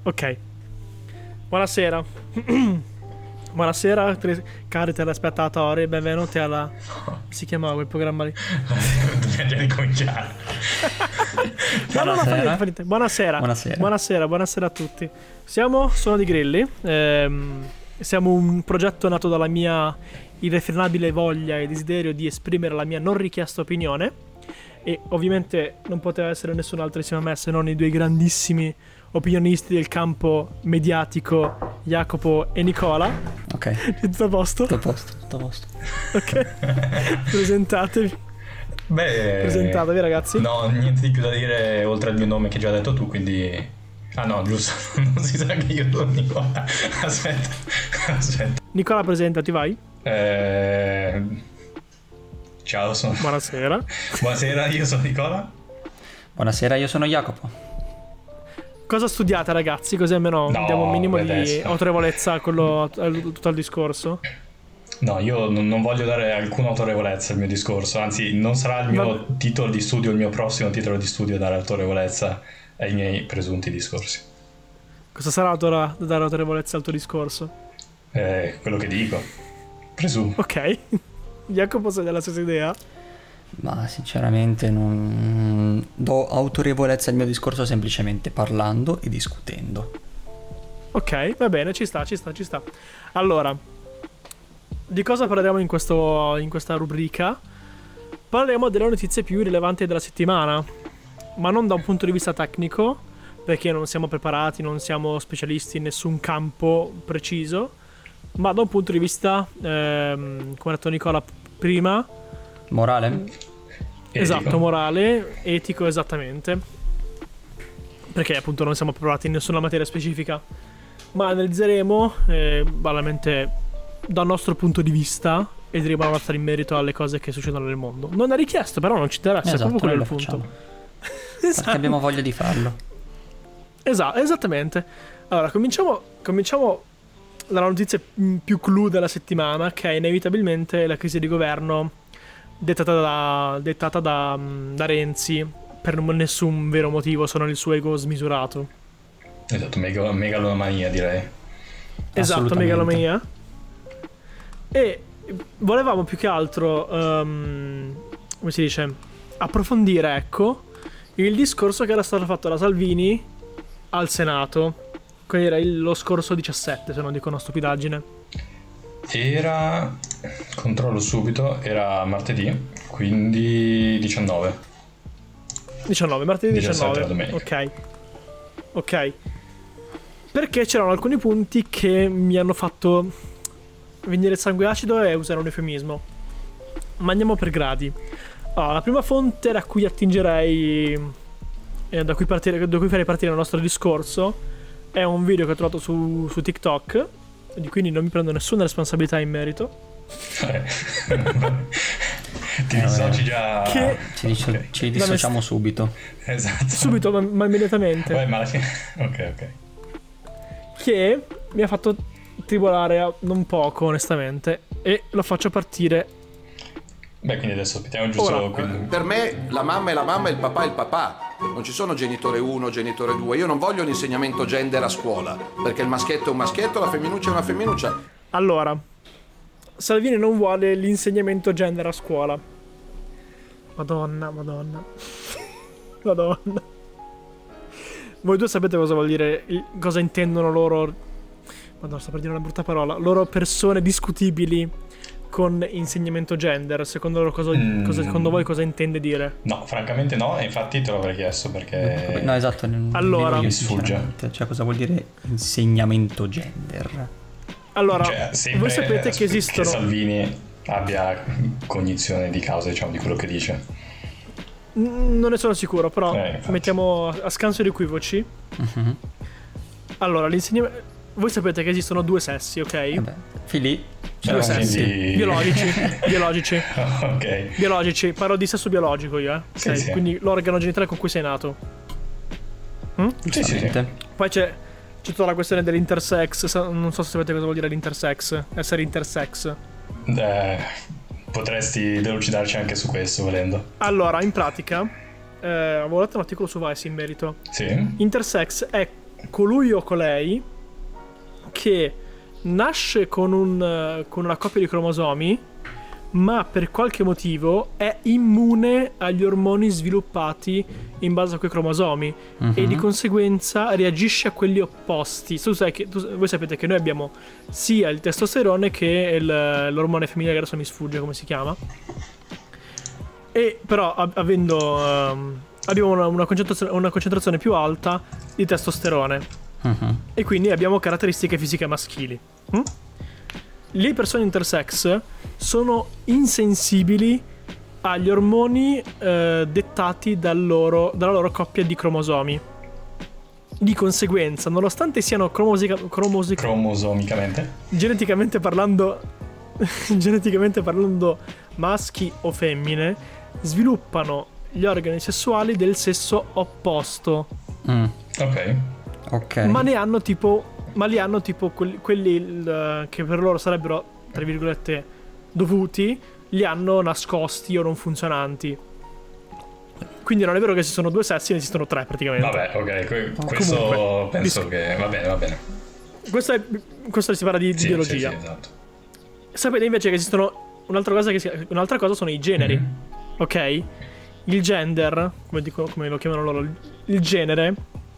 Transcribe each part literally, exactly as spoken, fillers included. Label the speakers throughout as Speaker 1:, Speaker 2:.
Speaker 1: Ok. Buonasera. Buonasera, cari telespettatori, benvenuti alla... si chiamava quel programma lì?
Speaker 2: Dobbiamo ricominciare.
Speaker 1: No, no, no, fa niente, fa niente. Buonasera.
Speaker 3: Buonasera.
Speaker 1: Buonasera, buonasera a tutti. Siamo Suono di Grilli. Ehm, siamo un progetto nato dalla mia irrefrenabile voglia e desiderio di esprimere la mia non richiesta opinione. E ovviamente non poteva essere nessun altro insieme a me se non i due grandissimi opinionisti del campo mediatico, Jacopo e Nicola.
Speaker 3: Ok.
Speaker 1: Tutto a posto?
Speaker 3: Tutto a posto, tutto a posto.
Speaker 1: Ok. Presentatevi.
Speaker 2: Beh,
Speaker 1: Presentatevi, ragazzi.
Speaker 2: No, niente di più da dire oltre al mio nome che già hai detto tu, quindi... Ah no, giusto, non si sa che io sono Nicola. Aspetta, aspetta.
Speaker 1: Nicola, presentati, vai.
Speaker 2: Eh... Ciao, sono...
Speaker 1: Buonasera.
Speaker 2: Buonasera, io sono Nicola.
Speaker 3: Buonasera, io sono Jacopo.
Speaker 1: Cosa studiate, ragazzi? Così almeno
Speaker 2: No,
Speaker 1: diamo un minimo
Speaker 2: beh,
Speaker 1: di
Speaker 2: adesso.
Speaker 1: autorevolezza a quello, a tutto il discorso.
Speaker 2: No, io non, non voglio dare alcuna autorevolezza al mio discorso, anzi non sarà il mio
Speaker 1: Va-
Speaker 2: titolo di studio, il mio prossimo titolo di studio dare autorevolezza ai miei presunti discorsi.
Speaker 1: Cosa sarà ora da dare autorevolezza al tuo discorso?
Speaker 2: Eh, quello che dico, presumo.
Speaker 1: Ok. Jacopo, sei della stessa idea?
Speaker 3: Ma sinceramente non do autorevolezza al mio discorso semplicemente parlando e discutendo.
Speaker 1: Ok, va bene, ci sta, ci sta, ci sta. Allora, di cosa parleremo in, questo, in questa rubrica? Parleremo delle notizie più rilevanti della settimana, ma non da un punto di vista tecnico, perché non siamo preparati, non siamo specialisti in nessun campo preciso, ma da un punto di vista, ehm, come ha detto Nicola prima,
Speaker 3: Morale?
Speaker 1: esatto,
Speaker 2: Etico.
Speaker 1: morale, etico, esattamente, perché appunto non siamo preparati in nessuna materia specifica, ma analizzeremo eh, banalmente dal nostro punto di vista e diremo nostra in merito alle cose che succedono nel mondo. Non è richiesto, però non ci interessa,
Speaker 3: Esatto,
Speaker 1: è proprio
Speaker 3: noi
Speaker 1: quello
Speaker 3: lo
Speaker 1: il punto.
Speaker 3: facciamo. Perché
Speaker 1: Esatto.
Speaker 3: abbiamo voglia di farlo.
Speaker 1: Esatto, esattamente. Allora, cominciamo, cominciamo dalla notizia mm, più clou della settimana, che è inevitabilmente la crisi di governo dettata da, dettata da, mm, da Renzi per non- nessun vero motivo, se non il suo ego smisurato.
Speaker 2: Esatto, mega- megalomania direi.
Speaker 1: Esatto,
Speaker 3: Assolutamente.
Speaker 1: megalomania. E volevamo più che altro, ehm, come si dice, approfondire, ecco, il discorso che era stato fatto da Salvini al Senato. Quello era il- lo scorso diciassette, se non dico una stupidaggine.
Speaker 2: Era, controllo subito, era martedì, quindi diciannove.
Speaker 1: diciannove, martedì
Speaker 2: diciassette
Speaker 1: diciannove.
Speaker 2: la domenica.
Speaker 1: Ok. Ok. Perché c'erano alcuni punti che mi hanno fatto venire il sangue acido e usare un eufemismo. Ma andiamo per gradi. Allora, la prima fonte da cui attingerei, eh, da cui partire, da cui farei partire il nostro discorso, è un video che ho trovato su, su TikTok, di quindi non mi prendo nessuna responsabilità in merito.
Speaker 2: Ti dissoci già.
Speaker 1: Che-
Speaker 3: Ci, disso-
Speaker 2: Ok.
Speaker 3: ci dissociamo subito.
Speaker 2: Esatto.
Speaker 1: Subito, ma, ma immediatamente.
Speaker 2: Beh, ma alla fine... Ok, ok.
Speaker 1: Che mi ha fatto tribolare non poco, onestamente. E lo faccio partire.
Speaker 2: Beh, quindi adesso aspettiamo giusto...
Speaker 1: Ora,
Speaker 2: quindi-
Speaker 4: Per me la mamma è la mamma e il papà è il papà. Non ci sono genitore uno, genitore due. Io non voglio l'insegnamento gender a scuola, perché il maschietto è un maschietto, la femminuccia è una femminuccia.
Speaker 1: Allora, Salvini non vuole l'insegnamento gender a scuola. Madonna, madonna. Madonna. Voi due sapete cosa vuol dire, il- cosa intendono loro. Madonna, sto per dire una brutta parola. Loro persone discutibili con insegnamento gender. Secondo loro cosa,
Speaker 2: Mm.
Speaker 1: cosa- secondo voi cosa intende dire?
Speaker 2: No, francamente no, e infatti te l'avrei chiesto perché...
Speaker 3: No, esatto. non-
Speaker 1: Allora-
Speaker 3: nemmeno io,
Speaker 2: Mi sfugge.
Speaker 3: sinceramente. Cioè, cosa vuol dire insegnamento gender?
Speaker 1: Allora,
Speaker 2: Cioè, sempre
Speaker 1: voi sapete che esistono.
Speaker 2: Salvini abbia cognizione di causa, diciamo, di quello che dice.
Speaker 1: Mm, Non ne sono sicuro, però
Speaker 2: Eh, infatti.
Speaker 1: mettiamo a a scanso di equivoci.
Speaker 3: Mhm.
Speaker 1: Allora, l'insegnamento. Voi sapete che esistono due sessi, ok?
Speaker 3: Vabbè, Fili,
Speaker 1: Due
Speaker 2: Però
Speaker 1: sessi.
Speaker 2: quindi-
Speaker 1: Biologici. Biologici.
Speaker 2: Ok.
Speaker 1: Biologici. Parlo di sesso biologico io, eh.
Speaker 2: Sì,
Speaker 1: Ok,
Speaker 2: sì.
Speaker 1: quindi l'organo genitale con cui sei nato. Mm?
Speaker 2: Sì, sì, sì.
Speaker 3: giustamente.
Speaker 1: Poi c'è, c'è tutta la questione dell'intersex. sa- Non so se sapete cosa vuol dire l'intersex. Essere intersex.
Speaker 2: Eh, potresti delucidarci anche su questo, volendo.
Speaker 1: Allora, in pratica, eh, avevo letto un articolo su Vice in merito.
Speaker 2: Sì?
Speaker 1: Intersex è colui o colei che nasce con, un, con una coppia di cromosomi, ma per qualche motivo è immune agli ormoni sviluppati in base a quei cromosomi, uh-huh. e di conseguenza reagisce a quelli opposti. Tu sai che, tu, voi sapete che noi abbiamo sia il testosterone che il, l'ormone femminile, che adesso mi sfugge come si chiama, e però a, avendo um, abbiamo una, una, concentrazione, una concentrazione più alta di testosterone. Uh-huh. E quindi abbiamo caratteristiche fisiche maschili. hm? Le persone intersex sono insensibili agli ormoni eh, dettati dal loro, dalla loro coppia di cromosomi. Di conseguenza, nonostante siano cromosica, cromosica,
Speaker 2: cromosomicamente
Speaker 1: geneticamente parlando geneticamente parlando maschi o femmine, sviluppano gli organi sessuali del sesso opposto.
Speaker 3: mm.
Speaker 2: Ok.
Speaker 3: Ok.
Speaker 1: Ma ne hanno tipo Ma li hanno tipo quelli, quelli il, che per loro sarebbero, tra virgolette, dovuti, li hanno nascosti o non funzionanti. Quindi non è vero che ci sono due sessi, ne esistono tre praticamente.
Speaker 2: Vabbè, ok, que- questo comunque, penso che va bene, va bene.
Speaker 1: Questo, è, questo si parla di,
Speaker 2: sì,
Speaker 1: di biologia.
Speaker 2: Sì, sì, esatto.
Speaker 1: Sapete invece che esistono un'altra cosa, che si, un'altra cosa sono i generi. Mm-hmm. Ok? Il gender, come, dico, come lo chiamano loro, il genere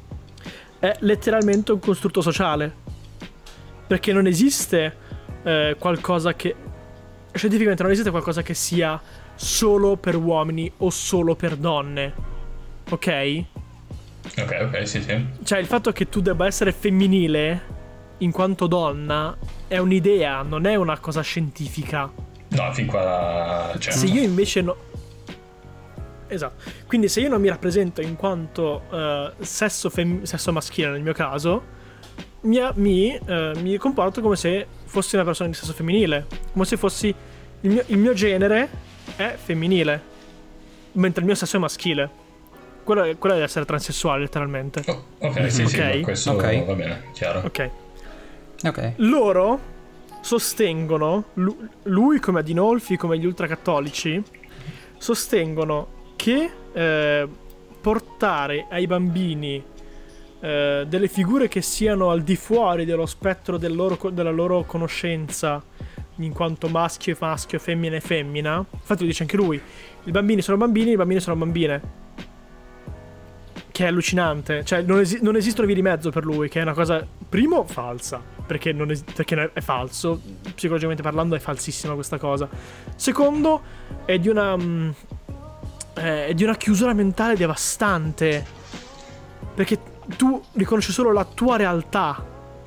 Speaker 1: è letteralmente un costrutto sociale, perché non esiste eh, qualcosa che scientificamente non esiste qualcosa che sia solo per uomini o solo per donne, ok?
Speaker 2: Ok, ok, sì, sì.
Speaker 1: Cioè il fatto che tu debba essere femminile in quanto donna è un'idea, non è una cosa scientifica.
Speaker 2: No, fin qua cioè,
Speaker 1: se io invece no Esatto. Quindi se io non mi rappresento in quanto uh, sesso, fem- sesso maschile nel mio caso, mi, mi, uh, mi comporto come se fossi una persona di sesso femminile, come se fossi il mio, il mio genere è femminile, mentre il mio sesso è maschile. Quello è, quello è essere transessuale letteralmente.
Speaker 2: Oh, ok, sì,
Speaker 1: okay.
Speaker 2: sì, questo
Speaker 3: okay.
Speaker 2: va bene, chiaro.
Speaker 1: Ok.
Speaker 3: Ok.
Speaker 1: Loro sostengono, lui come Adinolfi, come gli ultracattolici, sostengono che eh, portare ai bambini eh, delle figure che siano al di fuori dello spettro del loro, della loro conoscenza in quanto maschio e maschio, femmina e femmina, infatti lo dice anche lui, i bambini sono bambini, i bambini sono bambine, che è allucinante, cioè non, esi- non esistono vie di mezzo per lui, che è una cosa, primo, falsa, perché, non es- perché è falso, psicologicamente parlando è falsissima questa cosa, secondo è di una... Mh, è di una chiusura mentale devastante, perché tu riconosci solo la tua realtà.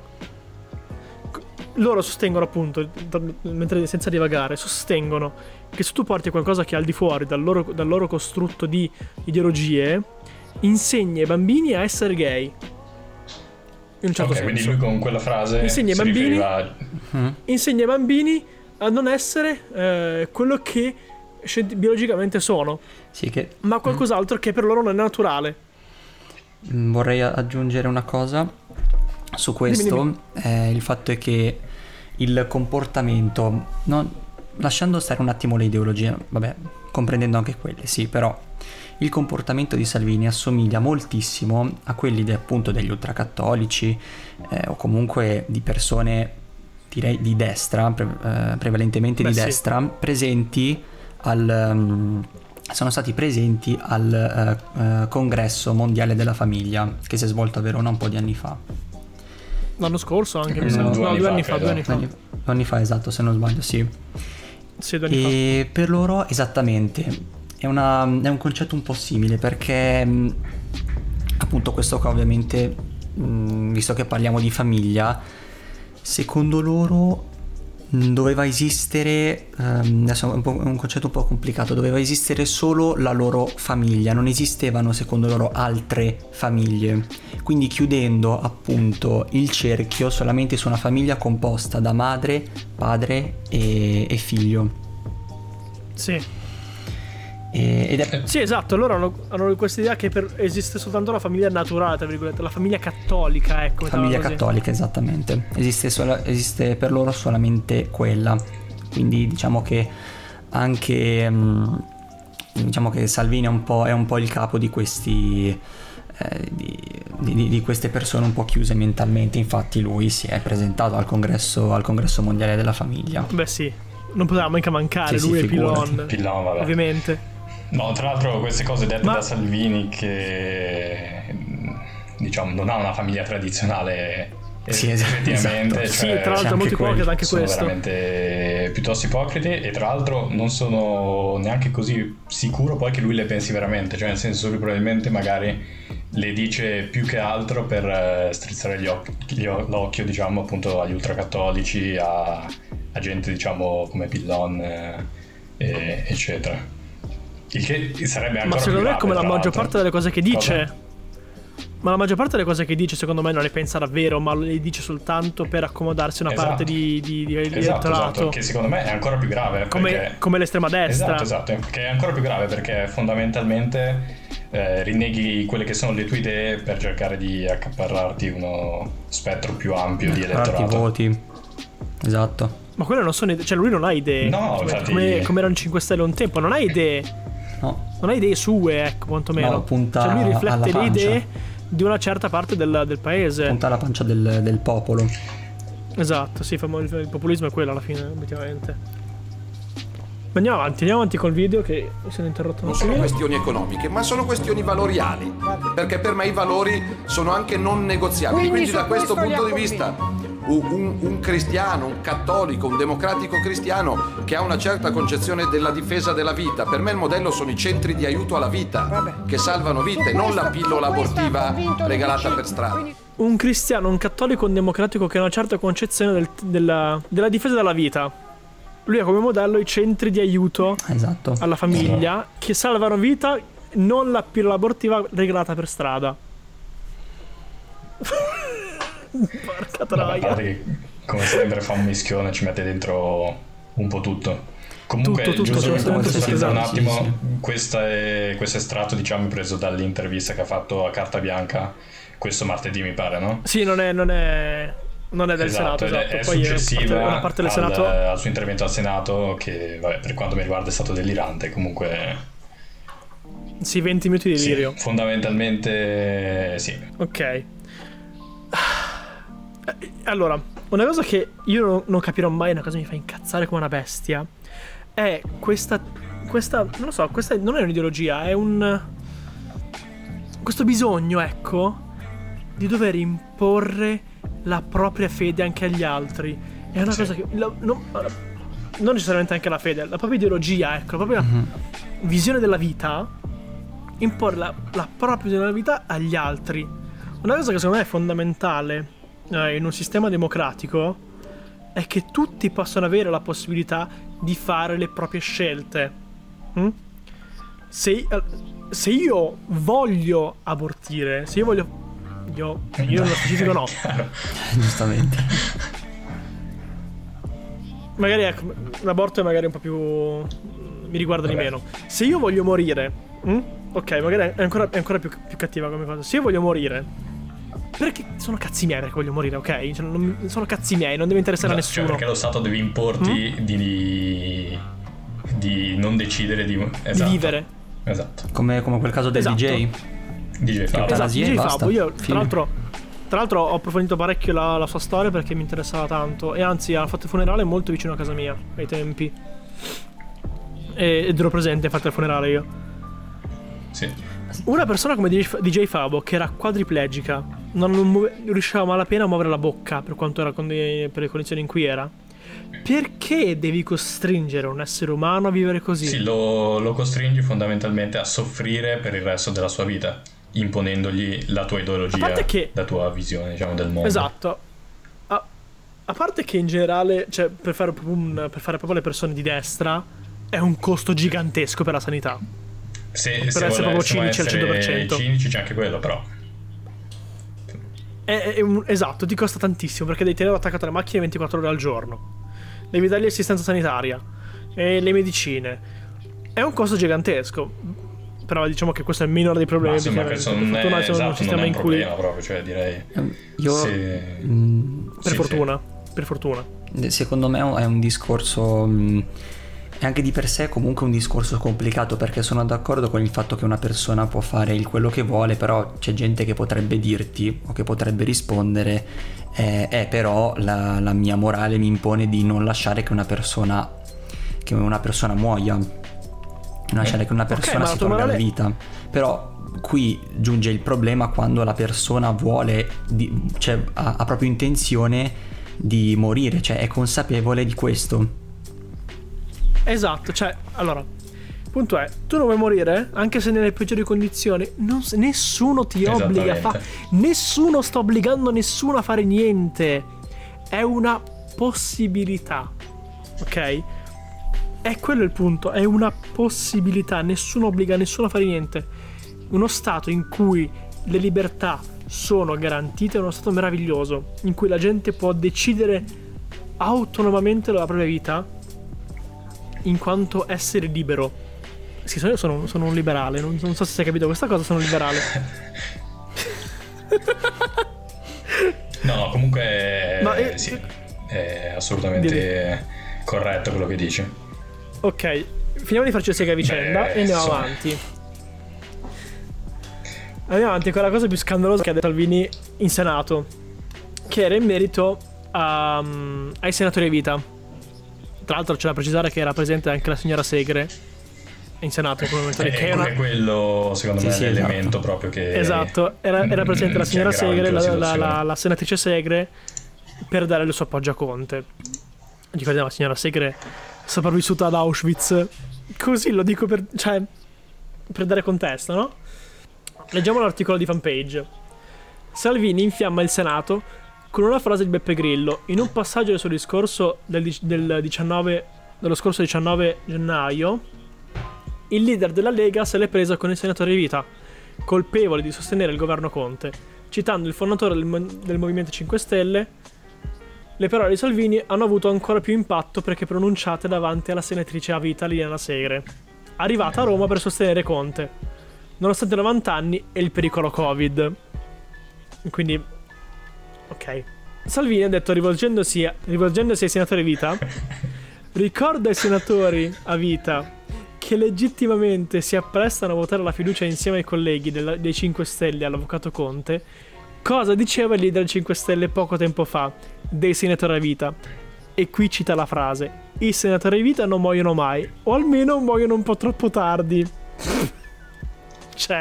Speaker 1: Loro sostengono appunto, mentre senza divagare, sostengono che se tu porti qualcosa che è al di fuori dal loro, dal loro costrutto di ideologie, insegni ai bambini a essere gay. In un certo
Speaker 2: ok,
Speaker 1: senso.
Speaker 2: quindi lui con quella frase
Speaker 1: insegna ai bambini,
Speaker 2: riferiva...
Speaker 1: uh-huh. insegna ai bambini a non essere eh, quello che biologicamente sono,
Speaker 3: sì, che...
Speaker 1: ma qualcos'altro mm. che per loro non è naturale.
Speaker 3: Vorrei aggiungere una cosa su questo.
Speaker 1: Dimmi, dimmi.
Speaker 3: Eh, il fatto è che il comportamento, non, lasciando stare un attimo le ideologie, vabbè, comprendendo anche quelle, sì, però il comportamento di Salvini assomiglia moltissimo a quelli de, appunto degli ultracattolici eh, o comunque di persone, direi, di destra, pre, eh, prevalentemente Beh, di sì. destra, presenti al, um, sono stati presenti al uh, uh, Congresso Mondiale della Famiglia che si è svolto a Verona un po' di anni fa.
Speaker 1: L'anno scorso anche,
Speaker 2: mm,
Speaker 1: no,
Speaker 2: due,
Speaker 1: no,
Speaker 2: anni,
Speaker 1: due
Speaker 2: fa,
Speaker 1: anni fa, due anni fa.
Speaker 3: Due anni fa, esatto, se non sbaglio, sì.
Speaker 1: Sì, due anni
Speaker 3: e
Speaker 1: fa.
Speaker 3: Per loro, esattamente, è, una, è un concetto un po' simile, perché mh, appunto questo qua ovviamente, mh, visto che parliamo di famiglia, secondo loro doveva esistere, um, adesso è un, po', è un concetto un po' complicato, doveva esistere solo la loro famiglia, non esistevano secondo loro altre famiglie, quindi chiudendo appunto il cerchio solamente su una famiglia composta da madre, padre e, e figlio.
Speaker 1: Sì.
Speaker 3: E, ed è...
Speaker 1: Sì, esatto, loro hanno, hanno questa idea che per, esiste soltanto la famiglia naturale, tra virgolette, la famiglia cattolica, ecco.
Speaker 3: Famiglia cattolica, esattamente. Esiste, solo, esiste per loro solamente quella. Quindi diciamo che anche mh, diciamo che Salvini è un po', è un po' il capo di questi eh, di, di, di queste persone un po' chiuse mentalmente. Infatti lui si è presentato al congresso, al congresso mondiale della famiglia.
Speaker 1: Beh sì, non poteva mica mancare,
Speaker 3: Sì,
Speaker 1: lui
Speaker 3: sì,
Speaker 1: e
Speaker 3: figurati.
Speaker 1: Pillon,
Speaker 2: Pillon, vabbè.
Speaker 1: ovviamente.
Speaker 2: No, tra l'altro queste cose dette
Speaker 1: Ma-
Speaker 2: da Salvini che diciamo non ha una famiglia tradizionale.
Speaker 3: Sì, es-
Speaker 2: effettivamente,
Speaker 3: esatto.
Speaker 1: Sì,
Speaker 2: cioè,
Speaker 1: tra l'altro è molto
Speaker 3: quelli.
Speaker 1: ipocrita anche
Speaker 2: sono
Speaker 1: questo.
Speaker 2: veramente piuttosto ipocriti e tra l'altro non sono neanche così sicuro poi che lui le pensi veramente, cioè nel senso lui probabilmente magari le dice più che altro per eh, strizzare gli occhi, gli o- l'occhio diciamo appunto agli ultracattolici, a, a gente diciamo come Pillon eh, e- eccetera, il che sarebbe ancora
Speaker 1: Ma secondo
Speaker 2: più
Speaker 1: me, come la
Speaker 2: grave, tra
Speaker 1: maggior
Speaker 2: l'altro.
Speaker 1: parte delle cose che dice.
Speaker 2: Cosa?
Speaker 1: Ma la maggior parte delle cose che dice, secondo me, non le pensa davvero, ma le dice soltanto per accomodarsi una
Speaker 2: Esatto.
Speaker 1: parte di, di, di
Speaker 2: Esatto,
Speaker 1: elettorato.
Speaker 2: esatto, che secondo me è ancora più grave
Speaker 1: come,
Speaker 2: perché...
Speaker 1: come l'estrema destra.
Speaker 2: Esatto, esatto, che è ancora più grave perché fondamentalmente eh, rinneghi quelle che sono le tue idee per cercare di accaparrarti uno spettro più ampio di
Speaker 3: Parti
Speaker 2: elettorato.
Speaker 3: voti. Esatto.
Speaker 1: Ma quelle non sono idee, cioè lui non ha idee.
Speaker 2: No,
Speaker 1: come,
Speaker 2: infatti-
Speaker 1: come, come erano i cinque Stelle un tempo, non ha idee.
Speaker 3: No.
Speaker 1: Non ha idee sue, ecco, quantomeno.
Speaker 3: No, punta
Speaker 1: cioè lui
Speaker 3: alla
Speaker 1: riflette le
Speaker 3: pancia.
Speaker 1: idee di una certa parte del, del paese.
Speaker 3: Punta alla pancia del, del popolo.
Speaker 1: Esatto, sì, famo- il, il populismo è quello alla fine, obiettivamente. Ma andiamo avanti, andiamo avanti col video che mi sono interrotto un
Speaker 4: Non sono
Speaker 1: attimo.
Speaker 4: questioni economiche, ma sono questioni valoriali, perché per me i valori sono anche non negoziabili.
Speaker 5: Quindi
Speaker 4: Quindi,
Speaker 5: su
Speaker 4: da questo
Speaker 5: questo li
Speaker 4: punto
Speaker 5: ha
Speaker 4: di vista un, un- un cristiano, un cattolico, un democratico cristiano che ha una certa concezione della difesa della vita, per me il modello sono i centri di aiuto alla vita,
Speaker 5: Vabbè.
Speaker 4: che salvano vite, non la pillola abortiva regalata per strada.
Speaker 1: Un cristiano, un cattolico, un democratico che ha una certa concezione del- della, della difesa della vita. Lui ha come modello i centri di aiuto
Speaker 3: Esatto.
Speaker 1: alla famiglia che salvano vita, non la pillola abortiva regalata per strada. Porca
Speaker 2: No, a
Speaker 1: troia.
Speaker 2: parte che come sempre fa un mischione, ci mette dentro un po' tutto. Comunque,
Speaker 1: Tutto, tutto,
Speaker 2: giusto per
Speaker 1: assolutamente tutto,
Speaker 2: contestualizzare un
Speaker 3: esatto,
Speaker 2: attimo,
Speaker 3: sì,
Speaker 2: questa è- questo estratto diciamo preso dall'intervista che ha fatto a Carta Bianca questo martedì mi pare, no?
Speaker 1: Sì, non è, non è, non è del
Speaker 2: Esatto,
Speaker 1: Senato,
Speaker 2: ed è-
Speaker 1: esatto.
Speaker 2: è
Speaker 1: Poi
Speaker 2: successiva
Speaker 1: parte, una parte del
Speaker 2: al,
Speaker 1: Senato.
Speaker 2: al suo intervento al Senato che vabbè, per quanto mi riguarda è stato delirante, comunque
Speaker 1: Sì, venti minuti di
Speaker 2: sì,
Speaker 1: delirio.
Speaker 2: fondamentalmente sì.
Speaker 1: Ok. Eh, Allora, una cosa che io non, non capirò mai, una cosa che mi fa incazzare come una bestia, è questa, questa, non lo so, questa non è un'ideologia, è un, questo bisogno, ecco, di dover imporre la propria fede anche agli altri. È una
Speaker 2: Sì.
Speaker 1: cosa che, la- non, non necessariamente anche la fede, la propria ideologia, ecco, la propria visione della vita, imporre la, la propria visione della vita agli altri. Una cosa che secondo me è fondamentale eh, in un sistema democratico è che tutti possano avere la possibilità di fare le proprie scelte. Mm? Se, eh, se io voglio abortire, se io voglio... Io, io nello specifico no.
Speaker 2: Chiaro.
Speaker 3: Giustamente.
Speaker 1: Magari ecco, l'aborto è magari un po' più... mi riguarda di
Speaker 2: Vabbè.
Speaker 1: meno. Se io voglio morire... mm? Ok, magari è ancora, è ancora più, più cattiva come cosa. Se io voglio morire... Perché sono cazzi miei perché voglio morire, ok? Cioè, non- sono cazzi miei, non deve interessare a
Speaker 2: Esatto, cioè,
Speaker 1: nessuno.
Speaker 2: perché lo Stato deve importi
Speaker 1: Mm?
Speaker 2: di, di non decidere di,
Speaker 1: Di
Speaker 2: esatto.
Speaker 1: vivere.
Speaker 2: Esatto.
Speaker 3: Come, come quel caso del
Speaker 1: Esatto.
Speaker 3: D J.
Speaker 2: D J Fabio.
Speaker 1: Esatto,
Speaker 3: Eutanasia
Speaker 1: D J
Speaker 3: e basta.
Speaker 1: Fabo. Io, tra
Speaker 3: Fine.
Speaker 1: l'altro, tra l'altro, ho approfondito parecchio la, la sua storia perché mi interessava tanto. E anzi, ha fatto il funerale molto vicino a casa mia ai tempi. E, ed ero presente, infatti, al funerale io.
Speaker 2: Sì.
Speaker 1: Una persona come D J, D J Fabo, che era quadriplegica, non, non muove- riusciva a malapena a muovere la bocca per quanto era con per le condizioni in cui era. Perché devi costringere un essere umano a vivere così?
Speaker 2: Sì, lo, lo costringi fondamentalmente a soffrire per il resto della sua vita, imponendogli la tua ideologia,
Speaker 1: A parte che-
Speaker 2: la tua visione, diciamo, del mondo.
Speaker 1: Esatto. A, a parte che in generale, cioè, per fare, proprio un- per fare proprio le persone di destra, è un costo gigantesco per la sanità.
Speaker 2: Se,
Speaker 1: Per
Speaker 2: se
Speaker 1: essere
Speaker 2: volessimo
Speaker 1: proprio cinici al
Speaker 2: essere
Speaker 1: cento per cento.
Speaker 2: cinici c'è anche quello, però.
Speaker 1: È, è un- esatto, ti costa tantissimo perché devi tenerlo attaccato alle macchine ventiquattro ore al giorno. Devi dargli assistenza sanitaria e le medicine. È un costo gigantesco. Però diciamo che questo è il minore dei
Speaker 2: Ma
Speaker 1: problemi.
Speaker 2: insomma,
Speaker 1: perché
Speaker 2: questo
Speaker 1: per
Speaker 2: non è,
Speaker 1: fortuna siamo in un
Speaker 2: esatto, non
Speaker 1: sistema
Speaker 2: è un
Speaker 1: in cui.
Speaker 2: problema proprio, cioè direi...
Speaker 3: Io,
Speaker 2: Sì.
Speaker 3: mm,
Speaker 1: Per
Speaker 2: Sì,
Speaker 1: fortuna. Per fortuna.
Speaker 3: secondo me è un discorso mm, è anche di per sé comunque un discorso complicato, perché sono d'accordo con il fatto che una persona può fare il quello che vuole, però c'è gente che potrebbe dirti o che potrebbe rispondere eh, eh però la, la mia morale mi impone di non lasciare che una persona che una persona muoia, non lasciare che una persona
Speaker 1: okay,
Speaker 3: si tolga
Speaker 1: morale...
Speaker 3: la vita. Però qui giunge il problema quando la persona vuole di, cioè ha, ha proprio intenzione di morire, cioè è consapevole di questo.
Speaker 1: Esatto, cioè, allora, il punto è, tu non vuoi morire, anche se nelle peggiori condizioni, non, nessuno ti obbliga a fare, nessuno sta obbligando nessuno a fare niente, è una possibilità, ok? È quello il punto, è una possibilità, nessuno obbliga nessuno a fare niente. Uno stato in cui le libertà sono garantite è uno stato meraviglioso, in cui la gente può decidere autonomamente la propria vita in quanto essere libero. Sì, io sono, sono un liberale, non, non so se hai capito questa cosa, sono un liberale.
Speaker 2: No, comunque
Speaker 1: Ma
Speaker 2: eh,
Speaker 1: è,
Speaker 2: sì, è assolutamente
Speaker 1: Dimmi.
Speaker 2: corretto quello che dici.
Speaker 1: Ok, finiamo di farci la sega a vicenda
Speaker 2: Beh,
Speaker 1: e andiamo
Speaker 2: so.
Speaker 1: avanti. Andiamo avanti con la cosa più scandalosa che ha detto Salvini in Senato, che era in merito a, um, ai senatori a vita. Tra l'altro c'è da precisare che era presente anche la signora Segre in Senato in quel momento lì,
Speaker 2: Eh,
Speaker 1: che è una...
Speaker 2: quello secondo
Speaker 3: Sì,
Speaker 2: me
Speaker 3: sì,
Speaker 2: è l'elemento
Speaker 3: esatto.
Speaker 2: proprio che
Speaker 1: Esatto, era, era presente la
Speaker 2: che
Speaker 1: signora
Speaker 2: aggrava
Speaker 1: Segre,
Speaker 2: la
Speaker 1: la, la,
Speaker 2: situazione.
Speaker 1: la, la senatrice Segre, per dare il suo appoggio a Conte. Ricordiamo la signora Segre sopravvissuta ad Auschwitz. Così lo dico per, cioè, per dare contesto, no? Leggiamo l'articolo di Fanpage. Salvini infiamma il Senato con una frase di Beppe Grillo. In un passaggio del suo discorso del, del diciannove, dello scorso diciannove gennaio, il leader della Lega se l'è presa con il senatore di vita, colpevole di sostenere il governo Conte. Citando il fondatore del, del Movimento cinque Stelle, le parole di Salvini hanno avuto ancora più impatto perché pronunciate davanti alla senatrice a vita Liliana Segre, arrivata a Roma per sostenere Conte, nonostante i novanta anni e il pericolo Covid. Quindi, ok. Salvini ha detto, rivolgendosi, a, rivolgendosi ai senatori a vita, ricorda ai senatori a vita che legittimamente si apprestano a votare la fiducia insieme ai colleghi del, dei cinque Stelle all'avvocato Conte, cosa diceva il leader cinque Stelle poco tempo fa dei senatori a vita. E qui cita la frase: i senatori a vita non muoiono mai, o almeno muoiono un po' troppo tardi. Cioè,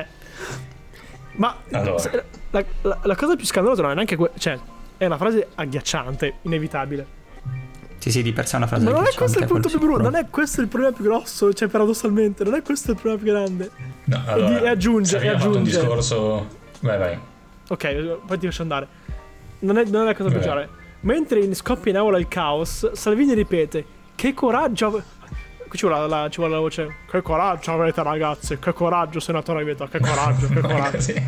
Speaker 1: ma
Speaker 2: Allora.
Speaker 1: la, la, la cosa più scandalosa non è neanche que- cioè, è una frase agghiacciante, inevitabile.
Speaker 3: Sì, sì, di per sé è una frase
Speaker 1: Ma non è
Speaker 3: agghiacciante,
Speaker 1: questo il punto più
Speaker 3: quello
Speaker 1: brutto,
Speaker 3: sicuro.
Speaker 1: non è questo il problema più grosso, cioè paradossalmente, non è questo il problema più grande.
Speaker 2: No,
Speaker 1: E
Speaker 2: allora,
Speaker 1: di- e aggiunge,
Speaker 2: Salvini
Speaker 1: e
Speaker 2: ha fatto un
Speaker 1: aggiunge.
Speaker 2: discorso. Vai, vai.
Speaker 1: Ok, poi ti lascio andare. Non è, non è la cosa
Speaker 2: Beh.
Speaker 1: peggiore. Mentre in scoppia in aula il caos, Salvini ripete: che coraggio ave-" Qui ci vuole la, ci vuole la voce: che coraggio avete ragazzi, che coraggio senatore Vito, che coraggio, che coraggio.
Speaker 2: Sì.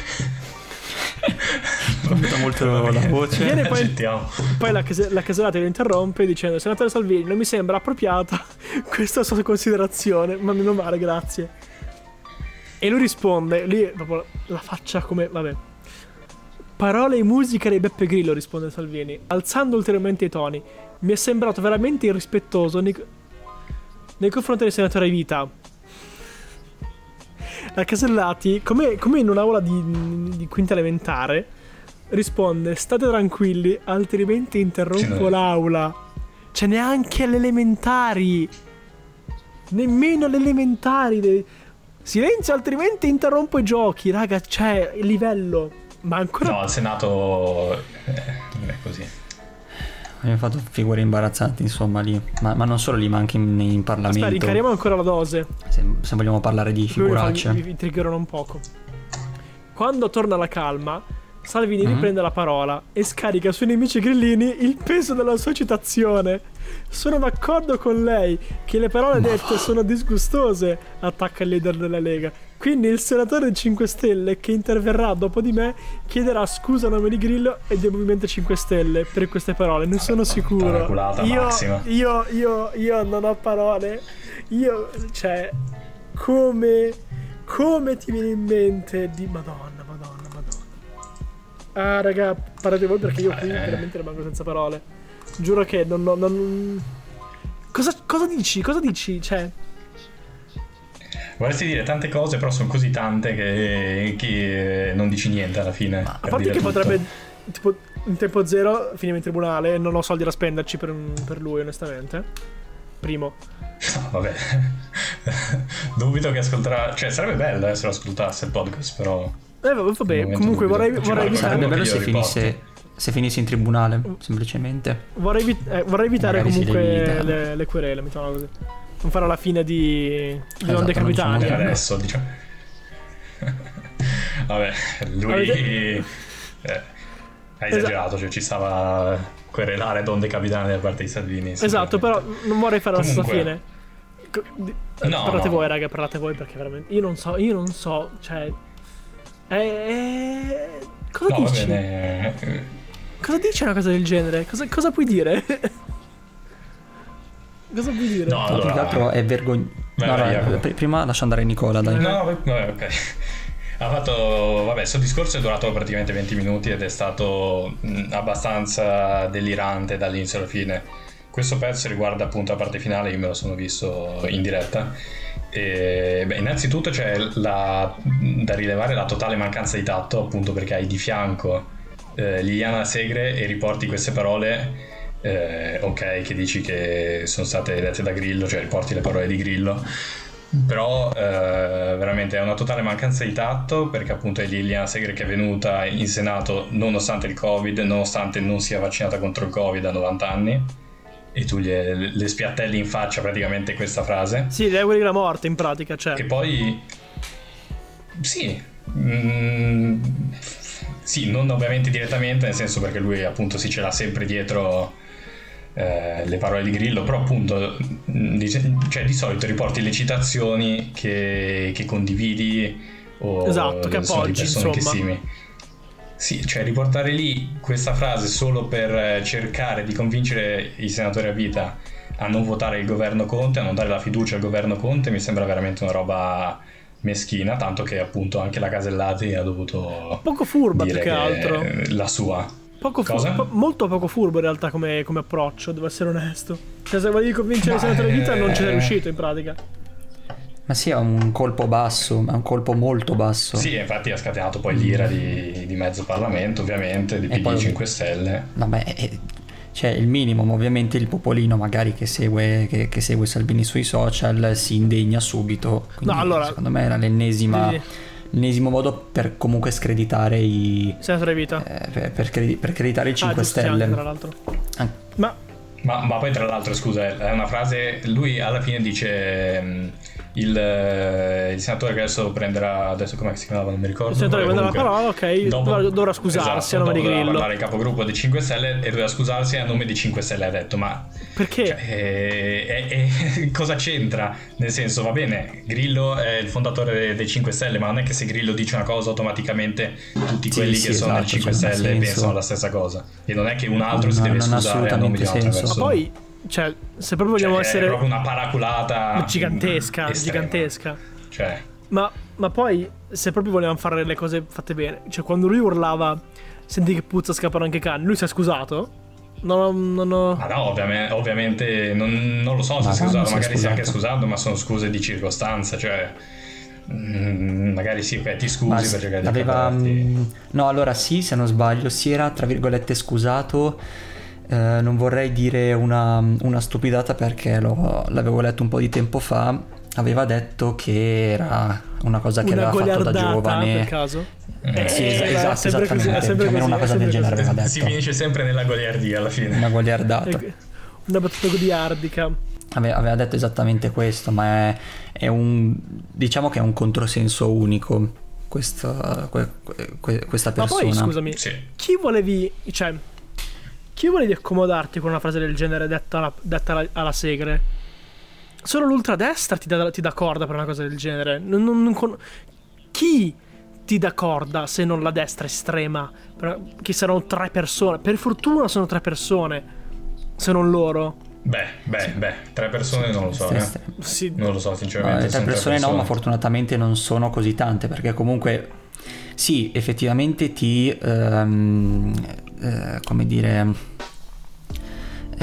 Speaker 3: Mi è venuta molto la voce.
Speaker 1: Viene poi,
Speaker 2: Accettiamo.
Speaker 1: poi la, Cas- la Casolati lo interrompe dicendo: senatore Salvini, non mi sembra appropriata questa sua considerazione, ma meno male, grazie. E lui risponde, lì proprio la faccia come, vabbè. Parole e musica di Beppe Grillo, risponde Salvini, alzando ulteriormente i toni. Mi è sembrato veramente irrispettoso nei, nei confronti del senatore Vita. La Casellati, come, come in un'aula di, di quinta elementare, risponde: state tranquilli, altrimenti interrompo
Speaker 2: Sì, no.
Speaker 1: l'aula. Cioè neanche alle elementari, nemmeno alle elementari de- silenzio, altrimenti interrompo i giochi. Raga, cioè il livello. Ma ancora
Speaker 2: No, al Senato eh, non è così.
Speaker 3: Abbiamo fatto figure imbarazzanti, insomma, lì. Ma, ma non solo lì, ma anche in, in Parlamento.
Speaker 1: Aspetta, ricariamo ancora la dose.
Speaker 3: Se, se vogliamo parlare di figuracce.
Speaker 1: Vi, vi triggerano un poco. Quando torna la calma, Salvini
Speaker 3: Mhm.
Speaker 1: riprende la parola e scarica sui nemici grillini il peso della sua citazione. Sono d'accordo con lei che le parole dette sono disgustose, attacca il leader della Lega. Quindi il senatore cinque Stelle che interverrà dopo di me chiederà scusa a nome di Grillo e del Movimento cinque Stelle per queste parole. Ne sono sicuro.
Speaker 2: Paraculata
Speaker 1: Io,
Speaker 2: massima.
Speaker 1: io, io, io non ho parole. Io, cioè, come, come ti viene in mente di Madonna, Madonna, Madonna. Ah, raga, parlate voi perché io qui
Speaker 2: Eh.
Speaker 1: veramente rimango senza parole. Giuro che non, non, non- cosa, cosa dici? Cosa dici? Cioè,
Speaker 2: vorresti dire tante cose, però sono così tante che, che non dici niente alla fine.
Speaker 1: a parte che potrebbe, tipo, in tempo zero finire in tribunale e non ho soldi da spenderci per, per lui, onestamente. Primo.
Speaker 2: No, vabbè. Dubito che ascolterà. Cioè, sarebbe bello eh, se lo ascoltasse il podcast, però.
Speaker 1: Eh, vabbè, comunque vorrei, vorrei evitare.
Speaker 3: Sarebbe bello se
Speaker 2: Io
Speaker 3: finisse, se finisse in tribunale, semplicemente.
Speaker 1: Vorrei, evi- eh, vorrei evitare
Speaker 3: Magari si
Speaker 1: comunque
Speaker 3: limita.
Speaker 1: le, le querele, mettiamola così. Non fare la fine di, di
Speaker 3: Esatto,
Speaker 1: non
Speaker 3: non
Speaker 1: decapitare.
Speaker 3: diciamo
Speaker 2: Per adesso, diciamo. Vabbè, lui.
Speaker 1: Avete-
Speaker 2: Eh, ha esagerato, cioè ci stava querelare Don De Capitane da parte di Salvini.
Speaker 1: Esatto, però non vorrei fare la stessa
Speaker 2: Comunque-
Speaker 1: fine. Co- di- eh,
Speaker 2: No,
Speaker 1: parlate
Speaker 2: no.
Speaker 1: voi, raga, parlate voi perché veramente. Io non so, io non so, cioè. Eh, eh, cosa
Speaker 2: No, va
Speaker 1: dici?
Speaker 2: bene. eh,
Speaker 1: Cosa dici una cosa del genere? Cosa, cosa puoi dire? Cosa puoi dire?
Speaker 2: No,
Speaker 3: No,
Speaker 2: allora.
Speaker 3: più che altro è vergognoso.
Speaker 2: Vai,
Speaker 3: No,
Speaker 2: vai,
Speaker 3: no,
Speaker 2: Jacopo.
Speaker 3: pr- prima lascio andare Nicola, dai.
Speaker 2: No, vabbè, ok. Ha fatto, vabbè, questo discorso è durato praticamente venti minuti ed è stato mh, abbastanza delirante dall'inizio alla fine. Questo pezzo riguarda appunto la parte finale, io me lo sono visto in diretta. E, beh, innanzitutto c'è la, da rilevare la totale mancanza di tatto, appunto perché hai di fianco eh, Liliana Segre e riporti queste parole. Eh, ok, che dici che sono state dette da Grillo, cioè riporti le parole di Grillo, però eh, veramente è una totale mancanza di tatto, perché appunto è Liliana Segre che è venuta in Senato nonostante il Covid, nonostante non sia vaccinata contro il Covid a novanta anni, e tu le, le spiattelli in faccia praticamente questa frase.
Speaker 1: Sì, le auguri della morte in pratica, cioè.
Speaker 2: E poi sì, mm, sì, non ovviamente direttamente, nel senso perché lui appunto si ce l'ha sempre dietro eh, le parole di Grillo, però appunto mm, di, cioè, di solito riporti le citazioni che, che condividi o
Speaker 1: Esatto, che
Speaker 2: sono di
Speaker 1: appoggi,
Speaker 2: persone che
Speaker 1: insomma.
Speaker 2: stimi. Sì, cioè riportare lì questa frase solo per cercare di convincere i senatori a vita a non votare il governo Conte, a non dare la fiducia al governo Conte, mi sembra veramente una roba meschina, tanto che appunto anche la Casellati ha dovuto
Speaker 1: Poco furba
Speaker 2: dire
Speaker 1: più che altro.
Speaker 2: la sua.
Speaker 1: Poco fu-
Speaker 2: Cosa?
Speaker 1: po- molto poco furbo in realtà come, come approccio, devo essere onesto. Cioè, se volevi convincere
Speaker 2: Ma
Speaker 1: il senatore di vita
Speaker 2: eh,
Speaker 1: non ci sei riuscito in pratica.
Speaker 3: Ma sì, è un colpo basso, è un colpo molto basso.
Speaker 2: Sì, infatti ha scatenato poi l'ira di, di mezzo Parlamento, ovviamente, di
Speaker 3: E
Speaker 2: P D
Speaker 3: poi-
Speaker 2: cinque Stelle.
Speaker 3: Vabbè, è- cioè il minimo, ma ovviamente il popolino magari che segue, che, che segue Salvini sui social si indegna subito. Quindi
Speaker 1: No, allora-
Speaker 3: secondo me era l'ennesima,
Speaker 1: Sì.
Speaker 3: l'ennesimo modo per comunque screditare i...
Speaker 1: Senatore di vita.
Speaker 3: eh, per, per credi- per creditare i cinque
Speaker 1: Ah, giusto, sì,
Speaker 3: Stelle.
Speaker 1: anche, tra l'altro.
Speaker 3: An-
Speaker 1: Ma
Speaker 2: Ma, ma poi tra l'altro, scusa, è una frase, lui alla fine dice mh, il, eh, il senatore che adesso prenderà, adesso come si chiamava, non mi ricordo.
Speaker 1: il senatore
Speaker 2: vabbè,
Speaker 1: prende la
Speaker 2: comunque,
Speaker 1: parola, ok,
Speaker 2: dopo-
Speaker 1: dovrà, dovrà scusarsi
Speaker 2: esatto,
Speaker 1: a nome di
Speaker 2: dopo doveva
Speaker 1: Grillo.
Speaker 2: parlare il capogruppo dei cinque Stelle e doveva scusarsi a nome di cinque Stelle, ha detto, ma
Speaker 1: Perché?
Speaker 2: cioè, eh, eh, eh, cosa c'entra? Nel senso, va bene, Grillo è il fondatore dei cinque Stelle, ma non è che se Grillo dice una cosa automaticamente tutti
Speaker 3: Sì,
Speaker 2: quelli
Speaker 3: sì,
Speaker 2: che sono
Speaker 3: esatto,
Speaker 2: nel cinque
Speaker 3: cioè, non ha
Speaker 2: Stelle
Speaker 3: senso.
Speaker 2: pensano la stessa cosa, e non è che un altro si
Speaker 3: No,
Speaker 2: deve
Speaker 3: non ha
Speaker 2: scusare a nome di
Speaker 3: assolutamente
Speaker 2: un'altra
Speaker 3: senso.
Speaker 2: persona.
Speaker 1: Ma poi, cioè, se proprio
Speaker 2: Cioè,
Speaker 1: vogliamo
Speaker 2: è
Speaker 1: essere
Speaker 2: proprio una paraculata
Speaker 1: gigantesca,
Speaker 2: estrema.
Speaker 1: gigantesca.
Speaker 2: Cioè,
Speaker 1: Ma, ma poi, se proprio volevamo fare le cose fatte bene, cioè quando lui urlava, senti che puzza, scappano anche i cani, lui si è scusato? Non ho... Non ho...
Speaker 2: ma no, ovviamente, ovviamente non, non lo so se
Speaker 3: Ma
Speaker 2: si è
Speaker 3: no, non
Speaker 2: scusato,
Speaker 3: si è
Speaker 2: magari si è anche
Speaker 3: scusato.
Speaker 2: scusato, ma sono scuse di circostanza, cioè mm, magari sì, ok, ti scusi
Speaker 3: Ma
Speaker 2: per
Speaker 3: s-
Speaker 2: cercare di
Speaker 3: aveva,
Speaker 2: caparti.
Speaker 3: mm, no, allora sì, se non sbaglio, si era tra virgolette scusato. Eh, non vorrei dire una, una stupidata perché l'ho- l'avevo letto un po' di tempo fa. Aveva detto che era una cosa che
Speaker 1: Una
Speaker 3: aveva fatto da
Speaker 1: goliardata,
Speaker 3: giovane.
Speaker 1: per caso?
Speaker 2: Eh,
Speaker 3: Sì,
Speaker 1: Eh,
Speaker 3: es-
Speaker 1: è
Speaker 3: esatto,
Speaker 1: sempre così, è
Speaker 3: esattamente.
Speaker 1: sempre
Speaker 3: Più o meno
Speaker 1: così,
Speaker 3: una
Speaker 1: è
Speaker 3: cosa del
Speaker 1: sempre
Speaker 3: genere
Speaker 1: così.
Speaker 3: aveva
Speaker 2: Si
Speaker 3: detto.
Speaker 2: finisce sempre nella goliardia alla fine.
Speaker 3: Una goliardata.
Speaker 1: Eh, Una battuta goliardica.
Speaker 3: Ave- Aveva detto esattamente questo, ma è, è un, diciamo che è un controsenso unico questa, que- que- questa
Speaker 1: Ma
Speaker 3: persona.
Speaker 1: poi, scusami,
Speaker 2: Sì.
Speaker 1: chi volevi... Cioè, chi volevi accomodarti con una frase del genere detta alla, detta alla, alla Segre? Solo l'ultradestra ti dà, ti dà corda per una cosa del genere. Non, non- non con- Chi ti dà corda se non la destra estrema? Per- Che saranno tre persone. Per fortuna sono tre persone, se non loro.
Speaker 2: Beh, beh, beh, tre persone non lo so,
Speaker 3: Sì,
Speaker 2: eh.
Speaker 3: sì.
Speaker 1: Sì.
Speaker 2: Non lo so, sinceramente.
Speaker 3: No, tre
Speaker 2: sono
Speaker 3: persone no, ma fortunatamente non sono così tante, perché comunque sì, effettivamente ti ehm, eh, come dire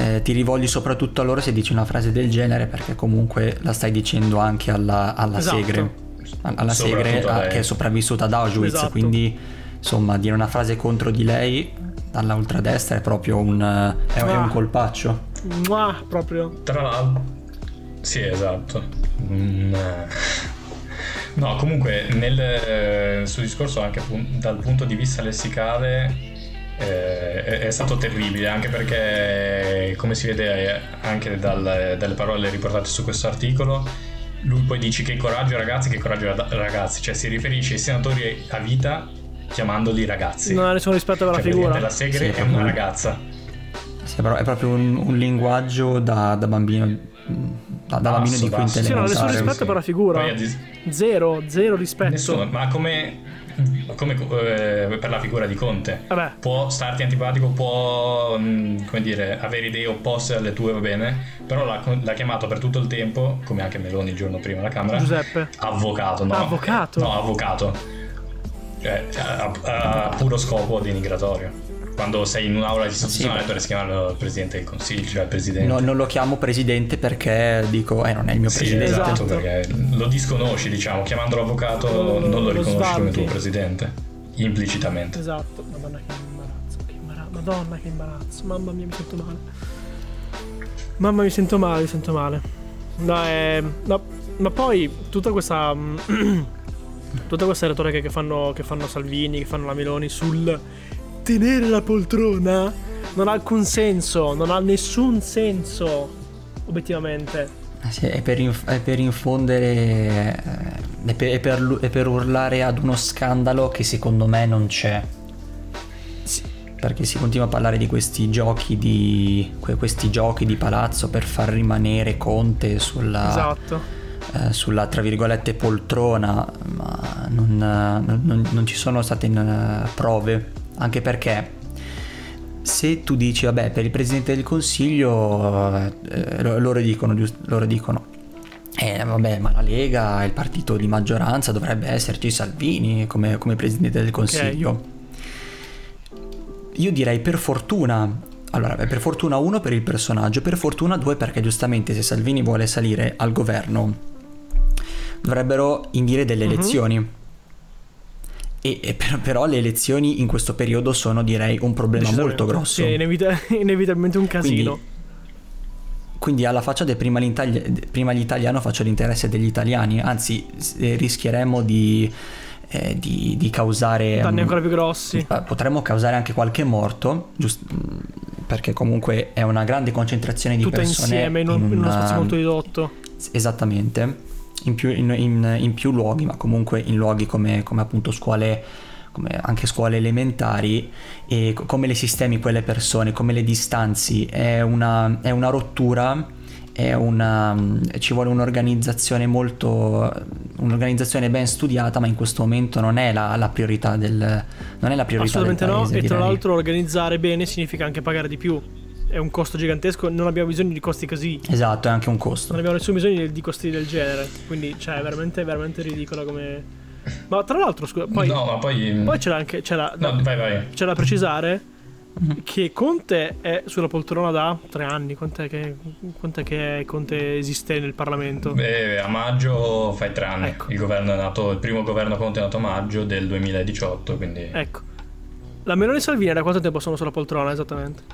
Speaker 3: eh, ti rivolgi soprattutto a loro se dici una frase del genere, perché comunque la stai dicendo anche alla, alla
Speaker 1: Esatto.
Speaker 3: Segre, alla
Speaker 2: Soprattutto
Speaker 3: Segre
Speaker 2: a
Speaker 3: a-
Speaker 2: lei.
Speaker 3: che è sopravvissuta ad Auschwitz,
Speaker 1: Esatto.
Speaker 3: quindi insomma dire una frase contro di lei dalla ultradestra è proprio un, è, è un
Speaker 1: Ah.
Speaker 3: colpaccio.
Speaker 1: Mua, proprio.
Speaker 2: Tra l'altro, sì, esatto. Mm, eh. No, comunque, nel eh, suo discorso, anche pun- dal punto di vista lessicale, eh, è, è stato terribile, anche perché, come si vede anche dal- dalle parole riportate su questo articolo, lui poi dice che coraggio ragazzi, che coraggio ra- ragazzi, cioè si riferisce ai senatori a vita chiamandoli ragazzi.
Speaker 1: Non ha nessun rispetto per la
Speaker 2: Cioè,
Speaker 1: figura.
Speaker 2: praticamente la Segre
Speaker 3: Sì,
Speaker 2: è una
Speaker 3: proprio.
Speaker 2: ragazza.
Speaker 3: Sì, però è proprio un, un linguaggio da, da bambino, da, da bambino di
Speaker 2: Basso,
Speaker 3: quinta
Speaker 2: basso.
Speaker 1: Sì, non ha nessun
Speaker 3: elementare.
Speaker 1: rispetto
Speaker 2: sì.
Speaker 1: per la figura.
Speaker 2: Poi a dis-
Speaker 1: Zero, zero rispetto.
Speaker 2: Nessuno, ma come, come eh, per la figura di Conte.
Speaker 1: Vabbè.
Speaker 2: Può starti antipatico, può mh, come dire, avere idee opposte alle tue, va bene, però l'ha, l'ha chiamato per tutto il tempo, come anche Meloni il giorno prima alla Camera,
Speaker 1: Giuseppe.
Speaker 2: avvocato, no?
Speaker 1: Avvocato?
Speaker 2: No, avvocato. Cioè, a, a- a puro scopo denigratorio. Quando sei in un'aula istituzionale
Speaker 3: Sì,
Speaker 2: dovresti chiamarlo il Presidente del Consiglio, cioè il Presidente.
Speaker 3: No, non lo chiamo presidente perché dico, eh, non è il mio
Speaker 2: Sì,
Speaker 3: presidente.
Speaker 2: esatto,
Speaker 1: Esatto.
Speaker 2: perché lo disconosci, diciamo, chiamandolo avvocato
Speaker 1: Lo-
Speaker 2: non lo
Speaker 1: lo
Speaker 2: riconosci come
Speaker 1: svalti.
Speaker 2: tuo presidente, implicitamente.
Speaker 1: Esatto. Madonna che imbarazzo. Che imbarazzo. Madonna che imbarazzo. Mamma mia, mi sento male. Mamma mi sento male, mi sento male. No, è... no, ma poi tutta questa tutta questa retorica che fanno che fanno Salvini, che fanno la Meloni sul tenere la poltrona non ha alcun senso, non ha nessun senso obiettivamente.
Speaker 3: Eh sì, è, per inf- è per infondere, eh, è per, è per lu- è per urlare ad uno scandalo che secondo me non c'è. Perché si continua a parlare di questi giochi di que- questi giochi di palazzo per far rimanere Conte sulla,
Speaker 1: Esatto.
Speaker 3: eh, sulla tra virgolette poltrona, ma non, non- non- non ci sono state eh, prove, anche perché se tu dici vabbè per il Presidente del Consiglio eh, lo- loro dicono giust- loro dicono eh vabbè ma la Lega è il partito di maggioranza, dovrebbe esserci Salvini come, come Presidente del Consiglio. Io direi per fortuna, allora beh, per fortuna uno per il personaggio, per fortuna due perché giustamente se Salvini vuole salire al governo dovrebbero indire delle
Speaker 1: Mhm.
Speaker 3: elezioni e, e per- però le elezioni in questo periodo sono direi un problema
Speaker 1: Decisamente.
Speaker 3: molto grosso.
Speaker 1: Sì, è inevita- inevitabilmente un casino.
Speaker 3: Quindi, quindi alla faccia del prima, l'Itali- prima l'italiano faccio l'interesse degli italiani, anzi eh, rischieremmo di, eh, di, di causare
Speaker 1: Danni
Speaker 3: mm,
Speaker 1: ancora più grossi.
Speaker 3: eh, potremmo causare anche qualche morto, giust- mm, perché comunque è una grande concentrazione di
Speaker 1: Tutte
Speaker 3: persone
Speaker 1: insieme in, un- in uno
Speaker 3: una-
Speaker 1: spazio molto ridotto.
Speaker 3: esattamente, in più, in, in- in più luoghi, ma comunque in luoghi come, come appunto scuole, come anche scuole elementari, e co- come le sistemi quelle persone, come le distanzi, è una, è una rottura, è una, ci vuole un'organizzazione molto, un'organizzazione ben studiata, ma in questo momento non è la, la priorità del, non è la priorità
Speaker 1: Assolutamente
Speaker 3: del
Speaker 1: no.
Speaker 3: paese,
Speaker 1: E tra
Speaker 3: direi.
Speaker 1: l'altro organizzare bene significa anche pagare di più. È un costo gigantesco. Non abbiamo bisogno di costi così.
Speaker 3: Esatto, è anche un costo.
Speaker 1: Non abbiamo nessun bisogno di costi del genere. Quindi, cioè, è veramente, veramente ridicola come. Ma tra l'altro, scusa, poi,
Speaker 2: no, ma poi...
Speaker 1: poi c'era anche. C'era,
Speaker 2: No, vai, vai.
Speaker 1: c'è da precisare che Conte è sulla poltrona da tre anni. Quant'è che, quant'è che Conte esiste nel Parlamento?
Speaker 2: Beh, a maggio fai tre anni.
Speaker 1: Ecco.
Speaker 2: Il governo è nato, il primo governo Conte è nato a maggio del duemiladiciotto, quindi...
Speaker 1: Ecco. La Meloni e Salvini da quanto tempo sono sulla poltrona esattamente?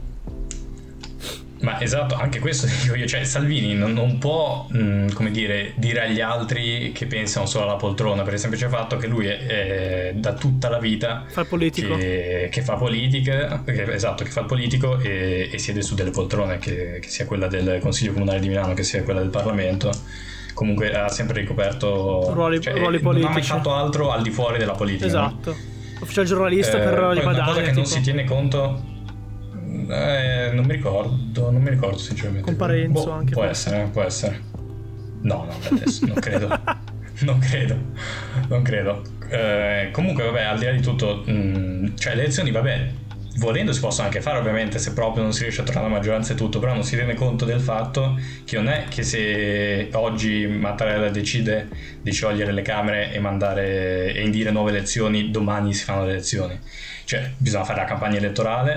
Speaker 2: Ma esatto, anche questo dico io, cioè Salvini non, non può, mh, come dire, dire agli altri che pensano solo alla poltrona, per il semplice fatto che lui è, è da tutta la vita
Speaker 1: Fa il politico.
Speaker 2: che, che fa politica, che- esatto, che fa il politico e, e siede su delle poltrone, che, che sia quella del Consiglio Comunale di Milano, che sia quella del Parlamento. Comunque ha sempre ricoperto
Speaker 1: Ruoli-
Speaker 2: cioè,
Speaker 1: ruoli
Speaker 2: non ha mai
Speaker 1: politici.
Speaker 2: fatto altro al di fuori della politica. no?
Speaker 1: Esatto. Ufficiale giornalista
Speaker 2: Eh,
Speaker 1: per
Speaker 2: poi
Speaker 1: le
Speaker 2: una cosa
Speaker 1: guadagni.
Speaker 2: che non
Speaker 1: tipo.
Speaker 2: si tiene conto, eh, non mi ricordo, non mi ricordo sinceramente.
Speaker 1: Con Parenzo
Speaker 2: Boh,
Speaker 1: anche,
Speaker 2: Può
Speaker 1: forse.
Speaker 2: essere, può essere. No, no, adesso non credo. non credo, non credo. Eh, comunque, vabbè, al di là di tutto, mh, cioè le elezioni, vabbè, volendo si possono anche fare ovviamente se proprio non si riesce a trovare la maggioranza e tutto, però non si rende conto del fatto che non è che se oggi Mattarella decide di sciogliere le Camere e mandare e indire nuove elezioni, domani si fanno le elezioni. Cioè bisogna fare la campagna elettorale,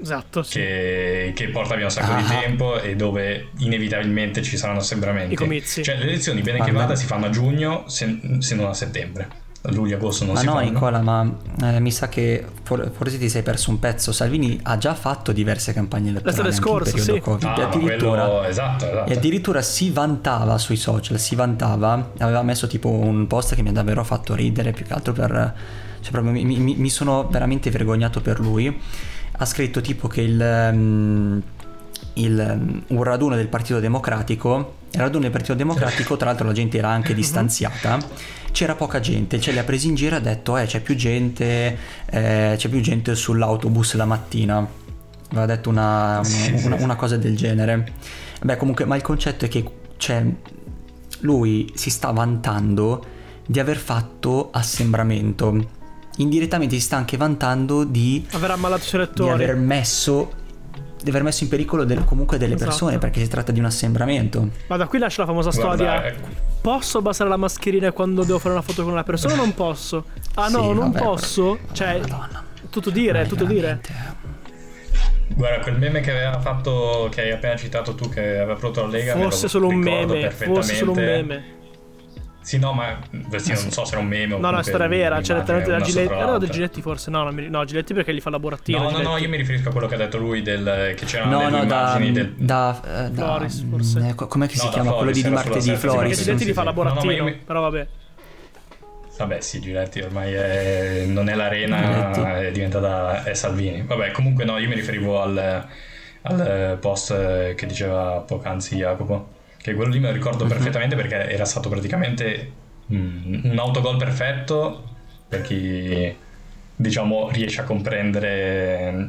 Speaker 1: Esatto, sì.
Speaker 2: che, che porta via un sacco
Speaker 3: Ah.
Speaker 2: di tempo e dove inevitabilmente ci saranno assembramenti.
Speaker 1: I comizi.
Speaker 2: Cioè le elezioni, bene
Speaker 3: Ma
Speaker 2: che
Speaker 3: no.
Speaker 2: vada, si fanno a giugno, se, se non a settembre. A luglio, agosto non
Speaker 3: Ma
Speaker 2: si
Speaker 3: no,
Speaker 2: fanno.
Speaker 3: Nicola, ma eh, mi sa che for- forse ti sei perso un pezzo. Salvini ha già fatto diverse campagne elettorali
Speaker 1: L'estate
Speaker 3: anche in
Speaker 1: scorsa,
Speaker 3: periodo
Speaker 1: sì.
Speaker 3: Covid.
Speaker 2: Ah,
Speaker 3: E
Speaker 2: ma
Speaker 3: addirittura,
Speaker 2: quello, esatto, esatto.
Speaker 3: e addirittura si vantava sui social, si vantava, aveva messo tipo un post che mi ha davvero fatto ridere, più che altro per... Cioè proprio mi, mi- mi sono veramente vergognato per lui. Ha scritto tipo che il... um, il, um, un raduno del Partito Democratico, il raduno del Partito Democratico, tra l'altro la gente era anche distanziata, c'era poca gente, ce li ha presi in giro e ha detto eh c'è più gente, eh, c'è più gente sull'autobus la mattina, aveva detto una, una, una- una cosa del genere. Beh, comunque, ma il concetto è che cioè, lui si sta vantando di aver fatto assembramento, indirettamente si sta anche vantando di
Speaker 1: Aver ammalato i suoi
Speaker 3: di
Speaker 1: elettori.
Speaker 3: aver messo di aver messo in pericolo del- comunque delle
Speaker 1: Esatto.
Speaker 3: persone, perché si tratta di un assembramento.
Speaker 1: Ma da qui nasce la famosa
Speaker 2: Guarda,
Speaker 1: storia.
Speaker 2: ecco.
Speaker 1: Posso abbassare la mascherina quando devo fare una foto con una persona o non posso? Ah no,
Speaker 3: Sì,
Speaker 1: non
Speaker 3: vabbè,
Speaker 1: posso.
Speaker 3: però-
Speaker 1: Cioè,
Speaker 3: Madonna.
Speaker 1: tutto dire,
Speaker 3: Ma
Speaker 1: tutto dire.
Speaker 3: veramente,
Speaker 2: Guarda, quel meme che aveva fatto, che hai appena citato tu, che aveva prodotto la Lega, me lo
Speaker 1: Fosse solo un
Speaker 2: ricordo
Speaker 1: meme, fosse solo un
Speaker 2: perfettamente.
Speaker 1: meme.
Speaker 2: Sì, no, ma sì, non so se era un meme o
Speaker 1: No, no, è
Speaker 2: comunque
Speaker 1: storia vera. C'è
Speaker 2: un'immagine,
Speaker 1: letteralmente da
Speaker 2: una
Speaker 1: Giletti.
Speaker 2: sopra
Speaker 1: Era del
Speaker 2: l'altra.
Speaker 1: Giletti forse. No, non mi- no, Giletti perché gli fa la burattino.
Speaker 2: No, no, no,
Speaker 1: Giletti.
Speaker 2: io mi riferisco a quello che ha detto lui, del, che c'erano
Speaker 3: No,
Speaker 2: le due
Speaker 3: no, da,
Speaker 2: immagini del...
Speaker 3: da, eh, da
Speaker 1: Floris, forse.
Speaker 3: eh, co- com'è che si
Speaker 2: No, da
Speaker 3: chiama? Quello
Speaker 2: Floris,
Speaker 3: di, di
Speaker 2: era sulla
Speaker 3: martedì,
Speaker 2: sesta, sì,
Speaker 1: Perché
Speaker 3: Floris.
Speaker 2: sì,
Speaker 1: Giletti
Speaker 2: sì,
Speaker 1: gli fa
Speaker 2: sì.
Speaker 1: la
Speaker 2: No, no, ma
Speaker 1: burattino.
Speaker 2: io mi-
Speaker 1: Però vabbè.
Speaker 2: Vabbè, sì, Giletti ormai è... non è l'arena,
Speaker 3: Giletti.
Speaker 2: è diventata... è Salvini. Vabbè, comunque no, io mi riferivo al, al post che diceva poc'anzi Jacopo, che quello lì me lo ricordo perfettamente perché era stato praticamente mm, un autogol perfetto per chi, diciamo, riesce a comprendere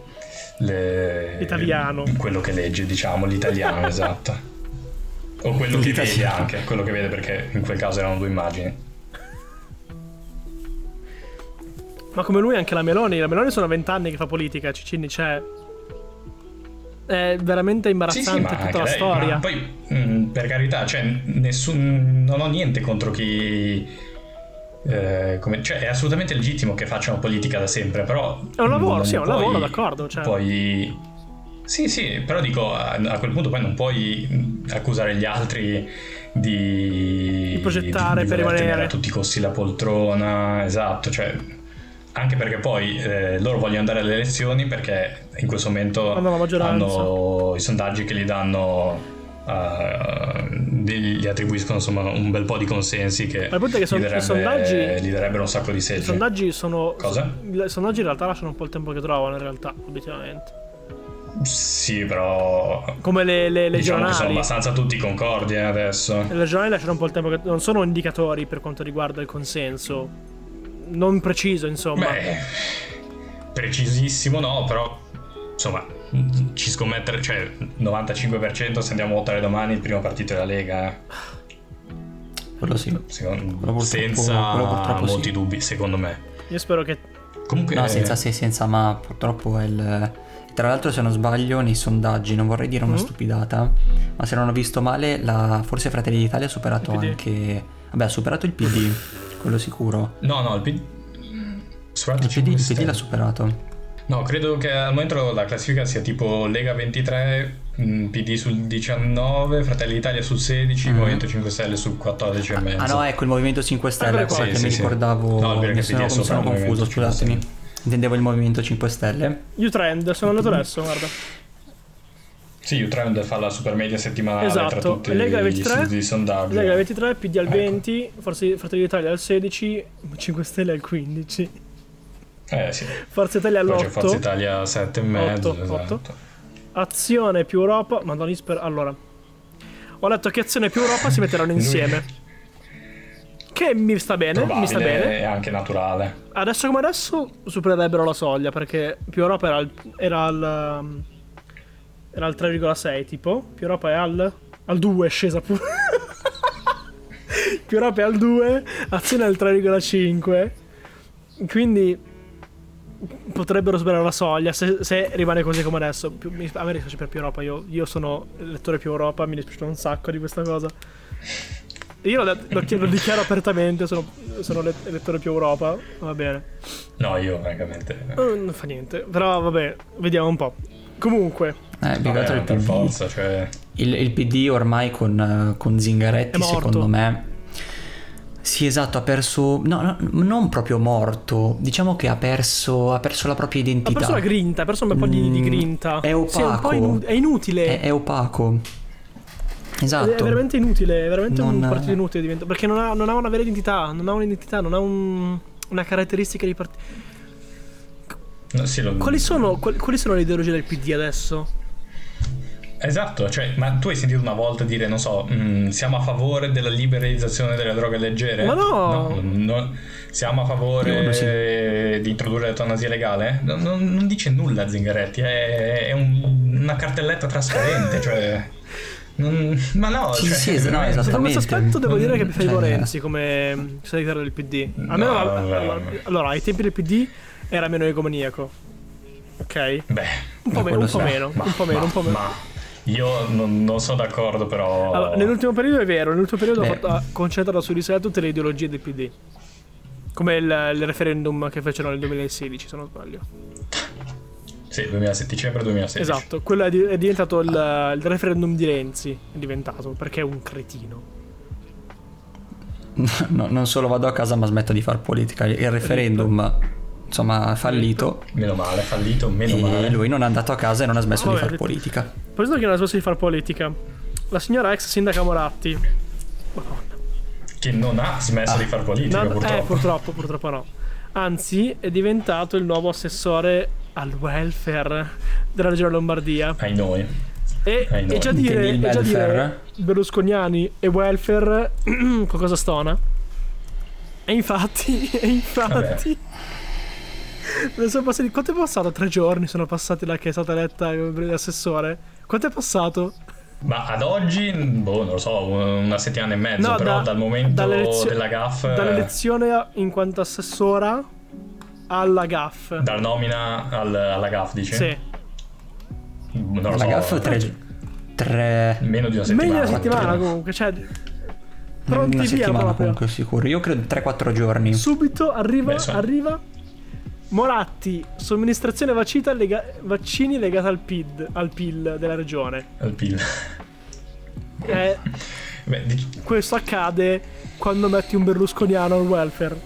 Speaker 2: le...
Speaker 1: L'italiano.
Speaker 2: quello che legge, diciamo, l'italiano, esatto. O quello che vede
Speaker 3: L'italiano.
Speaker 2: anche, quello che vede, perché in quel caso erano due immagini.
Speaker 1: Ma come lui anche la Meloni. La Meloni sono vent'anni che fa politica. Cicini, cioè. È veramente imbarazzante
Speaker 2: ma
Speaker 1: tutta
Speaker 2: anche
Speaker 1: la
Speaker 2: lei,
Speaker 1: storia.
Speaker 2: ma poi, mh, per carità, cioè, nessun, non ho niente contro chi... eh, come, cioè, è assolutamente legittimo che facciano politica da sempre, però...
Speaker 1: È un lavoro,
Speaker 2: non
Speaker 1: sì, è un
Speaker 2: puoi-
Speaker 1: lavoro, d'accordo, cioè.
Speaker 2: Poi... Sì, sì, però dico, a, a quel punto poi non puoi mh, accusare gli altri di...
Speaker 1: Di progettare
Speaker 2: di
Speaker 1: per
Speaker 2: voler tenere
Speaker 1: rimanere.
Speaker 2: a tutti i costi la poltrona, esatto, cioè... Anche perché poi eh, loro vogliono andare alle elezioni perché in questo momento
Speaker 1: Hanno la maggioranza.
Speaker 2: hanno i sondaggi che gli danno, eh, gli attribuiscono insomma un bel po' di consensi che,
Speaker 1: Ma il punto è che son-
Speaker 2: gli,
Speaker 1: i
Speaker 2: darebbe-
Speaker 1: sondaggi-
Speaker 2: gli darebbero un sacco di
Speaker 1: I
Speaker 2: seggi.
Speaker 1: sondaggi sono.
Speaker 2: Cosa?
Speaker 1: I sondaggi in realtà lasciano un po' il tempo che trovano, in realtà, obiettivamente.
Speaker 2: Sì, però
Speaker 1: Come le, le, le
Speaker 2: diciamo che sono
Speaker 1: regionali.
Speaker 2: abbastanza tutti concordi eh, adesso.
Speaker 1: Le regionali lasciano un po' il tempo che. Non sono indicatori per quanto riguarda il consenso. Non preciso, insomma.
Speaker 2: Beh, precisissimo no, però insomma ci scommettere, cioè novantacinque per cento se andiamo a votare domani il primo partito è la Lega, eh.
Speaker 3: Quello sì.
Speaker 2: Secondo-
Speaker 3: Quello purtroppo-
Speaker 2: senza
Speaker 3: quello purtroppo
Speaker 2: molti
Speaker 3: sì.
Speaker 2: dubbi, secondo me.
Speaker 1: Io spero che.
Speaker 2: Comunque,
Speaker 3: No, senza se senza ma, purtroppo è il... Tra l'altro, se non sbaglio, nei sondaggi, non vorrei dire una
Speaker 1: Mm.
Speaker 3: stupidata, ma se non ho visto male, la... forse Fratelli d'Italia ha superato
Speaker 1: Il P D.
Speaker 3: anche... Vabbè, ha superato il P D, quello sicuro.
Speaker 2: no, no, il P D.
Speaker 3: Il P D, il P D l'ha superato.
Speaker 2: No, credo che al momento la classifica sia tipo Lega ventitré, mh, P D sul diciannove, Fratelli d'Italia sul sedici,
Speaker 3: Mm.
Speaker 2: Movimento cinque Stelle sul quattordici e mezzo.
Speaker 3: Ah no, ecco il Movimento cinque Stelle,
Speaker 1: Eccole
Speaker 3: ecco
Speaker 1: qua.
Speaker 3: perché
Speaker 2: Sì,
Speaker 3: mi
Speaker 2: sì, sì.
Speaker 3: ricordavo,
Speaker 2: No, perché
Speaker 3: mi
Speaker 2: P D
Speaker 3: sono,
Speaker 2: è
Speaker 3: mi
Speaker 2: sopra
Speaker 3: sono
Speaker 2: il
Speaker 3: confuso,
Speaker 2: Movimento cinque
Speaker 3: scusatemi.
Speaker 2: Stelle.
Speaker 3: Intendevo il Movimento cinque Stelle.
Speaker 1: U-Trend, sono andato adesso, guarda.
Speaker 2: Sì, U-Trend fa la super media settimanale tra
Speaker 1: Esatto.
Speaker 2: tutti
Speaker 1: Lega
Speaker 2: gli
Speaker 1: ventitré,
Speaker 2: istituti di sondaggio.
Speaker 1: Lega ventitré, P D al
Speaker 2: Ecco.
Speaker 1: venti, forse Fratelli d'Italia al sedici, cinque Stelle al quindici,
Speaker 2: Eh sì.
Speaker 1: Forza Italia
Speaker 2: Poi c'è Forza
Speaker 1: all'otto,
Speaker 2: Italia sette e mezzo,
Speaker 1: otto,
Speaker 2: esatto.
Speaker 1: otto. Azione più Europa. Madonna, io spero- allora. Ho letto che Azione più Europa si metteranno insieme. Che mi sta bene,
Speaker 2: Probabile
Speaker 1: mi sta bene.
Speaker 2: e anche naturale.
Speaker 1: Adesso come adesso supererebbero la soglia perché più Europa era al, era al, um, era al tre virgola sei tipo, più Europa è al al due, è scesa pure. Più Europa è al due, Azione è al tre virgola cinque. Quindi potrebbero superare la soglia se, se rimane così come adesso. Più- mi- a me dispiace per più Europa, io, io sono lettore più Europa, mi dispiace un sacco di questa cosa. Io lo, lo, lo dichiaro apertamente, sono, sono l'elettore più Europa, va bene.
Speaker 2: No, io francamente
Speaker 1: uh, non fa niente, però vabbè, vediamo un po'. Comunque
Speaker 3: eh,
Speaker 2: vabbè,
Speaker 3: il
Speaker 2: per
Speaker 3: P D,
Speaker 2: forza, cioè...
Speaker 3: il, il P D ormai con, con Zingaretti secondo me sì, esatto, ha perso, no, no, non proprio morto, diciamo che ha perso ha perso la propria identità,
Speaker 1: ha perso la grinta, ha perso un po' di, di grinta,
Speaker 3: è opaco,
Speaker 1: sì, è un po' inu- è inutile,
Speaker 3: è, è opaco, esatto,
Speaker 1: è veramente inutile, è veramente
Speaker 3: non...
Speaker 1: un partito inutile diventa, perché non ha, non ha una vera identità, non ha un'identità, non ha un, una caratteristica di partito.
Speaker 2: No, sì, lo...
Speaker 1: quali sono quali, quali sono le ideologie del P D adesso?
Speaker 2: Esatto, cioè, ma tu hai sentito una volta dire, non so, mh, siamo a favore della liberalizzazione delle droghe leggere?
Speaker 1: Ma no!
Speaker 2: no, no siamo a favore sì. di introdurre l'eutanasia legale? No, no, non dice nulla Zingaretti, è, è un, una cartelletta trasparente, cioè... Non, ma no,
Speaker 3: sì,
Speaker 2: cioè,
Speaker 3: sì, no, esattamente.
Speaker 1: Sotto questo aspetto devo dire che
Speaker 3: cioè,
Speaker 1: preferivo Renzi come segretario del P D. Almeno,
Speaker 2: no,
Speaker 1: allora, allora, ai tempi del P D era meno egomaniaco. Ok?
Speaker 2: Beh,
Speaker 1: un po', meno, un, po meno,
Speaker 2: ma,
Speaker 1: un po' meno,
Speaker 2: ma,
Speaker 1: un po' meno,
Speaker 2: ma io non, non sono d'accordo, però.
Speaker 1: Allora, nell'ultimo periodo è vero, nell'ultimo periodo Beh. ha, fatto, ha concentrato su di sé tutte le ideologie del P D. Come il, il referendum che fecero nel duemilasedici, se non sbaglio.
Speaker 2: Sì, duemilasedici, dicembre duemilasedici.
Speaker 1: Esatto, quello è, di, è diventato il, il referendum di Renzi, è diventato, perché è un cretino.
Speaker 3: No, non solo vado a casa ma smetto di far politica. Il referendum, insomma, è fallito.
Speaker 2: Meno male, fallito, meno
Speaker 3: e
Speaker 2: male.
Speaker 3: lui non è andato a casa e non ha smesso
Speaker 1: oh,
Speaker 3: di far
Speaker 1: detto.
Speaker 3: politica.
Speaker 1: Per questo che non ha smesso di far politica, la signora ex sindaca Moratti, Madonna,
Speaker 2: che non ha smesso ah. di far politica,
Speaker 1: non,
Speaker 2: purtroppo.
Speaker 1: Eh, purtroppo, purtroppo no. Anzi, è diventato il nuovo assessore al welfare della regione Lombardia.
Speaker 2: Ai noi.
Speaker 1: E,
Speaker 2: Ai noi.
Speaker 1: e già dire, e già dire Berlusconiani e welfare qualcosa stona. E infatti, e infatti non sono passati, quanto è passato? Tre giorni sono passati da che è stata eletta l'assessore. Quanto è passato?
Speaker 2: Ma ad oggi, boh, non lo so, una settimana e mezzo,
Speaker 1: no,
Speaker 2: però
Speaker 1: da,
Speaker 2: dal momento della G A F...
Speaker 1: Dall'elezione in quanto assessora alla G A F.
Speaker 2: Dalla nomina al, alla G A F, dici?
Speaker 1: Sì.
Speaker 2: Non lo
Speaker 3: la
Speaker 2: so.
Speaker 3: G A F tre... tre...
Speaker 2: Meno di una settimana.
Speaker 1: Meno di una settimana quattro. Comunque, cioè... Pronti
Speaker 3: una
Speaker 1: via proprio.
Speaker 3: Comunque sicuro, io credo tre quattro giorni.
Speaker 1: Subito arriva,
Speaker 2: Beh, so.
Speaker 1: arriva... Moratti, somministrazione vaccita lega- vaccini legata al P I D, al P I L della regione.
Speaker 2: Al P I L.
Speaker 1: Eh,
Speaker 2: Beh, dic-
Speaker 1: questo accade quando metti un berlusconiano al welfare.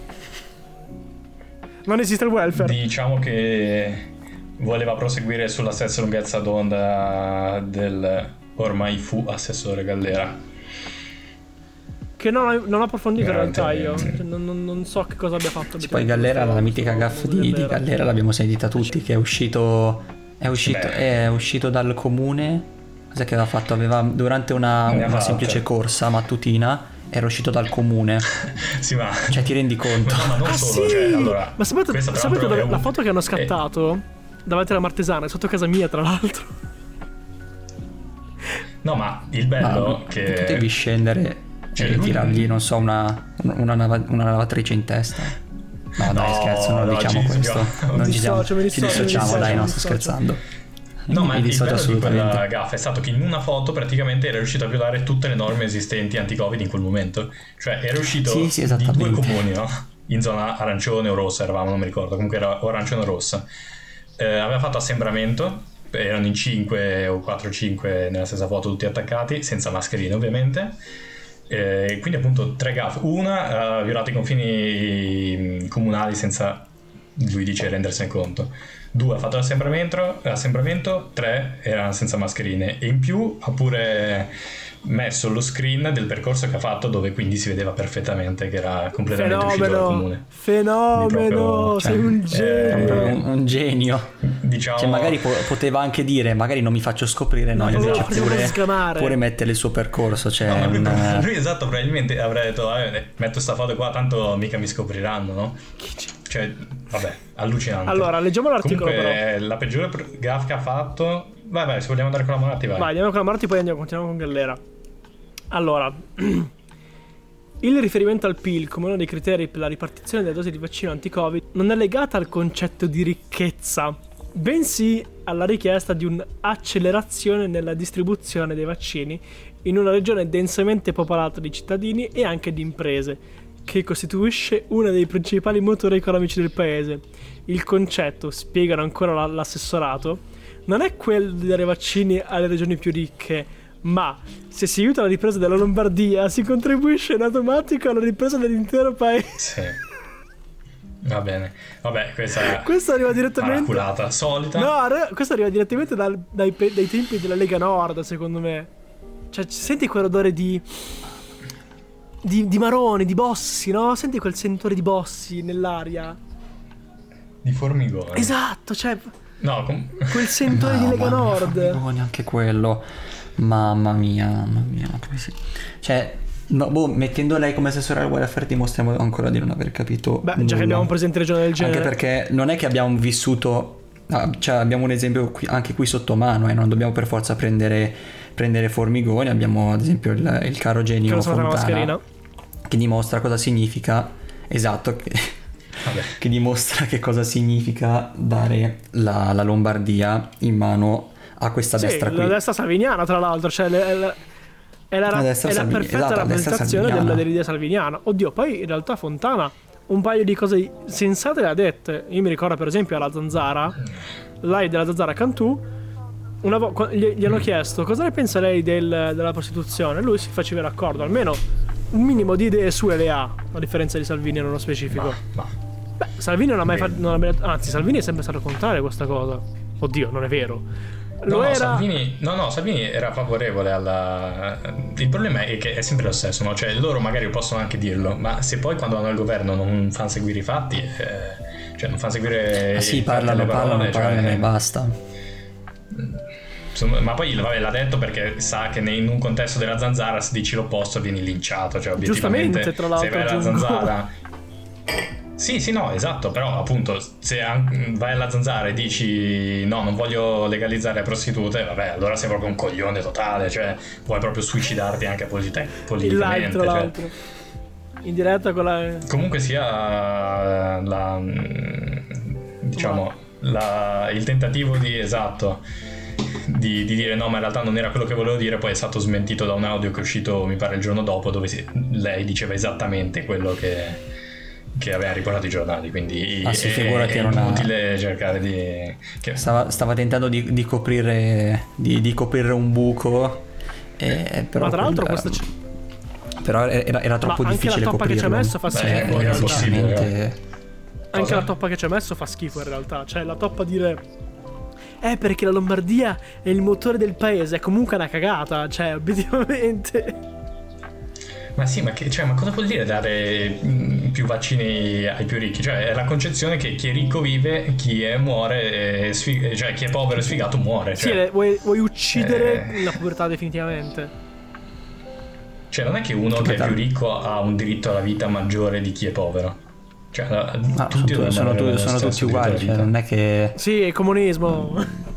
Speaker 1: Non esiste il welfare.
Speaker 2: Diciamo che voleva proseguire sulla stessa lunghezza d'onda del ormai fu assessore Gallera.
Speaker 1: Che non ho, non ho approfondito in
Speaker 2: Veramente,
Speaker 1: realtà io. Cioè, non, non, non so che cosa abbia fatto.
Speaker 3: Sì, poi Gallera, la mitica gaffe di, di Gallera l'abbiamo sentita tutti, che è uscito è uscito, è uscito dal comune. Cos'è che aveva fatto? Aveva durante una, una semplice corsa mattutina era uscito dal comune.
Speaker 2: Sì, ma
Speaker 3: cioè ti rendi conto?
Speaker 2: No, ma non
Speaker 1: ah,
Speaker 2: solo,
Speaker 1: sì!
Speaker 2: cioè, allora,
Speaker 1: ma sapete, sapete dove,
Speaker 2: un...
Speaker 1: la foto che hanno scattato eh. davanti alla Martesana è sotto casa mia, tra l'altro.
Speaker 2: No, ma il bello
Speaker 3: ma
Speaker 2: che
Speaker 3: potevi scendere cioè, e lui... tirargli, non so, una, una, nava, una lavatrice in testa. No, no dai, scherzo, non
Speaker 2: no,
Speaker 3: diciamo questo. Non ci siamo, ci dissociamo, dai, non sto scherzando.
Speaker 2: No, ma il bello
Speaker 3: di
Speaker 2: quella gaffa è stato che in una foto praticamente era riuscito a violare tutte le norme esistenti anti-Covid in quel momento. Cioè era uscito
Speaker 3: sì, sì,
Speaker 2: di due comuni, no? In zona arancione o rossa eravamo, non mi ricordo, comunque era o arancione o rossa. Eh, aveva fatto assembramento, erano in cinque o quattro o cinque nella stessa foto, tutti attaccati, senza mascherine ovviamente. Eh, quindi appunto tre gaffe. Una ha violato i confini comunali senza, lui dice, rendersene conto. Due, ha fatto l'assembramento, l'assembramento. Tre, erano senza mascherine. E in più ha pure messo lo screen del percorso che ha fatto, dove quindi si vedeva perfettamente che era completamente
Speaker 1: fenomeno,
Speaker 2: uscito dal comune.
Speaker 1: Fenomeno, proprio, sei
Speaker 3: cioè,
Speaker 1: un genio.
Speaker 3: Un, un genio.
Speaker 2: Diciamo...
Speaker 3: Cioè magari po- poteva anche dire, magari non mi faccio scoprire, no,
Speaker 1: no
Speaker 3: invece
Speaker 2: esatto.
Speaker 3: pure, pure mette il suo percorso. Cioè
Speaker 2: no, lui,
Speaker 3: un...
Speaker 2: lui esatto, probabilmente avrebbe detto, eh, metto sta foto qua, tanto mica mi scopriranno, no? Cioè, vabbè, allucinante.
Speaker 1: Allora, leggiamo l'articolo.
Speaker 2: Comunque,
Speaker 1: però.
Speaker 2: la peggiore gaffe che ha fatto. Vai, vai, se vogliamo andare con la Moratti, vai.
Speaker 1: Vai, andiamo con la Moratti, poi andiamo, continuiamo con Gallera. Allora, il riferimento al P I L come uno dei criteri per la ripartizione delle dosi di vaccino anti-Covid non è legata al concetto di ricchezza, bensì alla richiesta di un'accelerazione nella distribuzione dei vaccini in una regione densamente popolata di cittadini e anche di imprese, che costituisce uno dei principali motori economici del paese. Il concetto, spiegano ancora l'assessorato, non è quello di dare vaccini alle regioni più ricche, ma se si aiuta la ripresa della Lombardia si contribuisce in automatico alla ripresa dell'intero paese.
Speaker 2: Sì. Va bene. Vabbè, questa
Speaker 1: questo arriva direttamente
Speaker 2: paraculata solita.
Speaker 1: No, questo arriva direttamente dal, dai, dai tempi della Lega Nord, secondo me. Cioè, senti quell'odore di di, di maroni, di bossi, no? Senti quel sentore di bossi nell'aria.
Speaker 2: Di formigoni.
Speaker 1: Esatto, cioè
Speaker 2: no, com-
Speaker 1: quel sentore
Speaker 3: no,
Speaker 1: di Lega
Speaker 3: mamma,
Speaker 1: Nord.
Speaker 3: formigoni, anche quello. Mamma mia, mamma mia, come si... Cioè, no, boh, mettendo lei come assessore al welfare dimostriamo ancora di non aver capito
Speaker 1: Beh,
Speaker 3: nulla.
Speaker 1: già che abbiamo un presidente regione del genere.
Speaker 3: Anche perché non è che abbiamo vissuto, ah, cioè abbiamo un esempio qui, anche qui sotto mano, e eh, non dobbiamo per forza prendere, prendere formigoni. Abbiamo ad esempio il, il caro genio
Speaker 1: che
Speaker 3: Fontana,
Speaker 1: mascherina,
Speaker 3: che dimostra cosa significa, esatto, che, che dimostra che cosa significa dare la, la Lombardia in mano a questa
Speaker 1: sì,
Speaker 3: destra qui.
Speaker 1: La destra salviniana, tra l'altro, cioè le, le, è la,
Speaker 3: la,
Speaker 1: è
Speaker 3: destra
Speaker 1: la
Speaker 3: Salvini,
Speaker 1: perfetta
Speaker 3: esatto,
Speaker 1: rappresentazione della, dell'idea salviniana. Oddio, poi in realtà Fontana un paio di cose sensate le ha dette. Io mi ricordo per esempio alla Zanzara, lei della Zanzara Cantù, una vo- gli, gli hanno chiesto cosa ne pensa lei del, della prostituzione. Lui si faceva d'accordo, almeno un minimo di idee sue le ha, a differenza di Salvini nello specifico.
Speaker 2: Ma, ma.
Speaker 1: Beh, Salvini non ha mai fatto, anzi Salvini è sempre stato contrario a questa cosa. Oddio, non è vero. Lo
Speaker 2: No, no,
Speaker 1: era...
Speaker 2: Salvini, no, no, Salvini era favorevole alla... Il problema è che è sempre lo stesso, no? Cioè loro magari possono anche dirlo, ma se poi quando vanno al governo non fanno seguire i fatti, eh, cioè non fanno seguire...
Speaker 3: Ah, sì,
Speaker 2: i fatti
Speaker 3: parlano,
Speaker 2: alle parole,
Speaker 3: parlano,
Speaker 2: cioè,
Speaker 3: parlano e basta.
Speaker 2: Insomma, ma poi vabbè, l'ha detto perché sa che in un contesto della Zanzara se dici l'opposto vieni linciato, cioè obiettivamente
Speaker 1: giustamente, tra l'altro,
Speaker 2: se vai alla Zanzara... Sì, sì, no, esatto, però appunto se vai alla Zanzara e dici no, non voglio legalizzare le prostitute, vabbè, allora sei proprio un coglione totale, cioè vuoi proprio suicidarti anche politi- politicamente.
Speaker 1: Il live, tra
Speaker 2: cioè.
Speaker 1: l'altro. In diretta con la...
Speaker 2: Comunque sia la... diciamo, la, il tentativo di, esatto, di, di dire no, ma in realtà non era quello che volevo dire, poi è stato smentito da un audio che è uscito, mi pare, il giorno dopo, dove si, lei diceva esattamente quello che... che aveva riportato i giornali, quindi
Speaker 3: ah, sì,
Speaker 2: è,
Speaker 3: figurati,
Speaker 2: è
Speaker 3: non
Speaker 2: inutile
Speaker 3: ha...
Speaker 2: cercare di... Che...
Speaker 3: Stava, stava tentando di, di, coprire, di, di coprire un buco, eh, però...
Speaker 1: Ma tra l'altro
Speaker 3: quella...
Speaker 1: questo... C-
Speaker 3: però era, era troppo
Speaker 1: Ma
Speaker 3: difficile
Speaker 1: anche la toppa
Speaker 3: coprirlo.
Speaker 1: che ci ha messo fa
Speaker 2: Beh,
Speaker 1: schifo.
Speaker 2: è
Speaker 1: in realtà.
Speaker 2: possibile.
Speaker 1: Anche
Speaker 2: Cosa?
Speaker 1: la toppa che ci ha messo fa schifo in realtà. Cioè la toppa dire... Eh, perché la Lombardia è il motore del paese. È comunque una cagata. Cioè, obiettivamente...
Speaker 2: Ma sì, ma, che, cioè, ma cosa vuol dire dare mh, più vaccini ai più ricchi? Cioè è la concezione che chi è ricco vive, chi è muore, è sfig- cioè chi è povero e sfigato muore. Cioè,
Speaker 1: sì, le, vuoi, vuoi uccidere
Speaker 2: eh...
Speaker 1: la povertà definitivamente.
Speaker 2: Cioè non è che uno che è più ricco ha un diritto alla vita maggiore di chi è povero. Cioè la,
Speaker 3: no,
Speaker 2: tutti
Speaker 3: sono, sono, tu, sono tutti uguali, cioè, non è che...
Speaker 1: Sì, è comunismo.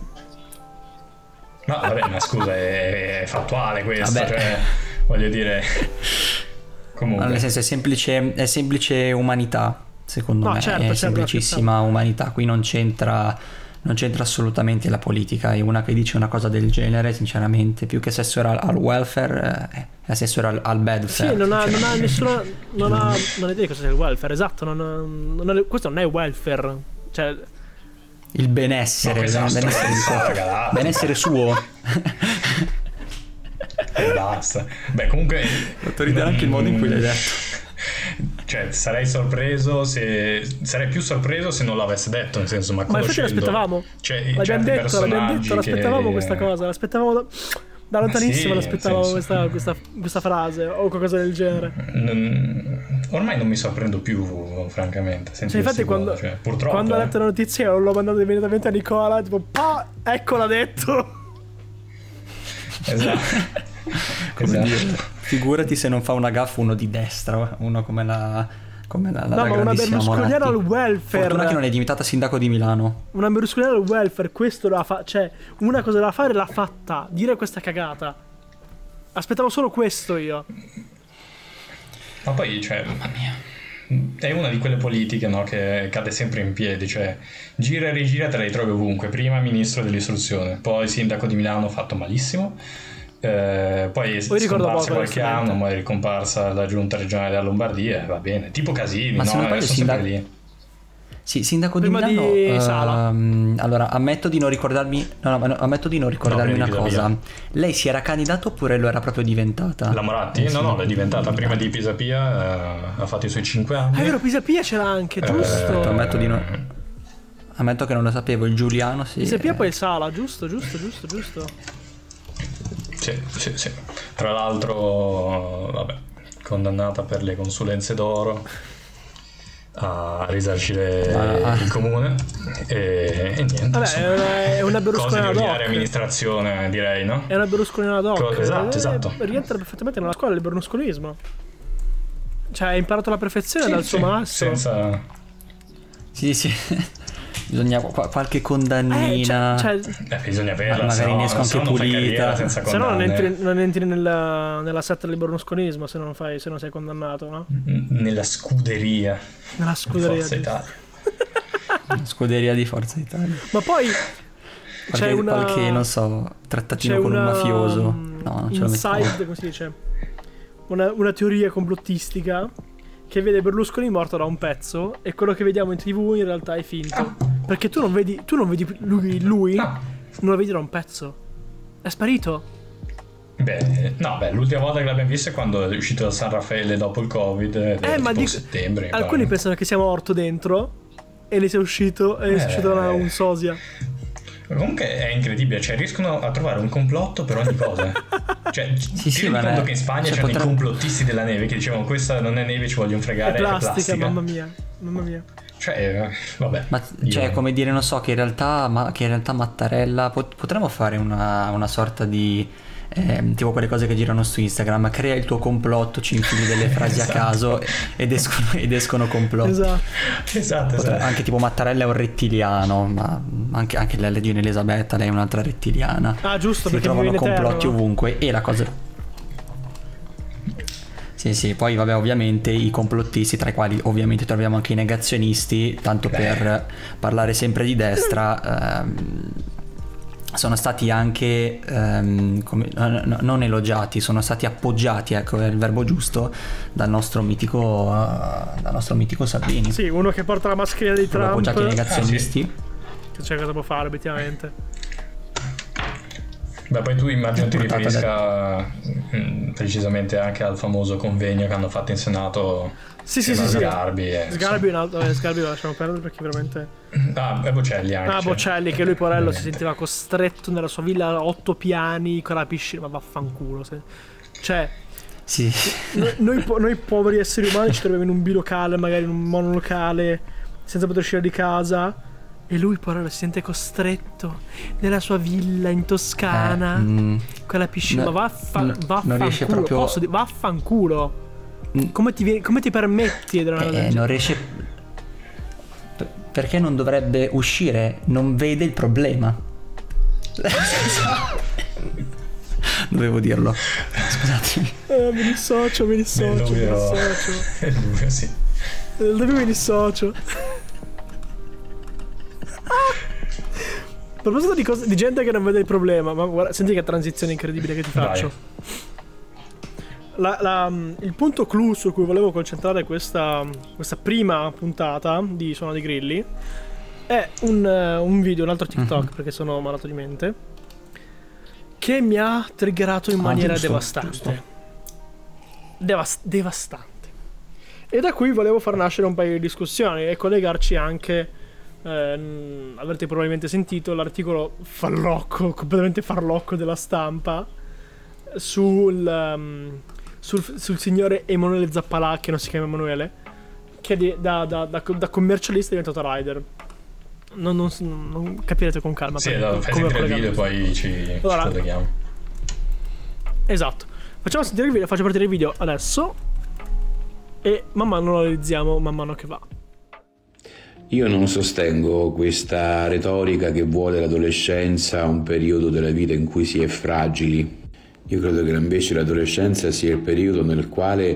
Speaker 2: No, vabbè, ma scusa, è, è fattuale questo,
Speaker 3: Vabbè.
Speaker 2: cioè, voglio dire... Comunque.
Speaker 3: No, nel senso è semplice, è semplice umanità, secondo
Speaker 1: No,
Speaker 3: me,
Speaker 1: certo,
Speaker 3: è
Speaker 1: certo,
Speaker 3: semplicissima umanità, qui non c'entra, non c'entra assolutamente la politica, e una che dice una cosa del genere, sinceramente, più che assessore al, al welfare, eh, è assessore al, al badfare.
Speaker 1: Sì, non ha,
Speaker 3: cioè.
Speaker 1: non ha nessuna... Non ha, non ha idea di cosa sia il welfare, esatto, non, non è, questo non è welfare, cioè...
Speaker 3: Il benessere,
Speaker 2: No,
Speaker 3: il
Speaker 2: esatto,
Speaker 3: benessere, di
Speaker 2: esatto,
Speaker 3: suo-
Speaker 2: raga.
Speaker 3: benessere suo.
Speaker 2: E basta. Beh, comunque...
Speaker 3: Fatto ridere anche il modo in cui l'hai detto.
Speaker 2: Cioè, sarei sorpreso se... Sarei più sorpreso se non l'avesse detto, nel senso, ma
Speaker 1: Ma infatti
Speaker 2: conoscendo...
Speaker 1: l'aspettavamo.
Speaker 2: Cioè,
Speaker 1: L'abbiamo
Speaker 2: certi
Speaker 1: detto, l'abbiamo
Speaker 2: personaggi
Speaker 1: detto, l'aspettavamo
Speaker 2: che...
Speaker 1: questa cosa, l'aspettavamo da, da lontanissimo,
Speaker 2: Ma sì,
Speaker 1: l'aspettavamo
Speaker 2: nel
Speaker 1: questa,
Speaker 2: senso-
Speaker 1: questa, questa frase o qualcosa del genere.
Speaker 2: Non- Ormai non mi sorprendo più, francamente.
Speaker 1: Cioè, infatti, quando,
Speaker 2: cioè, purtroppo,
Speaker 1: quando ho
Speaker 2: eh.
Speaker 1: letto la notizia, l'ho mandato immediatamente a Nicola, tipo, pa, ecco l'ha detto.
Speaker 2: Esatto.
Speaker 3: Come
Speaker 2: Esatto.
Speaker 3: dire, figurati se non fa una gaffa uno di destra, uno come la, come la, la,
Speaker 1: No,
Speaker 3: la
Speaker 1: ma una
Speaker 3: grandissima
Speaker 1: berlusconiana
Speaker 3: Moratti.
Speaker 1: al welfare.
Speaker 3: Fortuna che non è diventata sindaco di Milano.
Speaker 1: Una berlusconiana al welfare, questo l'ha fa- cioè, una cosa da fare l'ha fatta, dire questa cagata. Aspettavo solo questo io.
Speaker 2: Ma poi, cioè,
Speaker 3: Mamma mia.
Speaker 2: è una di quelle politiche, no, che cade sempre in piedi, cioè gira e rigira te la ritrovi ovunque. Prima ministro dell'istruzione, poi sindaco di Milano, fatto malissimo, eh, poi è scomparsa qualche anno, ma è ricomparsa la giunta regionale della Lombardia, va bene, tipo Casini,
Speaker 3: ma
Speaker 2: no?
Speaker 3: se non sbaglio, sindaco... lì. Sì, sindaco di
Speaker 1: Prima
Speaker 3: Milano.
Speaker 1: Di
Speaker 3: uh,
Speaker 1: Sala.
Speaker 3: Allora, ammetto di non ricordarmi. No, no, ammetto di non ricordarmi no, una cosa. Via. Lei si era candidata oppure lo era proprio diventata?
Speaker 2: La Moratti? Eh, no, sì. no, l'è diventata prima di Pisapia. Uh, ha fatto i suoi cinque anni.
Speaker 1: Ah, è vero, Pisapia c'era anche, giusto?
Speaker 3: Eh, ammetto di non. Ammetto che non lo sapevo. Il Giuliano, sì.
Speaker 1: Pisapia, poi il Sala, giusto, giusto, giusto, giusto.
Speaker 2: Sì, sì, sì. Tra l'altro, vabbè, condannata per le consulenze d'oro a risarcire ah. il comune e, e niente.
Speaker 1: Vabbè, è una, è una Berlusconiana doc.
Speaker 2: Cose di amministrazione, direi, no?
Speaker 1: È una Berlusconiana doc.
Speaker 2: Co- esatto,
Speaker 1: è,
Speaker 2: esatto.
Speaker 1: Rientra perfettamente nella scuola del berlusconismo. Cioè, ha imparato alla perfezione sì, dal suo
Speaker 2: sì,
Speaker 1: maestro.
Speaker 2: Senza...
Speaker 3: Sì, sì. Bisogna qu- qualche condannina.
Speaker 1: Eh, cioè, cioè,
Speaker 2: eh, bisogna averla,
Speaker 3: magari
Speaker 2: no,
Speaker 3: ne esco anche pulita.
Speaker 1: Se no non entri, non entri nella, nella setta del berlusconismo se non, fai, se non sei condannato, no?
Speaker 2: Nella scuderia.
Speaker 1: Nella scuderia
Speaker 2: Forza Italia.
Speaker 3: Scuderia di Forza Italia.
Speaker 1: Ma poi
Speaker 3: qualche,
Speaker 1: c'è una
Speaker 3: qualche, non so, trattatino con
Speaker 1: una,
Speaker 3: un mafioso. No, non ce lo
Speaker 1: inside, come si dice? Una, una teoria complottistica che vede Berlusconi morto da un pezzo e quello che vediamo in tv in realtà è finto. Ah. Perché tu non vedi, tu non vedi lui, lui no. non lo vedi da un pezzo. È sparito.
Speaker 2: Beh, no, beh, l'ultima volta che l'abbiamo visto è quando è uscito da San Raffaele dopo il Covid, ed
Speaker 1: eh, ma
Speaker 2: tipo
Speaker 1: dico,
Speaker 2: settembre.
Speaker 1: Alcuni
Speaker 2: pare.
Speaker 1: pensano che sia morto dentro e ne sia uscito e ne sia
Speaker 2: eh,
Speaker 1: uscito da un sosia.
Speaker 2: Comunque è incredibile, cioè riescono a trovare un complotto per ogni cosa. Cioè, sì, ti sì, ricordo che in Spagna c'erano potrebbe... i complottisti della neve che dicevano questa non è neve, ci vogliono fregare,
Speaker 1: è plastica,
Speaker 2: è plastica.
Speaker 1: mamma mia, mamma mia.
Speaker 2: Cioè, vabbè.
Speaker 3: Ma
Speaker 2: io...
Speaker 3: cioè, come dire, non so, che in realtà, ma, che in realtà Mattarella pot- potremmo fare una, una sorta di eh, tipo quelle cose che girano su Instagram, crea il tuo complotto, ci infili delle frasi esatto. a caso ed escono, ed escono complotti.
Speaker 1: Esatto,
Speaker 2: esatto,
Speaker 3: Potre-
Speaker 2: esatto.
Speaker 3: Anche tipo Mattarella è un rettiliano, ma anche, anche la regina Elisabetta, lei è un'altra rettiliana.
Speaker 1: Ah, giusto,
Speaker 3: si
Speaker 1: perché
Speaker 3: trovano complotti
Speaker 1: eterno.
Speaker 3: ovunque e la cosa... Sì, sì, poi vabbè, ovviamente i complottisti, tra i quali ovviamente troviamo anche i negazionisti, tanto Beh. per parlare sempre di destra, ehm, sono stati anche ehm, come, no, non elogiati, sono stati appoggiati, ecco è il verbo giusto, dal nostro mitico uh, dal nostro mitico Salvini.
Speaker 1: Sì, uno che porta la mascherina di Trump.
Speaker 3: Appoggiati i negazionisti.
Speaker 1: Ah, sì. Che c'è, cosa può fare obiettivamente?
Speaker 2: Beh, poi tu immagino ti riferisca mh, precisamente anche al famoso convegno che hanno fatto in Senato.
Speaker 1: Sì, sì, sì,
Speaker 2: Sgarbi,
Speaker 1: sì.
Speaker 2: Eh,
Speaker 1: Sgarbi, in alto, eh, Sgarbi lo lasciamo perdere perché veramente.
Speaker 2: Ah, e Bocelli anche.
Speaker 1: Ah, Bocelli, che lui porello si sentiva costretto nella sua villa a otto piani con la piscina, ma vaffanculo. Se... Cioè,
Speaker 3: sì.
Speaker 1: Noi, noi, po- noi poveri esseri umani ci troviamo in un bilocale, magari in un monolocale, senza poter uscire di casa. E lui però si sente costretto nella sua villa in Toscana,
Speaker 3: eh, mm,
Speaker 1: con la piscina.
Speaker 3: no,
Speaker 1: Ma vaffa,
Speaker 3: no,
Speaker 1: vaffanculo,
Speaker 3: proprio...
Speaker 1: posso dire, vaffanculo. Mm. Come ti, come ti permetti di
Speaker 3: eh, non riesce... P- perché non dovrebbe uscire? Non vede il problema. Dovevo dirlo. Scusatemi.
Speaker 1: Eh, mi dissocio, mi dissocio, mi dissocio.
Speaker 2: È lui, sì.
Speaker 1: Dove mi dissocio? A proposito di, cose, di gente che non vede il problema, ma guarda, senti che transizione incredibile che ti faccio. La, la, il punto clou su cui volevo concentrare questa, questa prima puntata di Suono dei Grilli è un, un video, un altro TikTok, mm-hmm. perché sono malato di mente, che mi ha triggerato in maniera ah, giusto, devastante. Giusto. Devast- devastante. E da qui volevo far nascere un paio di discussioni e collegarci anche... Eh, avrete probabilmente sentito l'articolo farlocco, completamente farlocco della Stampa sul, um, sul, sul signore Emanuele Zappalà, che non si chiama Emanuele, che di, da, da, da, da commercialista è diventato rider. Non, non, non capirete con calma.
Speaker 2: Sì, no, fai sentire il video e poi ci, allora, ci colleghiamo.
Speaker 1: Esatto. Facciamo sentire il video, faccio partire il video adesso e man mano lo analizziamo man mano che va.
Speaker 5: Io non sostengo questa retorica che vuole l'adolescenza un periodo della vita in cui si è fragili. Io credo che invece l'adolescenza sia il periodo nel quale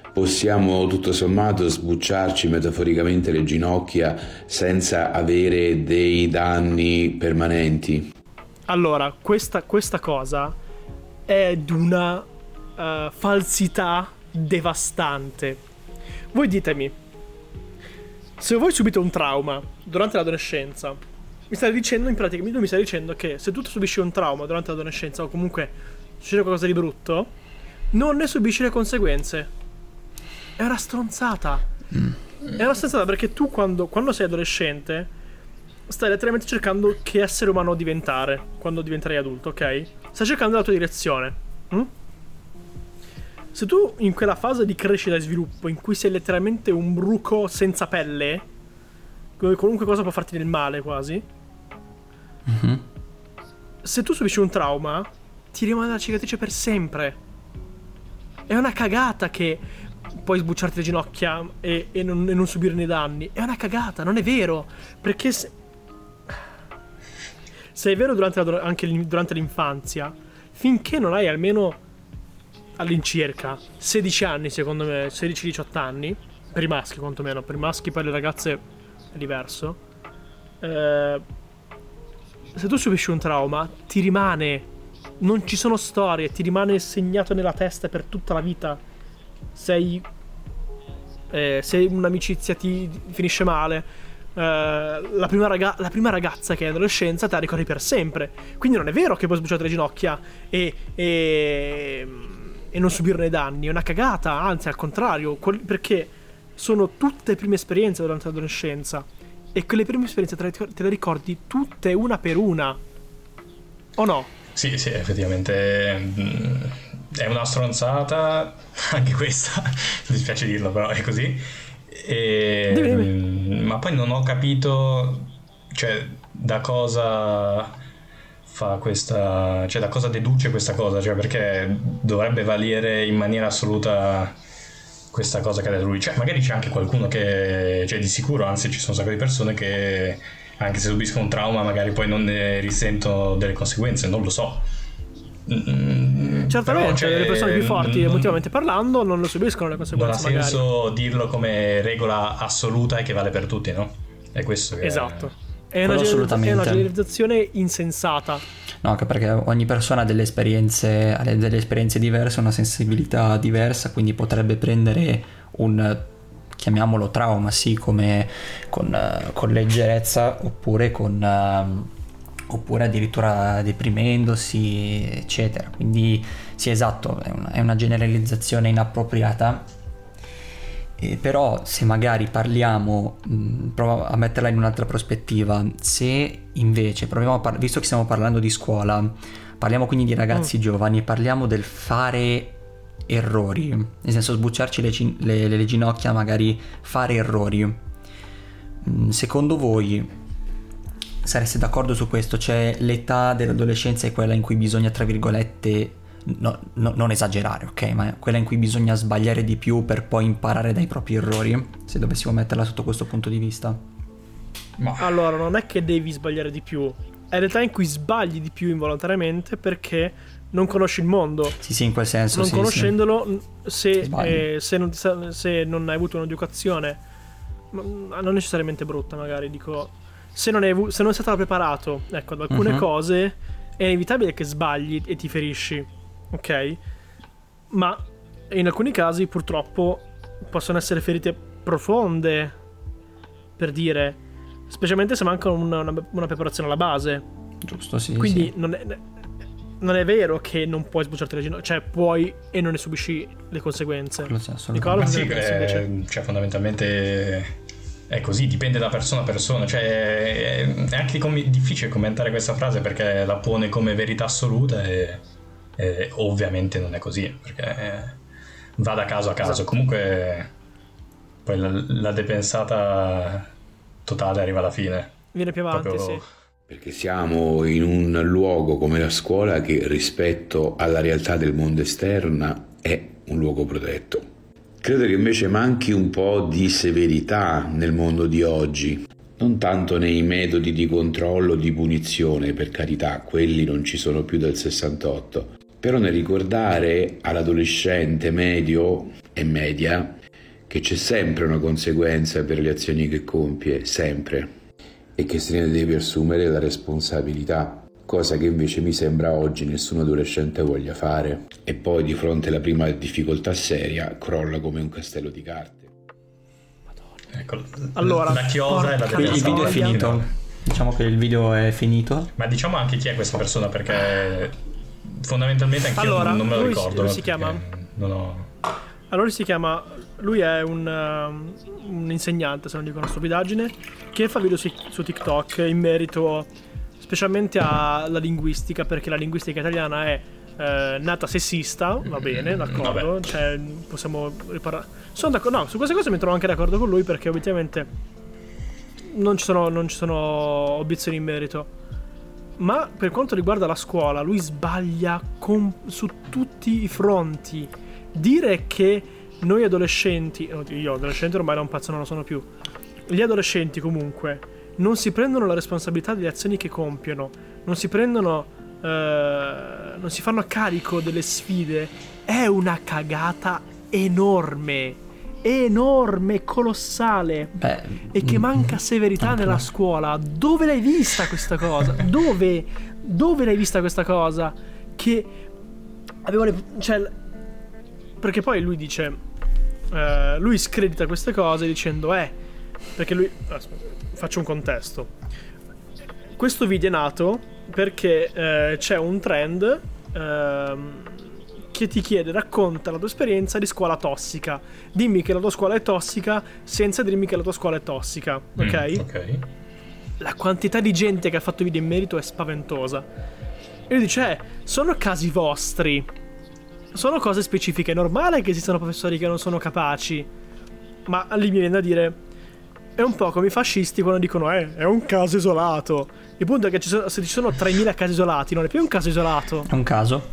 Speaker 5: possiamo tutto sommato sbucciarci metaforicamente le ginocchia senza avere dei danni permanenti?
Speaker 1: Allora, questa, questa cosa è di una uh, falsità devastante. Voi ditemi, se voi subite un trauma durante l'adolescenza, mi state dicendo in pratica, mi stai dicendo che se tu subisci un trauma durante l'adolescenza o comunque succede qualcosa di brutto, non ne subisci le conseguenze. È una stronzata. Mm. È una stronzata perché tu quando, quando sei adolescente stai letteralmente cercando che essere umano diventare quando diventerai adulto, ok? Stai cercando la tua direzione. Mm? Se tu in quella fase di crescita e sviluppo in cui sei letteralmente un bruco senza pelle, qualunque cosa può farti del male quasi, mm-hmm. se tu subisci un trauma ti rimane la cicatrice per sempre. È una cagata che puoi sbucciarti le ginocchia e, e, non, e non subirne danni. È una cagata, non è vero. Perché se, se è vero durante la, anche durante l'infanzia, finché non hai almeno all'incirca sedici anni, secondo me, sedici diciotto anni, per i maschi quantomeno, per i maschi, per le ragazze è diverso, eh, se tu subisci un trauma ti rimane, non ci sono storie, ti rimane segnato nella testa per tutta la vita. Sei eh, se un'amicizia ti finisce male, eh, la, prima raga- la prima ragazza che è in adolescenza te la ricordi per sempre. Quindi non è vero che puoi sbucciare le ginocchia e, e, e non subirne danni. È una cagata, anzi al contrario, quel- perché sono tutte prime esperienze durante l'adolescenza e quelle prime esperienze te le, te le ricordi tutte una per una, o no?
Speaker 2: Sì, sì, effettivamente mh, è una stronzata anche questa, mi dispiace dirlo, però è così. E,
Speaker 1: dimmi, dimmi.
Speaker 2: Mh, ma poi non ho capito, cioè, da cosa fa questa, cioè da cosa deduce questa cosa, cioè perché dovrebbe valere in maniera assoluta questa cosa che ha detto lui. Cioè magari c'è anche qualcuno che, cioè di sicuro, anzi ci sono un sacco di persone che anche se subiscono un trauma magari poi non ne risentono delle conseguenze, non lo so. Mm,
Speaker 1: certamente,
Speaker 2: cioè,
Speaker 1: le persone più forti
Speaker 2: non,
Speaker 1: emotivamente parlando non lo subiscono le conseguenze.
Speaker 2: Non ha
Speaker 1: magari.
Speaker 2: senso dirlo come regola assoluta e che vale per tutti, no? È questo che
Speaker 1: esatto.
Speaker 2: è,
Speaker 1: è, una, è una generalizzazione insensata.
Speaker 3: No, anche perché ogni persona ha delle esperienze, ha delle esperienze diverse, una sensibilità diversa, quindi potrebbe prendere un, chiamiamolo trauma, sì, come con, con leggerezza, oppure con uh, oppure addirittura deprimendosi, eccetera. Quindi sì, esatto, è una, è una generalizzazione inappropriata. Eh, però se magari parliamo, mh, provo a metterla in un'altra prospettiva, se invece proviamo a par- visto che stiamo parlando di scuola, parliamo quindi di ragazzi mm. giovani, parliamo del fare errori, nel senso sbucciarci le, cin- le, le ginocchia, magari fare errori. Mh, secondo voi sareste d'accordo su questo? Cioè l'età dell'adolescenza è quella in cui bisogna, tra virgolette, no, no, non esagerare, ok? Ma è quella in cui bisogna sbagliare di più per poi imparare dai propri errori, se dovessimo metterla sotto questo punto di vista.
Speaker 1: Ma allora non è che devi sbagliare di più, è l'età in cui sbagli di più involontariamente perché non conosci il mondo.
Speaker 3: Sì, sì, in quel senso.
Speaker 1: Non
Speaker 3: sì,
Speaker 1: conoscendolo,
Speaker 3: sì.
Speaker 1: Se, eh, se, non, se non hai avuto un'educazione non necessariamente brutta, magari dico, se non, hai, se non sei stato preparato, ecco, ad alcune uh-huh. cose è inevitabile che sbagli e ti ferisci, ok? Ma in alcuni casi purtroppo possono essere ferite profonde, per dire, specialmente se manca una, una, una preparazione alla base.
Speaker 3: Giusto, sì.
Speaker 1: Quindi
Speaker 3: sì.
Speaker 1: Non, è, non è vero che non puoi sbucciarti le ginocchia, cioè puoi e non ne subisci le conseguenze.
Speaker 2: Nicola, sì, eh, cioè fondamentalmente è così, dipende da persona a persona, cioè è anche com- difficile commentare questa frase perché la pone come verità assoluta e, e ovviamente non è così, perché eh, va da caso a caso. Esatto. Comunque poi la, la depensata totale arriva alla fine.
Speaker 1: Viene più avanti, Proprio... sì.
Speaker 5: Perché siamo in un luogo come la scuola che rispetto alla realtà del mondo esterna è un luogo protetto. Credo che invece manchi un po' di severità nel mondo di oggi, non tanto nei metodi di controllo, di punizione, per carità, quelli non ci sono più dal sessantotto, però nel ricordare all'adolescente medio e media che c'è sempre una conseguenza per le azioni che compie, sempre, e che se ne deve assumere la responsabilità, cosa che invece mi sembra oggi nessun adolescente voglia fare, e poi di fronte alla prima difficoltà seria crolla come un castello di carte.
Speaker 2: Ecco,
Speaker 1: Allora,
Speaker 2: la chiosa e la
Speaker 1: porca
Speaker 3: Il video è
Speaker 1: Voglia.
Speaker 3: finito. Diciamo che il video è finito.
Speaker 2: Ma diciamo anche chi è questa persona, perché fondamentalmente anch'io
Speaker 1: Allora,
Speaker 2: non me lo
Speaker 1: lui
Speaker 2: ricordo.
Speaker 1: si- lui
Speaker 2: no?
Speaker 1: si chiama-
Speaker 2: Perché Non ho...
Speaker 1: Allora lui si chiama. Lui è un, um, un insegnante, se non dico una stupidaggine, che fa video su, su TikTok in merito specialmente alla linguistica, perché la linguistica italiana è eh, nata sessista, va bene, d'accordo.
Speaker 2: Vabbè.
Speaker 1: Cioè, possiamo riparare. Sono d'accordo. No, su queste cose mi trovo anche d'accordo con lui, perché obiettivamente non ci sono, non ci sono obiezioni in merito. Ma per quanto riguarda la scuola, lui sbaglia con- su tutti i fronti. Dire che noi adolescenti, io adolescenti ormai da un pezzo non lo sono più, gli adolescenti comunque non si prendono la responsabilità delle azioni che compiono, non si prendono, eh, non si fanno a carico delle sfide, è una cagata enorme, enorme, colossale.
Speaker 3: Beh,
Speaker 1: E che
Speaker 3: mm,
Speaker 1: manca severità
Speaker 3: anche
Speaker 1: nella
Speaker 3: no.
Speaker 1: scuola. Dove l'hai vista questa cosa? Dove? Dove l'hai vista questa cosa? Che avevo le... Cioè... Perché poi lui dice... eh, lui scredita queste cose dicendo eh... Perché lui... aspetta, faccio un contesto. Questo video è nato perché eh, c'è un trend... ehm, che ti chiede, racconta la tua esperienza di scuola tossica. Dimmi che la tua scuola è tossica senza dirmi che la tua scuola è tossica, ok?
Speaker 2: Mm, ok.
Speaker 1: La quantità di gente che ha fatto video in merito è spaventosa. E lui dice, eh, sono casi vostri. Sono cose specifiche. È normale che esistano professori che non sono capaci. Ma lì mi viene da dire, è un po' come i fascisti quando dicono, eh, è un caso isolato. Il punto è che ci sono, se ci sono tremila casi isolati, non è più un caso isolato.
Speaker 3: È un caso.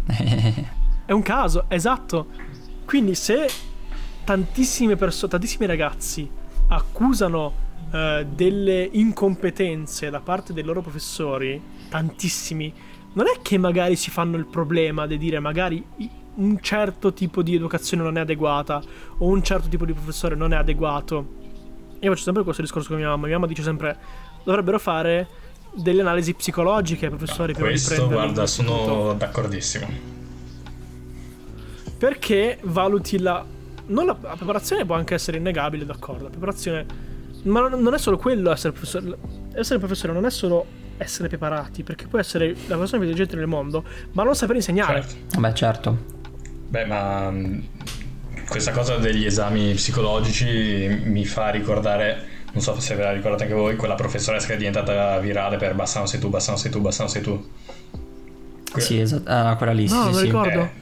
Speaker 1: È un caso, esatto. Quindi se tantissime persone, tantissimi ragazzi accusano eh, delle incompetenze da parte dei loro professori, tantissimi, non è che magari si fanno il problema di dire magari i- un certo tipo di educazione non è adeguata o un certo tipo di professore non è adeguato. Io faccio sempre questo discorso con mia mamma. Mia mamma dice sempre dovrebbero fare delle analisi psicologiche ai professori prima di
Speaker 2: Questo,
Speaker 1: prenderli in
Speaker 2: guarda,
Speaker 1: istituto.
Speaker 2: sono d'accordissimo.
Speaker 1: Perché valuti la... Non la, la preparazione può anche essere innegabile, d'accordo. La preparazione... Ma non non è solo quello essere professore. Essere professore non è solo essere preparati, perché puoi essere la persona più intelligente del mondo, ma non saper insegnare.
Speaker 2: Certo.
Speaker 3: Beh, certo.
Speaker 2: Beh, ma mh, questa cosa degli esami psicologici mi fa ricordare, non so se ve la ricordate anche voi, quella professoressa che è diventata virale per Bassano sei tu, Bassano sei tu, Bassano sei tu. Que-
Speaker 3: Sì, esatto. Ah, quella lì, sì,
Speaker 1: No,
Speaker 3: sì,
Speaker 1: non
Speaker 3: sì.
Speaker 1: ricordo.
Speaker 2: Eh,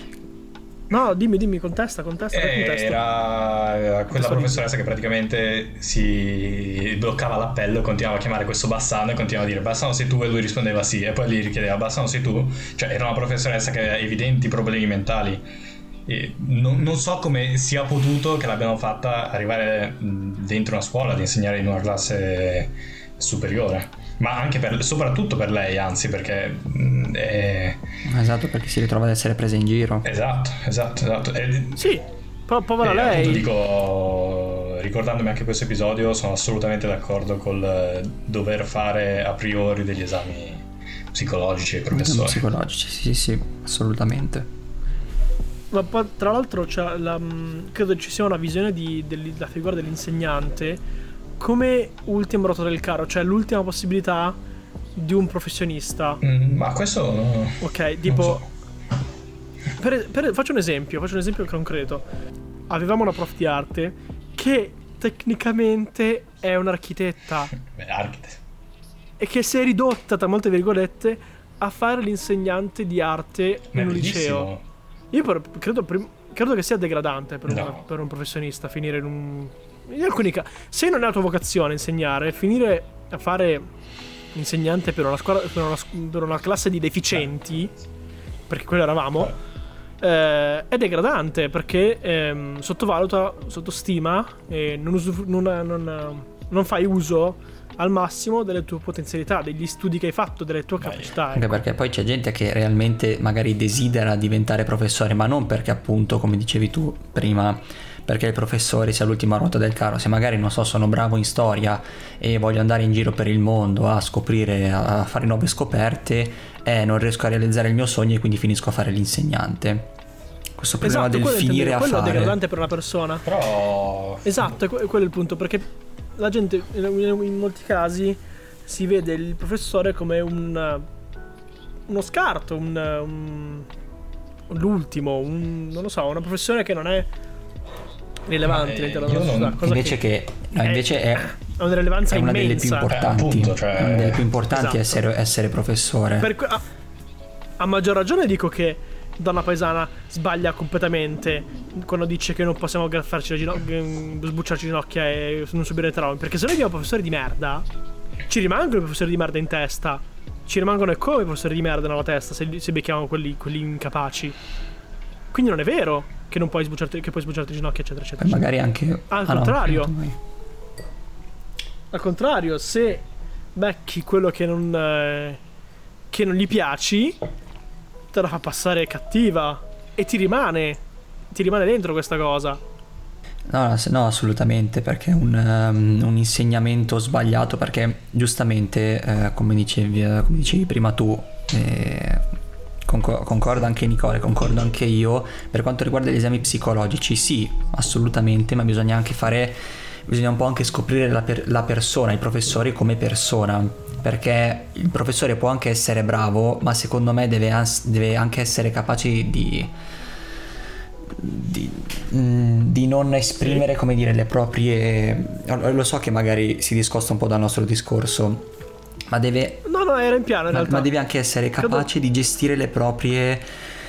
Speaker 1: No, dimmi, dimmi, contesta, contesta,
Speaker 2: Eh,
Speaker 1: contesta.
Speaker 2: era quella
Speaker 1: Contesta
Speaker 2: professoressa che praticamente si bloccava l'appello, continuava a chiamare questo Bassano e continuava a dire Bassano sei tu, e lui rispondeva sì, e poi gli richiedeva Bassano sei tu. Cioè era una professoressa che aveva evidenti problemi mentali. E non, non so come sia potuto che l'abbiano fatta arrivare mh, dentro una scuola ad insegnare in una classe superiore, ma anche per, soprattutto per lei, anzi, perché mh, è...
Speaker 3: Esatto, perché si ritrova ad essere presa in giro.
Speaker 2: esatto, esatto, esatto. E,
Speaker 1: Sì, po- povera
Speaker 2: e
Speaker 1: lei.
Speaker 2: appunto dico, ricordandomi anche questo episodio, sono assolutamente d'accordo col eh, dover fare a priori degli esami psicologici ai professori.
Speaker 3: Psicologici, sì, sì, assolutamente.
Speaker 1: Ma poi, tra l'altro, c'è la, mh, credo ci sia una visione di, della figura dell'insegnante come ultima ruota del carro, cioè l'ultima possibilità di un professionista.
Speaker 2: Mm, ma questo no,
Speaker 1: Ok,
Speaker 2: non
Speaker 1: tipo,
Speaker 2: so.
Speaker 1: per, per- faccio un esempio, faccio un esempio concreto. Avevamo una prof di arte che tecnicamente è un'architetta
Speaker 2: Beh, archite.
Speaker 1: e che si è ridotta, tra molte virgolette, a fare l'insegnante di arte
Speaker 2: Ma è
Speaker 1: in un liceo.
Speaker 2: bellissimo.
Speaker 1: Io per- credo, prim- credo che sia degradante per,
Speaker 2: No.
Speaker 1: una- per un professionista finire in un... In alcuni casi, se non è la tua vocazione insegnare, finire a fare insegnante per una scuola, per una, scu- per una classe di deficienti, perché quello eravamo, eh, è degradante perché ehm, sottovaluta, sottostima e non, usufru- non, non, non fai uso al massimo delle tue potenzialità, degli studi che hai fatto, delle tue capacità.
Speaker 3: Anche
Speaker 1: Ecco.
Speaker 3: perché poi c'è gente che realmente magari desidera diventare professore, ma non perché appunto, come dicevi tu prima, perché il professore sia l'ultima ruota del carro. Se magari, non so, sono bravo in storia e voglio andare in giro per il mondo a scoprire, a fare nuove scoperte, e non riesco a realizzare il mio sogno e quindi finisco a fare l'insegnante. Questo problema
Speaker 1: Esatto,
Speaker 3: del
Speaker 1: quello
Speaker 3: finire
Speaker 1: intendevo,
Speaker 3: a
Speaker 1: quello
Speaker 3: fare
Speaker 1: è degradante per una persona.
Speaker 2: Però
Speaker 1: Esatto, è que- quello è il punto, perché la gente in, in molti casi si vede il professore come un uno scarto, un, un l'ultimo, un, non lo so, una professione che non è rilevante
Speaker 2: Ma, eh,
Speaker 1: all'interno della
Speaker 2: io
Speaker 1: società.
Speaker 2: non-
Speaker 1: Cosa
Speaker 3: invece che, no,
Speaker 1: è-
Speaker 3: invece è,
Speaker 1: ha una rilevanza
Speaker 3: è una
Speaker 1: immensa.
Speaker 3: delle più importanti,
Speaker 2: Eh, appunto, cioè-
Speaker 3: è una delle più importanti
Speaker 1: Esatto.
Speaker 3: essere, essere professore.
Speaker 1: Per que- a, a maggior ragione dico che Donna Paesana sbaglia completamente quando dice che non possiamo farci le gino- sbucciarci le ginocchia e non subire traumi. Perché se noi abbiamo professori di merda, ci rimangono i professori di merda in testa. Ci rimangono e come i professori di merda nella testa se, se becchiamo quelli, quelli incapaci. Quindi non è vero che non puoi sbucciarti, che puoi sbucciarti le ginocchia, eccetera, eccetera.
Speaker 3: Poi magari anche
Speaker 1: Al
Speaker 3: ah, no,
Speaker 1: contrario.
Speaker 3: appunto, vai.
Speaker 1: Al contrario, se becchi quello che non eh, che non gli piaci, te la fa passare cattiva e ti rimane ti rimane dentro questa cosa.
Speaker 3: No, no, se- no, assolutamente, perché è un, um, un insegnamento sbagliato, perché giustamente, eh, come dicevi, eh, come dicevi prima tu, eh, concor- concordo anche Nicole, concordo anche io, per quanto riguarda gli esami psicologici, sì, assolutamente, ma bisogna anche fare, bisogna un po' anche scoprire la, per- la persona, il professore come persona, perché il professore può anche essere bravo, ma secondo me deve, ans- deve anche essere capace di... Di, mh, di non esprimere, come dire, le proprie, lo so che magari si discosta un po' dal nostro discorso, ma deve
Speaker 1: No, no, era in piano in
Speaker 3: ma,
Speaker 1: realtà.
Speaker 3: ma deve anche essere
Speaker 1: Credo-
Speaker 3: capace di gestire le proprie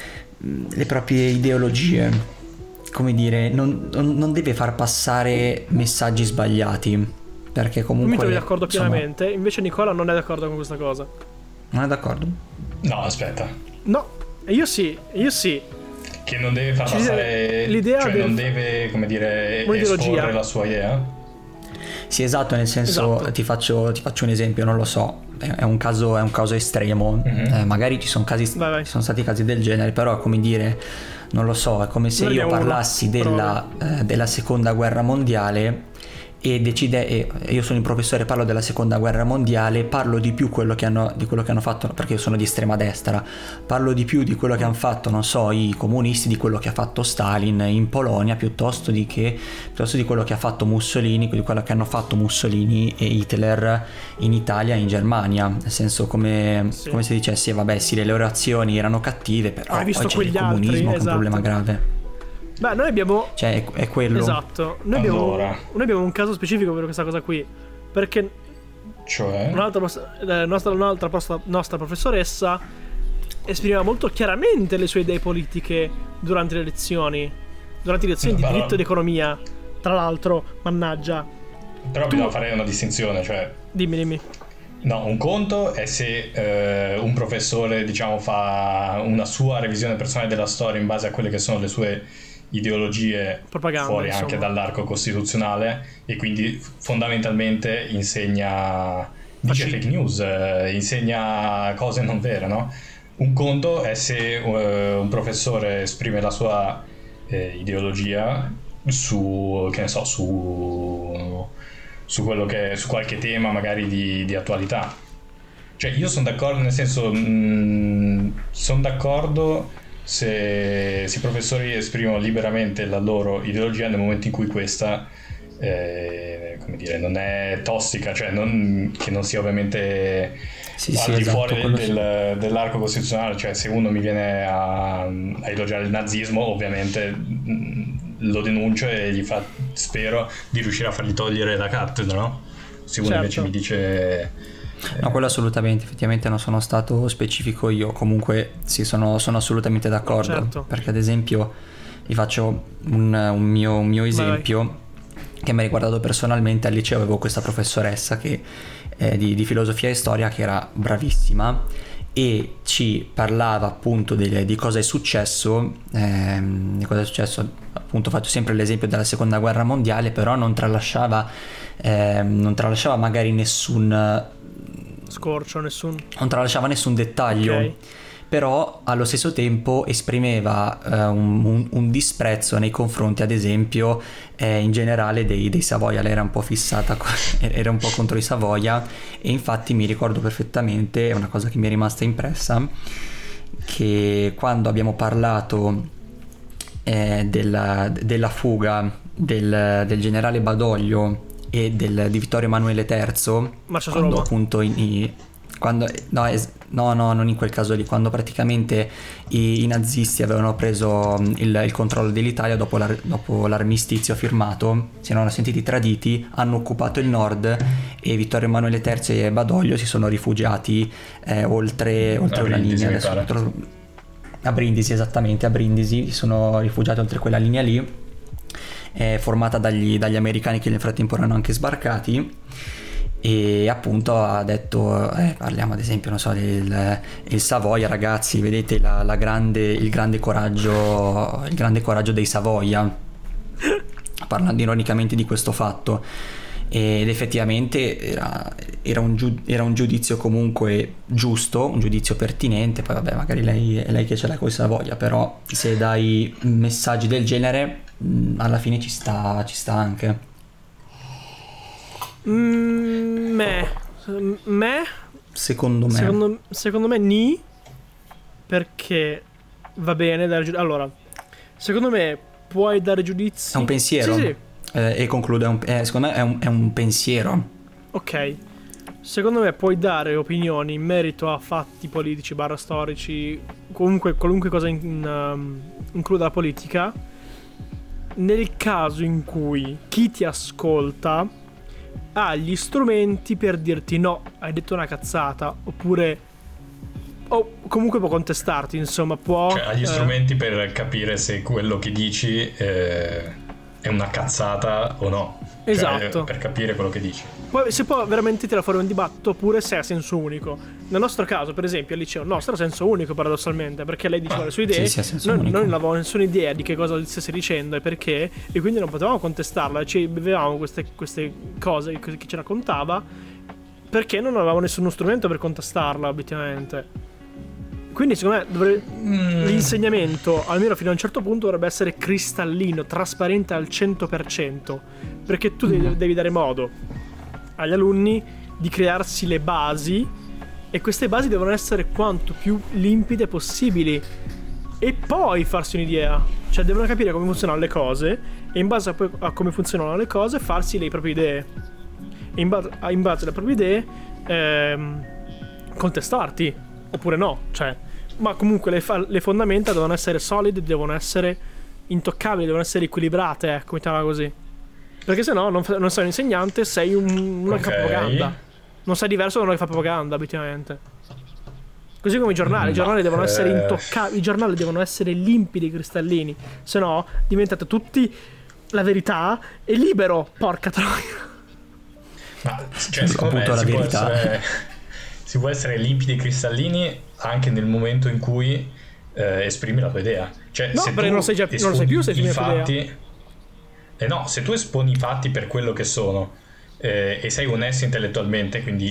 Speaker 3: mh, le proprie ideologie, come dire, non, non- non deve far passare messaggi sbagliati, perché
Speaker 1: Mi
Speaker 3: comunque
Speaker 1: trovi d'accordo
Speaker 3: insomma,
Speaker 1: pienamente. Invece Nicola non è d'accordo con questa cosa.
Speaker 3: non è d'accordo?
Speaker 2: no, aspetta.
Speaker 1: No, e io sì, io sì.
Speaker 2: Che non deve far
Speaker 1: Ci-
Speaker 2: passare,
Speaker 1: l'idea
Speaker 2: cioè
Speaker 1: del-
Speaker 2: non deve, come dire,
Speaker 1: Un'ideologia.
Speaker 2: esporre la sua idea.
Speaker 3: Sì, esatto, nel senso,
Speaker 1: Esatto.
Speaker 3: ti faccio, ti faccio un esempio, non lo so, è è un caso, è un caso estremo,
Speaker 2: Mhm.
Speaker 3: eh, magari ci sono casi,
Speaker 1: Vai, vai.
Speaker 3: ci sono stati casi del genere, però è come dire, non lo so, è come se
Speaker 1: Ne
Speaker 3: io
Speaker 1: abbiamo uno,
Speaker 3: parlassi della, eh, della seconda guerra mondiale e decide, e io sono il professore, parlo della seconda guerra mondiale, parlo di più quello che hanno, di quello che hanno fatto, perché io sono di estrema destra, parlo di più di quello che hanno fatto, non so, i comunisti, di quello che ha fatto Stalin in Polonia, piuttosto di, che, piuttosto di quello che ha fatto Mussolini, di quello che hanno fatto Mussolini e Hitler in Italia e in Germania, nel senso come,
Speaker 1: Sì.
Speaker 3: come se dicessi, vabbè sì, le loro azioni erano cattive, però
Speaker 1: Hai visto
Speaker 3: poi c'è il
Speaker 1: quegli altri,
Speaker 3: comunismo che è un
Speaker 1: esatto.
Speaker 3: problema grave,
Speaker 1: Beh, noi abbiamo
Speaker 3: cioè è, è quello.
Speaker 1: Esatto. Noi abbiamo,
Speaker 2: Allora.
Speaker 1: noi abbiamo un caso specifico per questa cosa qui. Perché
Speaker 2: Cioè,
Speaker 1: un'altra, pros- eh, nostra, un'altra prosta- nostra professoressa esprimeva molto chiaramente le sue idee politiche durante le lezioni. Durante le lezioni di
Speaker 2: Però-
Speaker 1: diritto ed economia. Tra l'altro, mannaggia.
Speaker 2: però bisogna fare una distinzione, cioè
Speaker 1: Dimmi, dimmi.
Speaker 2: no, un conto è se eh, un professore, diciamo, fa una sua revisione personale della storia in base a quelle che sono le sue ideologie
Speaker 1: Propaganda,
Speaker 2: fuori
Speaker 1: insomma.
Speaker 2: anche dall'arco costituzionale e quindi fondamentalmente insegna, dice
Speaker 1: Fasci-
Speaker 2: fake news, eh, insegna cose non vere, no? Un conto è se eh, un professore esprime la sua eh, ideologia su, che ne so, su, su quello che, su qualche tema magari di, di attualità. Cioè io sono d'accordo, nel senso, sono d'accordo se, se i professori esprimono liberamente la loro ideologia nel momento in cui questa eh, come dire, non è tossica, cioè non, che non sia ovviamente
Speaker 3: Sì,
Speaker 2: al
Speaker 3: sì,
Speaker 2: di
Speaker 3: esatto,
Speaker 2: fuori
Speaker 3: quello
Speaker 2: del, dell'arco costituzionale. Cioè se uno mi viene a, a elogiare il nazismo, ovviamente mh, lo denuncio e gli fa, spero di riuscire a fargli togliere la cattedra, no? Se uno
Speaker 1: Certo.
Speaker 2: invece mi dice
Speaker 3: No, quello assolutamente, effettivamente non sono stato specifico io, comunque sì, sono, sono assolutamente d'accordo,
Speaker 1: Certo.
Speaker 3: perché ad esempio vi faccio un, un mio, un mio esempio che mi ha riguardato personalmente. Al liceo avevo questa professoressa che, eh, di, di filosofia e storia, che era bravissima e ci parlava appunto di, di cosa è successo, ehm, di cosa è successo, appunto faccio sempre l'esempio della seconda guerra mondiale, però non tralasciava, ehm, non tralasciava magari nessun
Speaker 1: scorcio, nessun
Speaker 3: non tralasciava nessun dettaglio.
Speaker 1: Ok.
Speaker 3: Però allo stesso tempo esprimeva eh, un, un, un disprezzo nei confronti, ad esempio, eh, in generale dei, dei Savoia. Lei era un po' fissata, con, era un po' contro i Savoia, e infatti mi ricordo perfettamente, è una cosa che mi è rimasta impressa, che quando abbiamo parlato eh, della, della fuga del, del generale Badoglio e del, di Vittorio Emanuele terzo,
Speaker 1: Marcia su
Speaker 3: quando
Speaker 1: Roma.
Speaker 3: appunto in, i, quando, no, es, no, no, non in quel caso lì, quando praticamente i, i nazisti avevano preso il, il controllo dell'Italia dopo, l'ar, dopo l'armistizio firmato, si erano sentiti traditi, hanno occupato il nord e Vittorio Emanuele terzo e Badoglio si sono rifugiati eh, oltre, oltre
Speaker 2: A
Speaker 3: una
Speaker 2: Brindisi,
Speaker 3: linea.
Speaker 2: mi
Speaker 3: Adesso
Speaker 2: pare.
Speaker 3: tro- a Brindisi, esattamente, a Brindisi si sono rifugiati oltre quella linea lì, eh, formata dagli, dagli americani che nel frattempo erano anche sbarcati. E appunto ha detto, eh, parliamo ad esempio, non so, del il Savoia, ragazzi, vedete la, la grande, il grande coraggio, il grande coraggio dei Savoia, parlando ironicamente di questo fatto. Ed effettivamente era, era, un giu, era un giudizio comunque giusto, un giudizio pertinente. Poi vabbè, magari lei è lei che ce l'ha con i Savoia, però se dai messaggi del genere mh, alla fine ci sta, ci sta anche.
Speaker 1: Mm, me. Me.
Speaker 3: Secondo me
Speaker 1: Secondo, secondo me ni. Perché va bene dare giudizi. Allora, secondo me puoi dare giudizi.
Speaker 3: è un pensiero.
Speaker 1: Sì, sì.
Speaker 3: Eh, e conclude, è un, eh, secondo me è un, è un pensiero.
Speaker 1: Ok. Secondo me puoi dare opinioni in merito a fatti politici, barra storici, comunque qualunque cosa in, in, um, includa la politica, nel caso in cui chi ti ascolta ha gli strumenti per dirti no, hai detto una cazzata, oppure o comunque può contestarti, insomma, può
Speaker 2: Cioè, ha gli
Speaker 1: eh,
Speaker 2: strumenti per capire se quello che dici eh, è una cazzata o no. Cioè,
Speaker 1: Esatto.
Speaker 2: per capire quello che dici.
Speaker 1: Poi se può veramente tirare fuori un dibattito, oppure se ha senso unico. Nel nostro caso, per esempio, al liceo nostro ha senso unico paradossalmente, perché lei diceva
Speaker 2: Ah,
Speaker 1: le sue idee,
Speaker 3: sì, sì, ha senso
Speaker 1: noi,
Speaker 3: unico.
Speaker 1: noi non avevamo nessuna idea di che cosa stesse dicendo e perché, e quindi non potevamo contestarla, ci bevevamo queste, queste cose che ci raccontava, perché non avevamo nessuno strumento per contestarla, obiettivamente. Quindi secondo me dovrebbe,
Speaker 2: Mm.
Speaker 1: l'insegnamento, almeno fino a un certo punto, dovrebbe essere cristallino, trasparente al cento per cento, perché tu devi, devi dare modo agli alunni di crearsi le basi, e queste basi devono essere quanto più limpide possibili, e poi farsi un'idea. Cioè devono capire come funzionano le cose, e in base a, poi, a come funzionano le cose farsi le proprie idee, e in base, in base alle proprie idee ehm, contestarti oppure no, cioè, ma comunque le, fa- le fondamenta devono essere solide, devono essere intoccabili, devono essere equilibrate, ecco, mettiamola così. Perché se no non, fa- non sei un insegnante, sei un, uno che fa
Speaker 2: Ok.
Speaker 1: propaganda. Non sei diverso da uno che fa propaganda, obiettivamente. Così come i giornali, i giornali devono
Speaker 2: eh.
Speaker 1: essere intoccabili, i giornali devono essere limpidi, cristallini, se no diventate tutti la verità e libero, porca troia.
Speaker 2: Ma cioè, secondo me
Speaker 3: Appunto la
Speaker 2: si può,
Speaker 3: verità.
Speaker 2: essere, si può essere limpidi e cristallini anche nel momento in cui eh, esprimi la tua idea. Cioè,
Speaker 1: No,
Speaker 2: se
Speaker 1: perché
Speaker 2: tu
Speaker 1: non sei già- non lo sai
Speaker 2: esponi
Speaker 1: più se
Speaker 2: i
Speaker 1: esprimi la tua
Speaker 2: fatti, eh no, se tu esponi i fatti per quello che sono eh, e sei onesto intellettualmente, quindi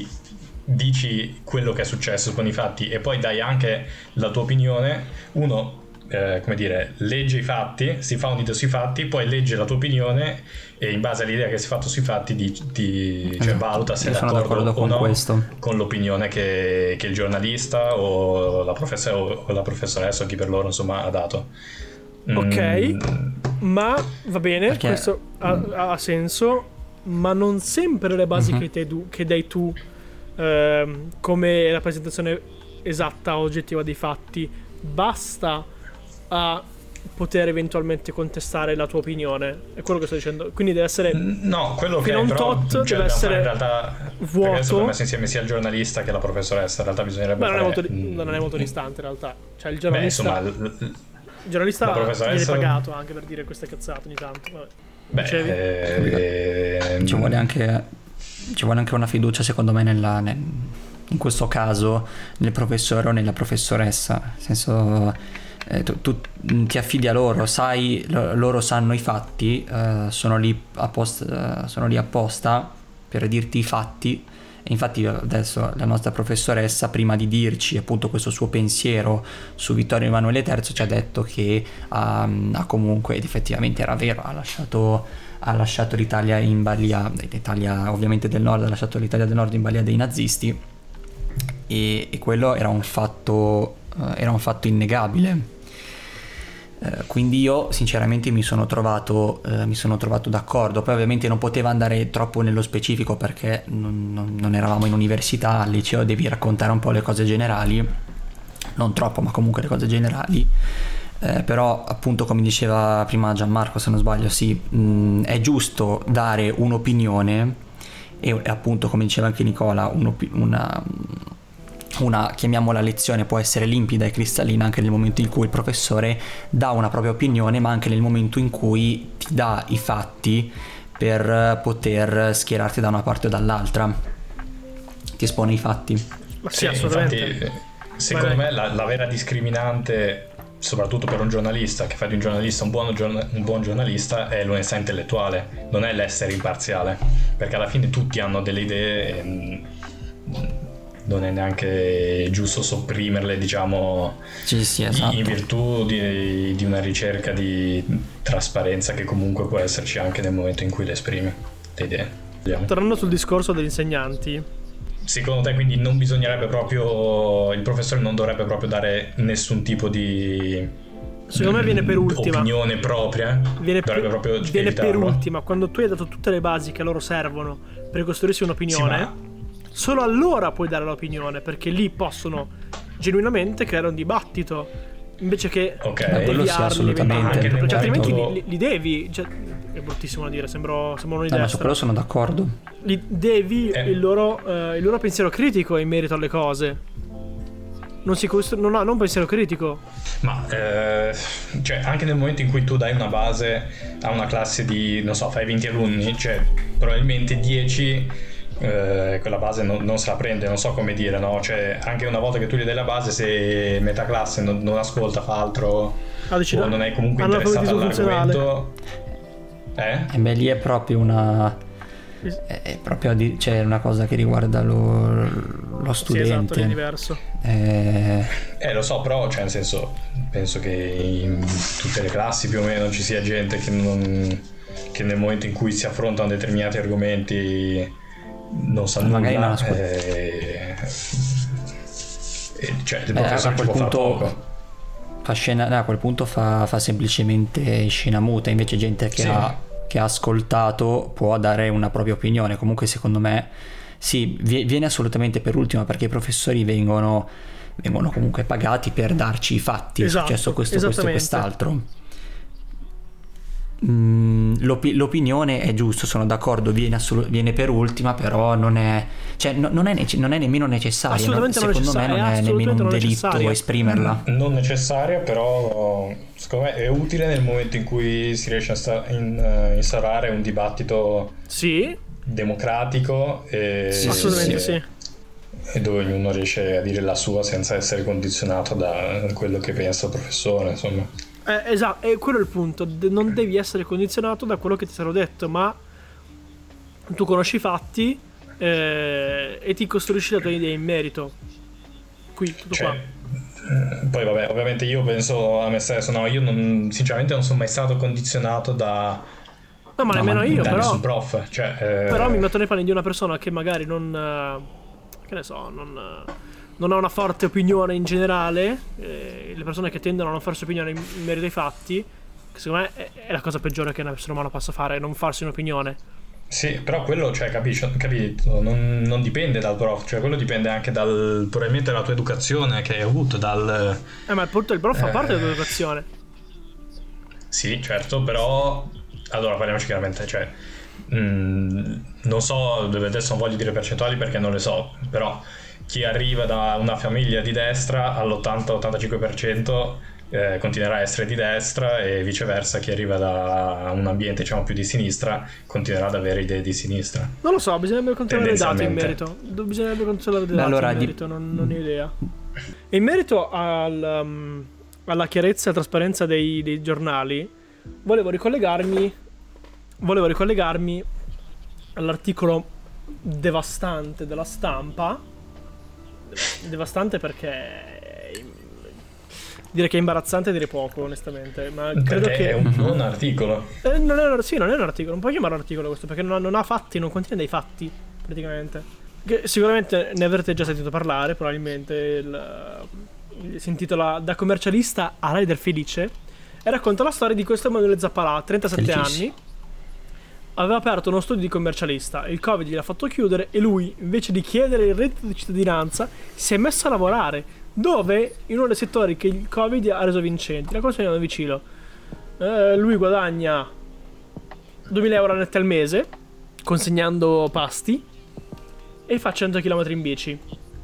Speaker 2: dici quello che è successo, esponi i fatti e poi dai anche la tua opinione, uno eh, come dire, legge i fatti, si fa un'idea sui fatti, poi legge la tua opinione e in base all'idea che si è fatto sui fatti di, di- cioè,
Speaker 3: Esatto.
Speaker 2: valuta se
Speaker 3: Io
Speaker 2: è
Speaker 3: sono
Speaker 2: d'accordo,
Speaker 3: d'accordo
Speaker 2: o
Speaker 3: con
Speaker 2: no
Speaker 3: questo.
Speaker 2: con l'opinione che, che il giornalista o la, professa- o la professoressa o chi per loro insomma ha dato.
Speaker 1: Ok.
Speaker 2: Mm,
Speaker 1: Ma va bene,
Speaker 3: Perché-
Speaker 1: questo ha, ha senso, ma non sempre le basi
Speaker 3: Mhm.
Speaker 1: che, te du- che dai tu ehm, come rappresentazione esatta, oggettiva dei fatti, basta a poter eventualmente contestare la tua opinione. È quello che sto dicendo. Quindi deve essere
Speaker 2: No, quello
Speaker 1: fino
Speaker 2: che
Speaker 1: a un
Speaker 2: però,
Speaker 1: tot
Speaker 2: cioè,
Speaker 1: deve
Speaker 2: da fare
Speaker 1: essere
Speaker 2: in realtà
Speaker 1: vuoto.
Speaker 2: perché adesso va messo insieme sia il giornalista che la professoressa, in realtà bisognerebbe
Speaker 1: Beh, non è,
Speaker 2: fare
Speaker 1: molto,
Speaker 2: mm,
Speaker 1: non è molto distante in realtà. Cioè il
Speaker 2: beh,
Speaker 1: giornalista,
Speaker 2: insomma, l- l-
Speaker 1: il giornalista
Speaker 2: la
Speaker 1: viene
Speaker 2: professoressa-
Speaker 1: pagato anche per dire queste cazzate ogni tanto. Vabbè.
Speaker 2: beh,
Speaker 1: Dicevi?
Speaker 2: eh,
Speaker 3: Ci vuole anche, ci vuole anche una fiducia, secondo me, nella, nel- in questo caso nel professore o nella professoressa, nel senso eh, tu, tu ti affidi a loro, sai, lo, loro sanno i fatti, eh, sono lì apposta, eh, sono lì apposta per dirti i fatti. E infatti adesso la nostra professoressa, prima di dirci appunto questo suo pensiero su Vittorio Emanuele terzo, ci ha detto che ha, ha comunque, ed effettivamente era vero, ha lasciato, ha lasciato l'Italia in balia, l'Italia ovviamente del nord, ha lasciato l'Italia del nord in balia dei nazisti, e, e quello era un fatto, eh, era un fatto innegabile. Uh, quindi io sinceramente mi sono trovato uh, mi sono trovato d'accordo. Poi ovviamente non poteva andare troppo nello specifico perché non, non, non eravamo in università, al liceo devi raccontare un po' le cose generali, non troppo ma comunque le cose generali, uh, però appunto come diceva prima Gianmarco, se non sbaglio, sì, mh, è giusto dare un'opinione e, e appunto come diceva anche Nicola, una una, chiamiamola lezione, può essere limpida e cristallina anche nel momento in cui il professore dà una propria opinione, ma anche nel momento in cui ti dà i fatti per poter schierarti da una parte o dall'altra, ti espone i fatti.
Speaker 1: Ma sì,
Speaker 2: sì,
Speaker 1: assolutamente.
Speaker 2: Infatti, secondo vai, vai. me la, la vera discriminante, soprattutto per un giornalista, che fa di un giornalista un buon, un buon giornalista, è l'onestà intellettuale, non è l'essere imparziale, perché alla fine tutti hanno delle idee e non è neanche giusto sopprimerle, diciamo,
Speaker 3: sì, sì, esatto.
Speaker 2: in virtù di, di una ricerca di trasparenza che comunque può esserci anche nel momento in cui le esprimi le idee. Vediamo.
Speaker 1: Tornando sul discorso degli insegnanti,
Speaker 2: secondo te quindi non bisognerebbe proprio, il professore non dovrebbe proprio dare nessun tipo di,
Speaker 1: secondo me viene per ultima,
Speaker 2: opinione propria,
Speaker 1: viene
Speaker 2: dovrebbe
Speaker 1: per,
Speaker 2: proprio
Speaker 1: viene per
Speaker 2: evitarlo.
Speaker 1: ultima, quando tu hai dato tutte le basi che a loro servono per costruirsi un'opinione,
Speaker 2: sì, ma...
Speaker 1: solo allora puoi dare l'opinione, perché lì possono genuinamente creare un dibattito, invece che
Speaker 2: okay.
Speaker 3: Quello sì, assolutamente.
Speaker 1: Cioè, altrimenti
Speaker 2: momento...
Speaker 1: li, li devi, cioè, è bruttissimo da dire, sembro, sembra un'idea.
Speaker 3: No, ma su quello sono d'accordo.
Speaker 1: Li devi
Speaker 2: eh.
Speaker 1: il, loro, eh, il loro pensiero critico in merito alle cose. Non si costru- non ha non pensiero critico.
Speaker 2: Ma eh, cioè anche nel momento in cui tu dai una base a una classe di, non so, fai venti alunni, cioè probabilmente dieci Eh, quella base non, non se la prende, non so come dire, no? Cioè anche una volta che tu gli dai la base, se metà classe non, non ascolta, fa altro ah, o non è comunque interessato all'argomento, eh?
Speaker 3: E beh, lì è proprio una è, è proprio di, cioè una cosa che riguarda lo, lo studente.
Speaker 1: Sì, esatto, è diverso.
Speaker 3: Eh...
Speaker 2: eh lo so, però cioè nel senso penso che in tutte le classi più o meno ci sia gente che non che nel momento in cui si affrontano determinati argomenti non sa nulla,
Speaker 3: magari non
Speaker 2: e... e cioè il
Speaker 3: Beh,
Speaker 2: professore
Speaker 3: a
Speaker 2: ci
Speaker 3: quel
Speaker 2: può fare
Speaker 3: punto
Speaker 2: poco.
Speaker 3: fa scena, no, a quel punto fa, fa semplicemente scena muta, invece gente che,
Speaker 2: sì.
Speaker 3: ha, che ha ascoltato può dare una propria opinione. Comunque secondo me sì, viene assolutamente per ultima, perché i professori vengono vengono comunque pagati per darci i fatti,
Speaker 1: esatto,
Speaker 3: è successo questo, questo e quest'altro. Mm, l'opi- l'opinione è giusto, sono d'accordo, viene, assolu- viene per ultima, però non è, cioè, no, non, è nece- non è nemmeno necessaria,
Speaker 1: assolutamente
Speaker 3: no? Secondo me non è nemmeno un delitto
Speaker 1: necessaria.
Speaker 3: esprimerla.
Speaker 2: Non necessaria, però secondo me è utile nel momento in cui si riesce a sta- in, uh, instaurare un dibattito
Speaker 1: sì.
Speaker 2: democratico e,
Speaker 3: sì,
Speaker 1: assolutamente
Speaker 2: sì. e dove ognuno riesce a dire la sua senza essere condizionato da quello che pensa il professore, insomma.
Speaker 1: Eh, esatto, e quello è il punto. De- non devi essere condizionato da quello che ti sarà detto, ma tu conosci i fatti eh, e ti costruisci la tua idea in merito. Qui, tutto
Speaker 2: cioè,
Speaker 1: qua.
Speaker 2: Poi vabbè, ovviamente io penso a me stesso, no, io non, sinceramente non sono mai stato condizionato da
Speaker 1: No, ma nemmeno io,
Speaker 2: da
Speaker 1: però
Speaker 2: nessun prof, cioè, eh...
Speaker 1: però mi metto nei panni di una persona che magari non eh, che ne so, non eh, non ha una forte opinione in generale, eh, le persone che tendono a non farsi opinione in merito ai fatti, che secondo me è, è la cosa peggiore che un essere umano possa fare, non farsi un'opinione.
Speaker 2: Sì, però quello, cioè, capisci, capito, non, non dipende dal prof, cioè quello dipende anche dal, probabilmente dalla tua educazione che hai avuto, dal...
Speaker 1: Eh, ma il punto il prof fa
Speaker 2: eh...
Speaker 1: parte della tua educazione.
Speaker 2: Sì, certo, però... Allora, parliamoci chiaramente, cioè... Mh, non so, adesso non voglio dire percentuali perché non le so, però... chi arriva da una famiglia di destra all'ottanta-ottantacinque per cento eh, continuerà a essere di destra, e viceversa chi arriva da un ambiente diciamo più di sinistra continuerà ad avere idee di sinistra.
Speaker 1: Non lo so, bisognerebbe controllare i dati in
Speaker 2: Tendenzialmente.
Speaker 1: merito. Bisognerebbe controllare i dati
Speaker 3: Allora,
Speaker 1: in
Speaker 3: di-
Speaker 1: merito, non, non ho idea. E in merito al, um, alla chiarezza e trasparenza dei, dei giornali, volevo ricollegarmi volevo ricollegarmi all'articolo devastante della Stampa. Devastante perché dire che è imbarazzante dire poco, onestamente, ma credo
Speaker 2: Perché
Speaker 1: che
Speaker 2: è un buon articolo.
Speaker 1: Eh, non, è un, sì, non è un articolo, non puoi chiamare articolo questo, perché non ha, non ha fatti, non contiene dei fatti, praticamente. Che sicuramente ne avrete già sentito parlare, probabilmente. Il, il- si intitola Da commercialista a rider felice, e racconta la storia di questo Emanuele Zappalà, trentasette
Speaker 3: Felicissimo.
Speaker 1: anni. Aveva aperto uno studio di commercialista, il Covid gliel'ha fatto chiudere e lui, invece di chiedere il reddito di cittadinanza, si è messo a lavorare. Dove? In uno dei settori che il Covid ha reso vincenti. La cosa è vicino. Eh, lui guadagna duemila euro netti al mese, consegnando pasti, e fa cento chilometri in bici.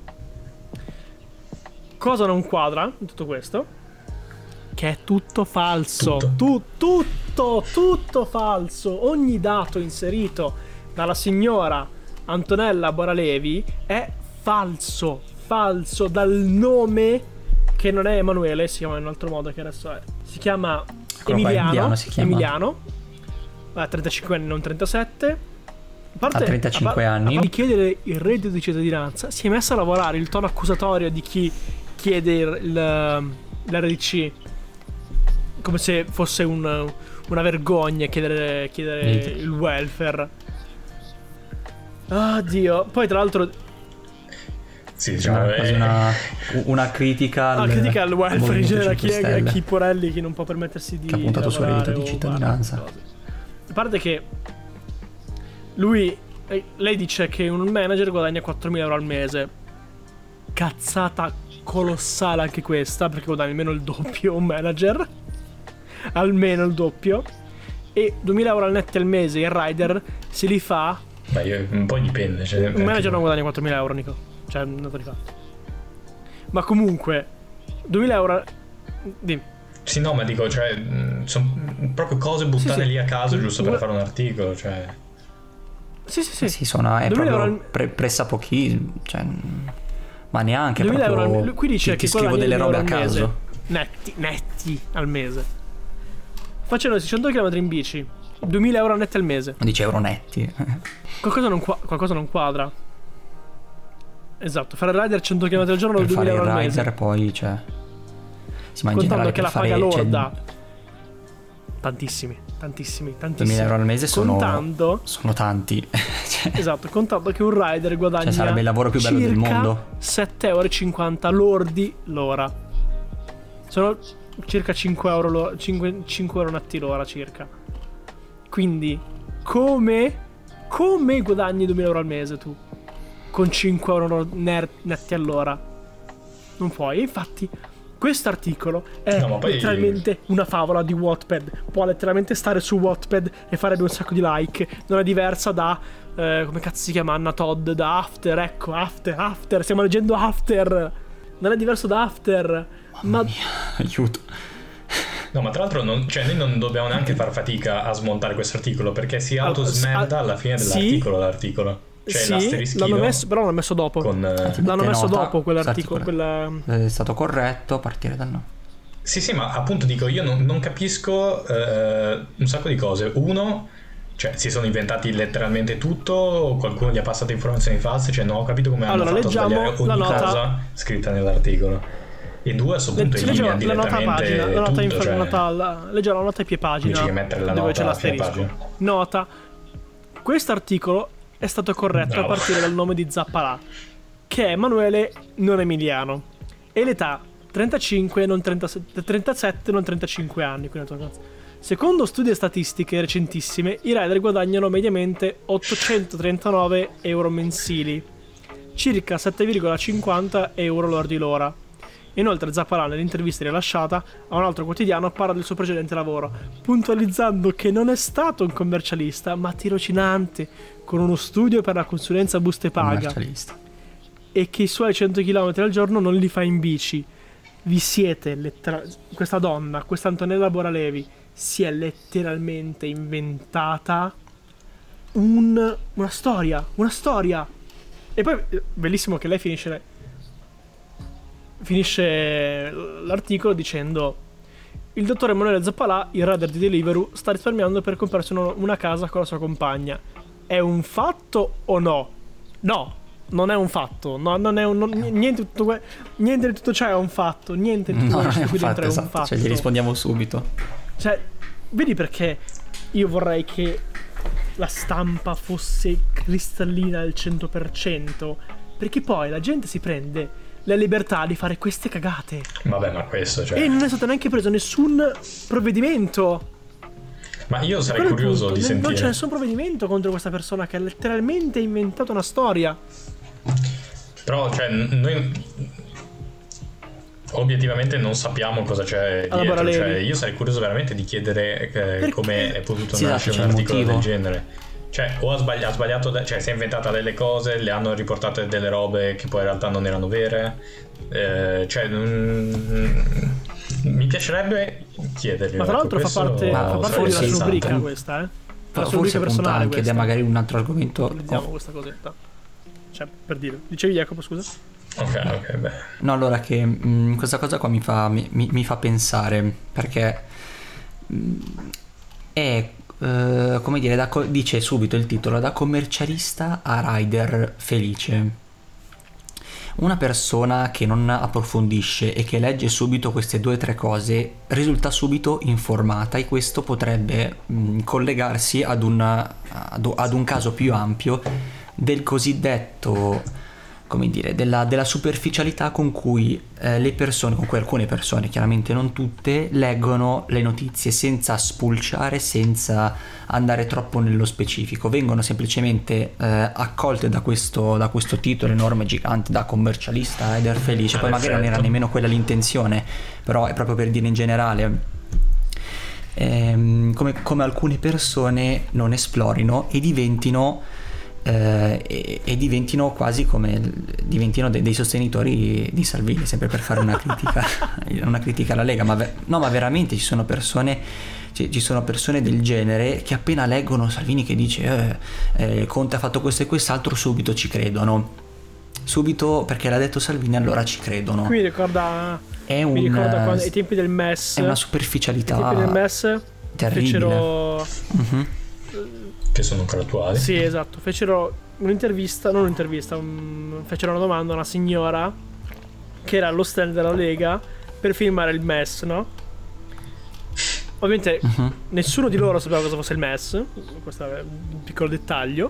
Speaker 1: Cosa non quadra in tutto questo? Che è tutto falso.
Speaker 2: Tutto.
Speaker 1: Tu- tutto, tutto falso. Ogni dato inserito dalla signora Antonella Boralevi è falso. Falso, dal nome che non è Emanuele, si chiama in un altro modo che adesso è. Si chiama
Speaker 3: qua,
Speaker 1: Emiliano.
Speaker 3: Emiliano si chiama.
Speaker 1: Emiliano. Ha trentacinque anni, non trentasette. A parte,
Speaker 3: Ha trentacinque
Speaker 1: a par-
Speaker 3: anni.
Speaker 1: A parte di chiedere il reddito di cittadinanza, si è messo a lavorare. Il tono accusatorio di chi chiede il, il, l'R D C, come se fosse un, una vergogna chiedere, chiedere
Speaker 3: Niente.
Speaker 1: il welfare. Oddio. Poi tra l'altro
Speaker 2: Sì, diciamo,
Speaker 3: Sembra quasi
Speaker 2: eh,
Speaker 3: una, una critica al,
Speaker 1: Ah, critica al welfare in
Speaker 3: Movimento
Speaker 1: genere, a chi,
Speaker 3: cinque
Speaker 1: a
Speaker 3: Stelle.
Speaker 1: chi porelli, chi non può permettersi di
Speaker 3: Che ha puntato sul
Speaker 1: lavorare
Speaker 3: reddito di
Speaker 1: o
Speaker 3: cittadinanza.
Speaker 1: fare cose. A parte che lui, eh, lei dice che un manager guadagna quattromila euro al mese. Cazzata colossale anche questa, perché guadagna almeno il doppio un manager. Almeno il doppio. E duemila euro al netti al mese il rider se li fa.
Speaker 2: beh, io- un po' dipende. Cioè,
Speaker 1: Un manager non guadagna quattromila euro, Nico. Cioè, un dato di fatto. Ma comunque duemila euro. Dimmi.
Speaker 2: Sì, no, ma dico, cioè, sono proprio cose buttate
Speaker 1: Sì, sì.
Speaker 2: lì a caso giusto per
Speaker 1: Due-
Speaker 2: fare un articolo, cioè.
Speaker 1: Sì, sì, sì.
Speaker 3: Sì, sono, è
Speaker 1: duemila
Speaker 3: proprio
Speaker 1: euro al-
Speaker 3: pre- pressa pochi, cioè, ma neanche
Speaker 1: duemila euro
Speaker 3: proprio
Speaker 1: al mese. Qui dice
Speaker 3: ti,
Speaker 1: che
Speaker 3: ti scrivo
Speaker 1: guadagna
Speaker 3: delle robe a
Speaker 1: duemila euro al
Speaker 3: caso.
Speaker 1: mese. Netti, netti al mese. Facendo seicento chilometri in bici, duemila euro netti al mese.
Speaker 3: dieci euro netti.
Speaker 1: Qualcosa non, qua- qualcosa non quadra. Esatto, fare il rider cento chilometri al giorno,
Speaker 3: Per
Speaker 1: duemila
Speaker 3: fare il
Speaker 1: euro al mese.
Speaker 3: rider poi, cioè, sì, ma in
Speaker 1: Contando
Speaker 3: generale
Speaker 1: che
Speaker 3: per
Speaker 1: la
Speaker 3: fare
Speaker 1: paga
Speaker 3: cioè,
Speaker 1: lorda. Tantissimi, tantissimi, tantissimi.
Speaker 3: duemila euro al mese sono,
Speaker 1: Contando,
Speaker 3: sono tanti. Cioè,
Speaker 1: esatto, contando che un rider guadagna
Speaker 3: Cioè, sarebbe il lavoro più bello del
Speaker 1: circa
Speaker 3: mondo.
Speaker 1: sette euro e cinquanta lordi l'ora. Sono circa cinque euro, lo- cinque, cinque euro netti l'ora circa. Quindi come come guadagni duemila euro al mese tu con cinque euro ner- netti all'ora? Non puoi. Infatti questo articolo è
Speaker 2: No, ma poi-
Speaker 1: letteralmente una favola di Wattpad. Può letteralmente stare su Wattpad e fare un sacco di like. Non è diversa da eh, come cazzo si chiama Anna Todd, da After. Ecco, After, After. Stiamo leggendo After. Non è diverso da After. Ma
Speaker 3: aiuto.
Speaker 2: No, ma tra l'altro non, cioè, noi non dobbiamo neanche far fatica a smontare questo articolo, perché si
Speaker 1: Allora,
Speaker 2: autosmerda
Speaker 1: ah,
Speaker 2: alla fine
Speaker 1: sì.
Speaker 2: dell'articolo l'articolo. Cioè
Speaker 1: sì,
Speaker 2: l'asterischino
Speaker 1: l'hanno messo, però l'hanno messo dopo.
Speaker 2: con... eh,
Speaker 1: L'hanno
Speaker 3: Mette
Speaker 1: messo
Speaker 3: nota,
Speaker 1: dopo quell'articolo.
Speaker 3: stati
Speaker 1: Quella...
Speaker 3: È stato corretto a partire dal no.
Speaker 2: Sì, sì, ma appunto dico, io non, non capisco eh, un sacco di cose. Uno, cioè, si sono inventati letteralmente tutto, o qualcuno gli ha passato informazioni false, cioè non ho capito come
Speaker 1: Allora,
Speaker 2: hanno fatto a
Speaker 1: leggiamo
Speaker 2: sbagliare ogni
Speaker 1: la nota.
Speaker 2: cosa scritta nell'articolo. E due, a questo punto
Speaker 1: Ci leggiamo
Speaker 2: elimina
Speaker 1: la nota a
Speaker 2: direttamente
Speaker 1: pagina, la nota, in,
Speaker 2: tutto, cioè,
Speaker 1: nota la, leggiamo la nota a pie pagina
Speaker 2: Dici che mettere la
Speaker 1: dove
Speaker 2: nota
Speaker 1: c'è
Speaker 2: a fine
Speaker 1: l'asterisco.
Speaker 2: pagina.
Speaker 1: Nota: questo articolo è stato corretto
Speaker 2: Bravo.
Speaker 1: a partire dal nome di Zappalà, che è Emanuele non Emiliano, e l'età trentacinque, non trentasette, trentasette, non trentacinque anni. Quindi, secondo studi e statistiche recentissime, i rider guadagnano mediamente ottocentotrentanove euro mensili, circa sette virgola cinquanta euro lordi l'ora. Inoltre Zappalà, nell'intervista rilasciata a un altro quotidiano, parla del suo precedente lavoro, puntualizzando che non è stato un commercialista ma tirocinante con uno studio per la consulenza buste paga,
Speaker 3: Commercialista.
Speaker 1: e che i suoi cento chilometri al giorno non li fa in bici. vi siete lettera- questa donna, questa Antonella Boralevi si è letteralmente inventata un, una storia, una storia. E poi bellissimo che lei finisce finisce l'articolo dicendo: il dottor Emanuele Zappalà, il radar di Deliveroo, sta risparmiando per comprarsi una, una casa con la sua compagna. È un fatto o no? No, non è un fatto. No, non è un, non, niente, tutto que- niente di tutto ciò è un fatto. Niente di tutto
Speaker 3: No,
Speaker 1: questo
Speaker 3: non è
Speaker 1: qui
Speaker 3: un
Speaker 1: dentro
Speaker 3: fatto,
Speaker 1: è un
Speaker 3: esatto.
Speaker 1: fatto.
Speaker 3: Cioè, gli rispondiamo subito.
Speaker 1: Cioè, vedi perché io vorrei che la stampa fosse cristallina al cento per cento? Perché poi la gente si prende la libertà di fare queste cagate.
Speaker 2: Vabbè, ma questo, cioè...
Speaker 1: E non è stato neanche preso nessun provvedimento.
Speaker 2: Ma io sarei
Speaker 1: Quello è il
Speaker 2: curioso
Speaker 1: punto.
Speaker 2: di
Speaker 1: Non-
Speaker 2: sentire.
Speaker 1: Non c'è nessun provvedimento contro questa persona che ha letteralmente inventato una storia.
Speaker 2: Però, cioè, n- noi obiettivamente non sappiamo cosa c'è
Speaker 1: Alla
Speaker 2: dietro.
Speaker 1: Boralevi.
Speaker 2: Cioè, io sarei curioso veramente di chiedere eh, come è potuto
Speaker 3: Sì,
Speaker 2: nascere
Speaker 3: esatto,
Speaker 2: un
Speaker 3: c'è il
Speaker 2: articolo del
Speaker 3: motivo.
Speaker 2: genere. Cioè, o ha sbagliato, ha sbagliato de- cioè si è inventata delle cose, le hanno riportate delle robe che poi in realtà non erano vere. Eh, cioè, mm, mi piacerebbe chiedergli.
Speaker 1: Ma tra l'altro fa parte,
Speaker 3: Ma
Speaker 1: fa parte
Speaker 3: forse
Speaker 1: della sua
Speaker 3: esatto.
Speaker 1: rubrica questa, eh. La sua
Speaker 3: Forse
Speaker 1: rubrica
Speaker 3: punta
Speaker 1: personale
Speaker 3: anche ed è
Speaker 1: questa.
Speaker 3: magari un altro argomento.
Speaker 1: Utilizziamo questa cosetta. Cioè, per dire. Dicevi Jacopo, scusa?
Speaker 2: Ok, ok, beh.
Speaker 3: No, allora che mh, questa cosa qua mi fa, mi, mi- mi fa pensare, perché mh, è, eh, come dire, da co- dice subito il titolo, da commercialista a rider felice. Una persona che non approfondisce e che legge subito queste due o tre cose risulta subito informata, e questo potrebbe mh, collegarsi ad un, ad, ad un caso più ampio del cosiddetto, come dire, della, della superficialità con cui eh, le persone, con cui alcune persone, chiaramente non tutte, leggono le notizie senza spulciare, senza andare troppo nello specifico. Vengono semplicemente eh, accolte da questo, da questo titolo enorme, gigante, da commercialista ed er felice. Poi magari non era nemmeno quella l'intenzione, però è proprio per dire in generale. Ehm, come, come alcune persone non esplorino e diventino eh, e, e diventino quasi come diventino de, dei sostenitori di Salvini, sempre per fare una critica una critica alla Lega, ma ve, no ma veramente ci sono persone ci, ci sono persone del genere che appena leggono Salvini che dice eh, eh, Conte ha fatto questo e quest'altro, subito ci credono, subito perché l'ha detto Salvini allora ci credono.
Speaker 1: Qui mi ricorda
Speaker 3: È
Speaker 1: mi
Speaker 3: un,
Speaker 1: ricorda quando, ai tempi del M E S.
Speaker 3: è una superficialità
Speaker 1: ai tempi del M E S
Speaker 3: terribile.
Speaker 1: fecero
Speaker 3: Mhm.
Speaker 2: Che sono ancora attuali.
Speaker 1: Sì, esatto, fecero un'intervista, non un'intervista, un, fecero una domanda a una signora che era allo stand della Lega per filmare il M E S, no? Ovviamente
Speaker 3: Mhm.
Speaker 1: nessuno di loro sapeva cosa fosse il M E S, questo è un piccolo dettaglio.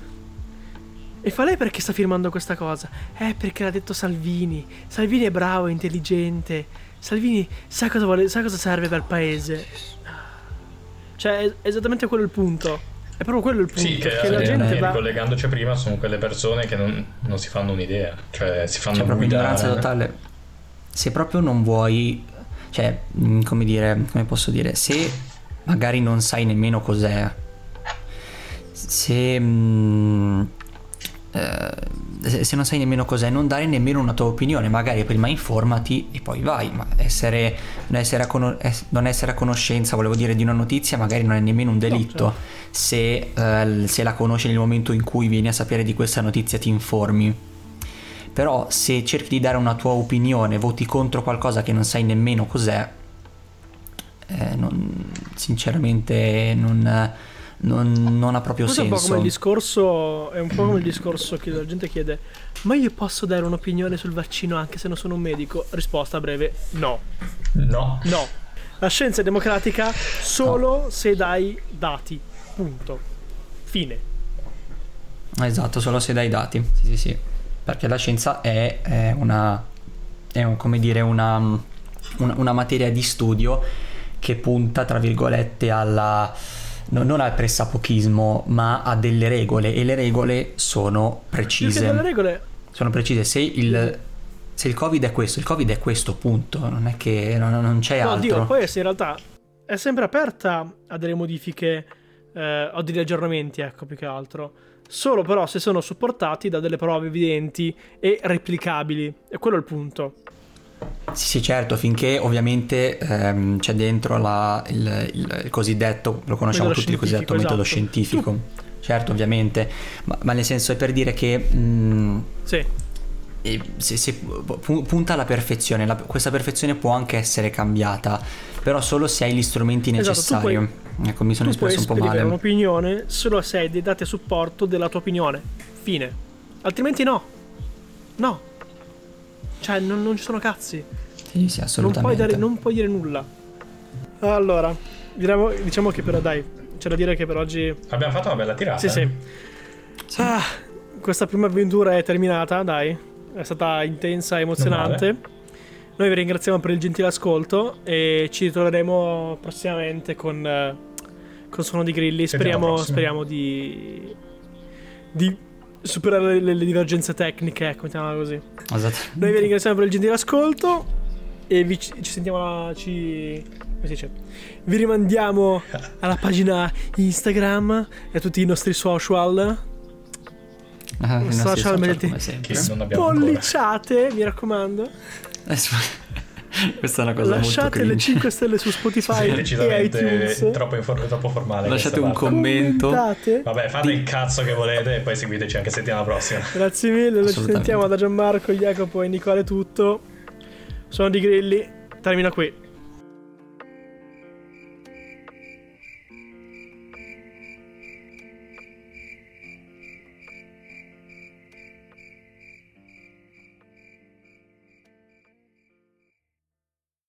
Speaker 1: E fa: lei perché sta filmando questa cosa? Eh, perché l'ha detto Salvini. Salvini è bravo, è intelligente. Salvini sa cosa vuole, sa cosa serve per il paese. Cioè, è esattamente quello il punto. È proprio quello il punto.
Speaker 2: Sì, che
Speaker 1: perché la
Speaker 2: eh,
Speaker 1: gente va...
Speaker 2: ricollegandoci a prima sono quelle persone che non, non si fanno un'idea, cioè si fanno
Speaker 3: C'è proprio
Speaker 2: guidare.
Speaker 3: ignoranza totale. Se proprio non vuoi, cioè, mh, come dire, come posso dire, se magari non sai nemmeno cos'è, se, mh, eh, se se non sai nemmeno cos'è, non dare nemmeno una tua opinione, magari prima informati e poi vai, ma essere, non, essere a cono- ess- non essere a conoscenza, volevo dire, di una notizia magari non è nemmeno un delitto.
Speaker 1: No, certo.
Speaker 3: Se, eh, se la conosci nel momento in cui vieni a sapere di questa notizia ti informi. Però se cerchi di dare una tua opinione, voti contro qualcosa che non sai nemmeno cos'è, eh, non, sinceramente non, non, non ha proprio
Speaker 1: Questo è un po'
Speaker 3: senso.
Speaker 1: come il discorso. È un po' come il discorso che la gente chiede: ma io posso dare un'opinione sul vaccino anche se non sono un medico? Risposta breve: no.
Speaker 2: No.
Speaker 1: No. La scienza è democratica solo se dai dati. Punto. Fine.
Speaker 3: Esatto, solo se dai dati. Sì, sì, sì. Perché la scienza è, è una è un- come dire una, una una materia di studio che punta, tra virgolette, alla no- non al pressapochismo, ma a delle regole, e le regole sono
Speaker 1: Più che
Speaker 3: precise.
Speaker 1: delle regole.
Speaker 3: Sono precise. Se il se il Covid è questo, il Covid è questo, punto. Non è che non, non c'è
Speaker 1: No,
Speaker 3: altro.
Speaker 1: Dio, poi in realtà è sempre aperta a delle modifiche eh, o degli aggiornamenti, ecco, più che altro. Solo però se sono supportati da delle prove evidenti e replicabili. E quello è il punto.
Speaker 3: Sì, sì, certo, finché ovviamente ehm, c'è dentro la, il, il, il cosiddetto, lo conosciamo
Speaker 1: Metodo
Speaker 3: tutti, il cosiddetto
Speaker 1: scientifico,
Speaker 3: metodo
Speaker 1: esatto.
Speaker 3: scientifico. Certo, ovviamente, ma, ma nel senso è per dire che mh,
Speaker 1: Sì.
Speaker 3: e se, se pu- punta alla perfezione. La- questa perfezione può anche essere cambiata, però solo se hai gli strumenti
Speaker 1: Esatto, tu
Speaker 3: necessari.
Speaker 1: puoi-
Speaker 3: Ecco, mi sono
Speaker 1: Tu puoi
Speaker 3: espresso un po'
Speaker 1: esprimere
Speaker 3: male.
Speaker 1: un'opinione solo se hai dei dati a supporto della tua opinione. Fine. Altrimenti no. No. Cioè, non, non ci sono cazzi.
Speaker 3: Sì, sì,
Speaker 1: Non
Speaker 3: assolutamente.
Speaker 1: puoi, dare, non puoi dire nulla. Allora, diciamo, diciamo che però dai, c'è da dire che per oggi...
Speaker 2: Abbiamo fatto una bella tirata.
Speaker 1: Sì, sì. Ah, questa prima avventura è terminata, dai. È stata intensa e emozionante. Noi vi ringraziamo per il gentile ascolto e ci ritroveremo prossimamente con, eh, con Suono di Grilli.
Speaker 2: Settimana
Speaker 1: Speriamo,
Speaker 2: prossima.
Speaker 1: speriamo di, di superare le, le divergenze tecniche, ecco, mettiamola così.
Speaker 3: Esatto.
Speaker 1: Noi vi ringraziamo per il gentile ascolto e vi, ci sentiamo, ci, come si dice? Vi rimandiamo alla pagina Instagram e a tutti i nostri social.
Speaker 3: Ah, i nostri
Speaker 1: Social
Speaker 3: social,
Speaker 1: media-
Speaker 3: come sempre.
Speaker 2: Che non abbiamo ancora.
Speaker 1: Pollicciate, mi raccomando.
Speaker 3: Questa è una cosa
Speaker 1: Lasciate
Speaker 3: molto
Speaker 1: le
Speaker 3: cringe.
Speaker 1: cinque stelle su Spotify
Speaker 2: Sì,
Speaker 1: e
Speaker 2: decisamente
Speaker 1: iTunes.
Speaker 2: troppo, infor- troppo formale.
Speaker 3: Lasciate
Speaker 2: questa
Speaker 3: un
Speaker 2: parte.
Speaker 3: commento.
Speaker 1: Commentate.
Speaker 2: Vabbè, fate il cazzo che volete e poi seguiteci anche settimana prossima.
Speaker 1: Grazie mille, noi ci
Speaker 3: Assolutamente.
Speaker 1: sentiamo da Gianmarco, Jacopo e Nicole tutto. Sono di Grilli, termina qui.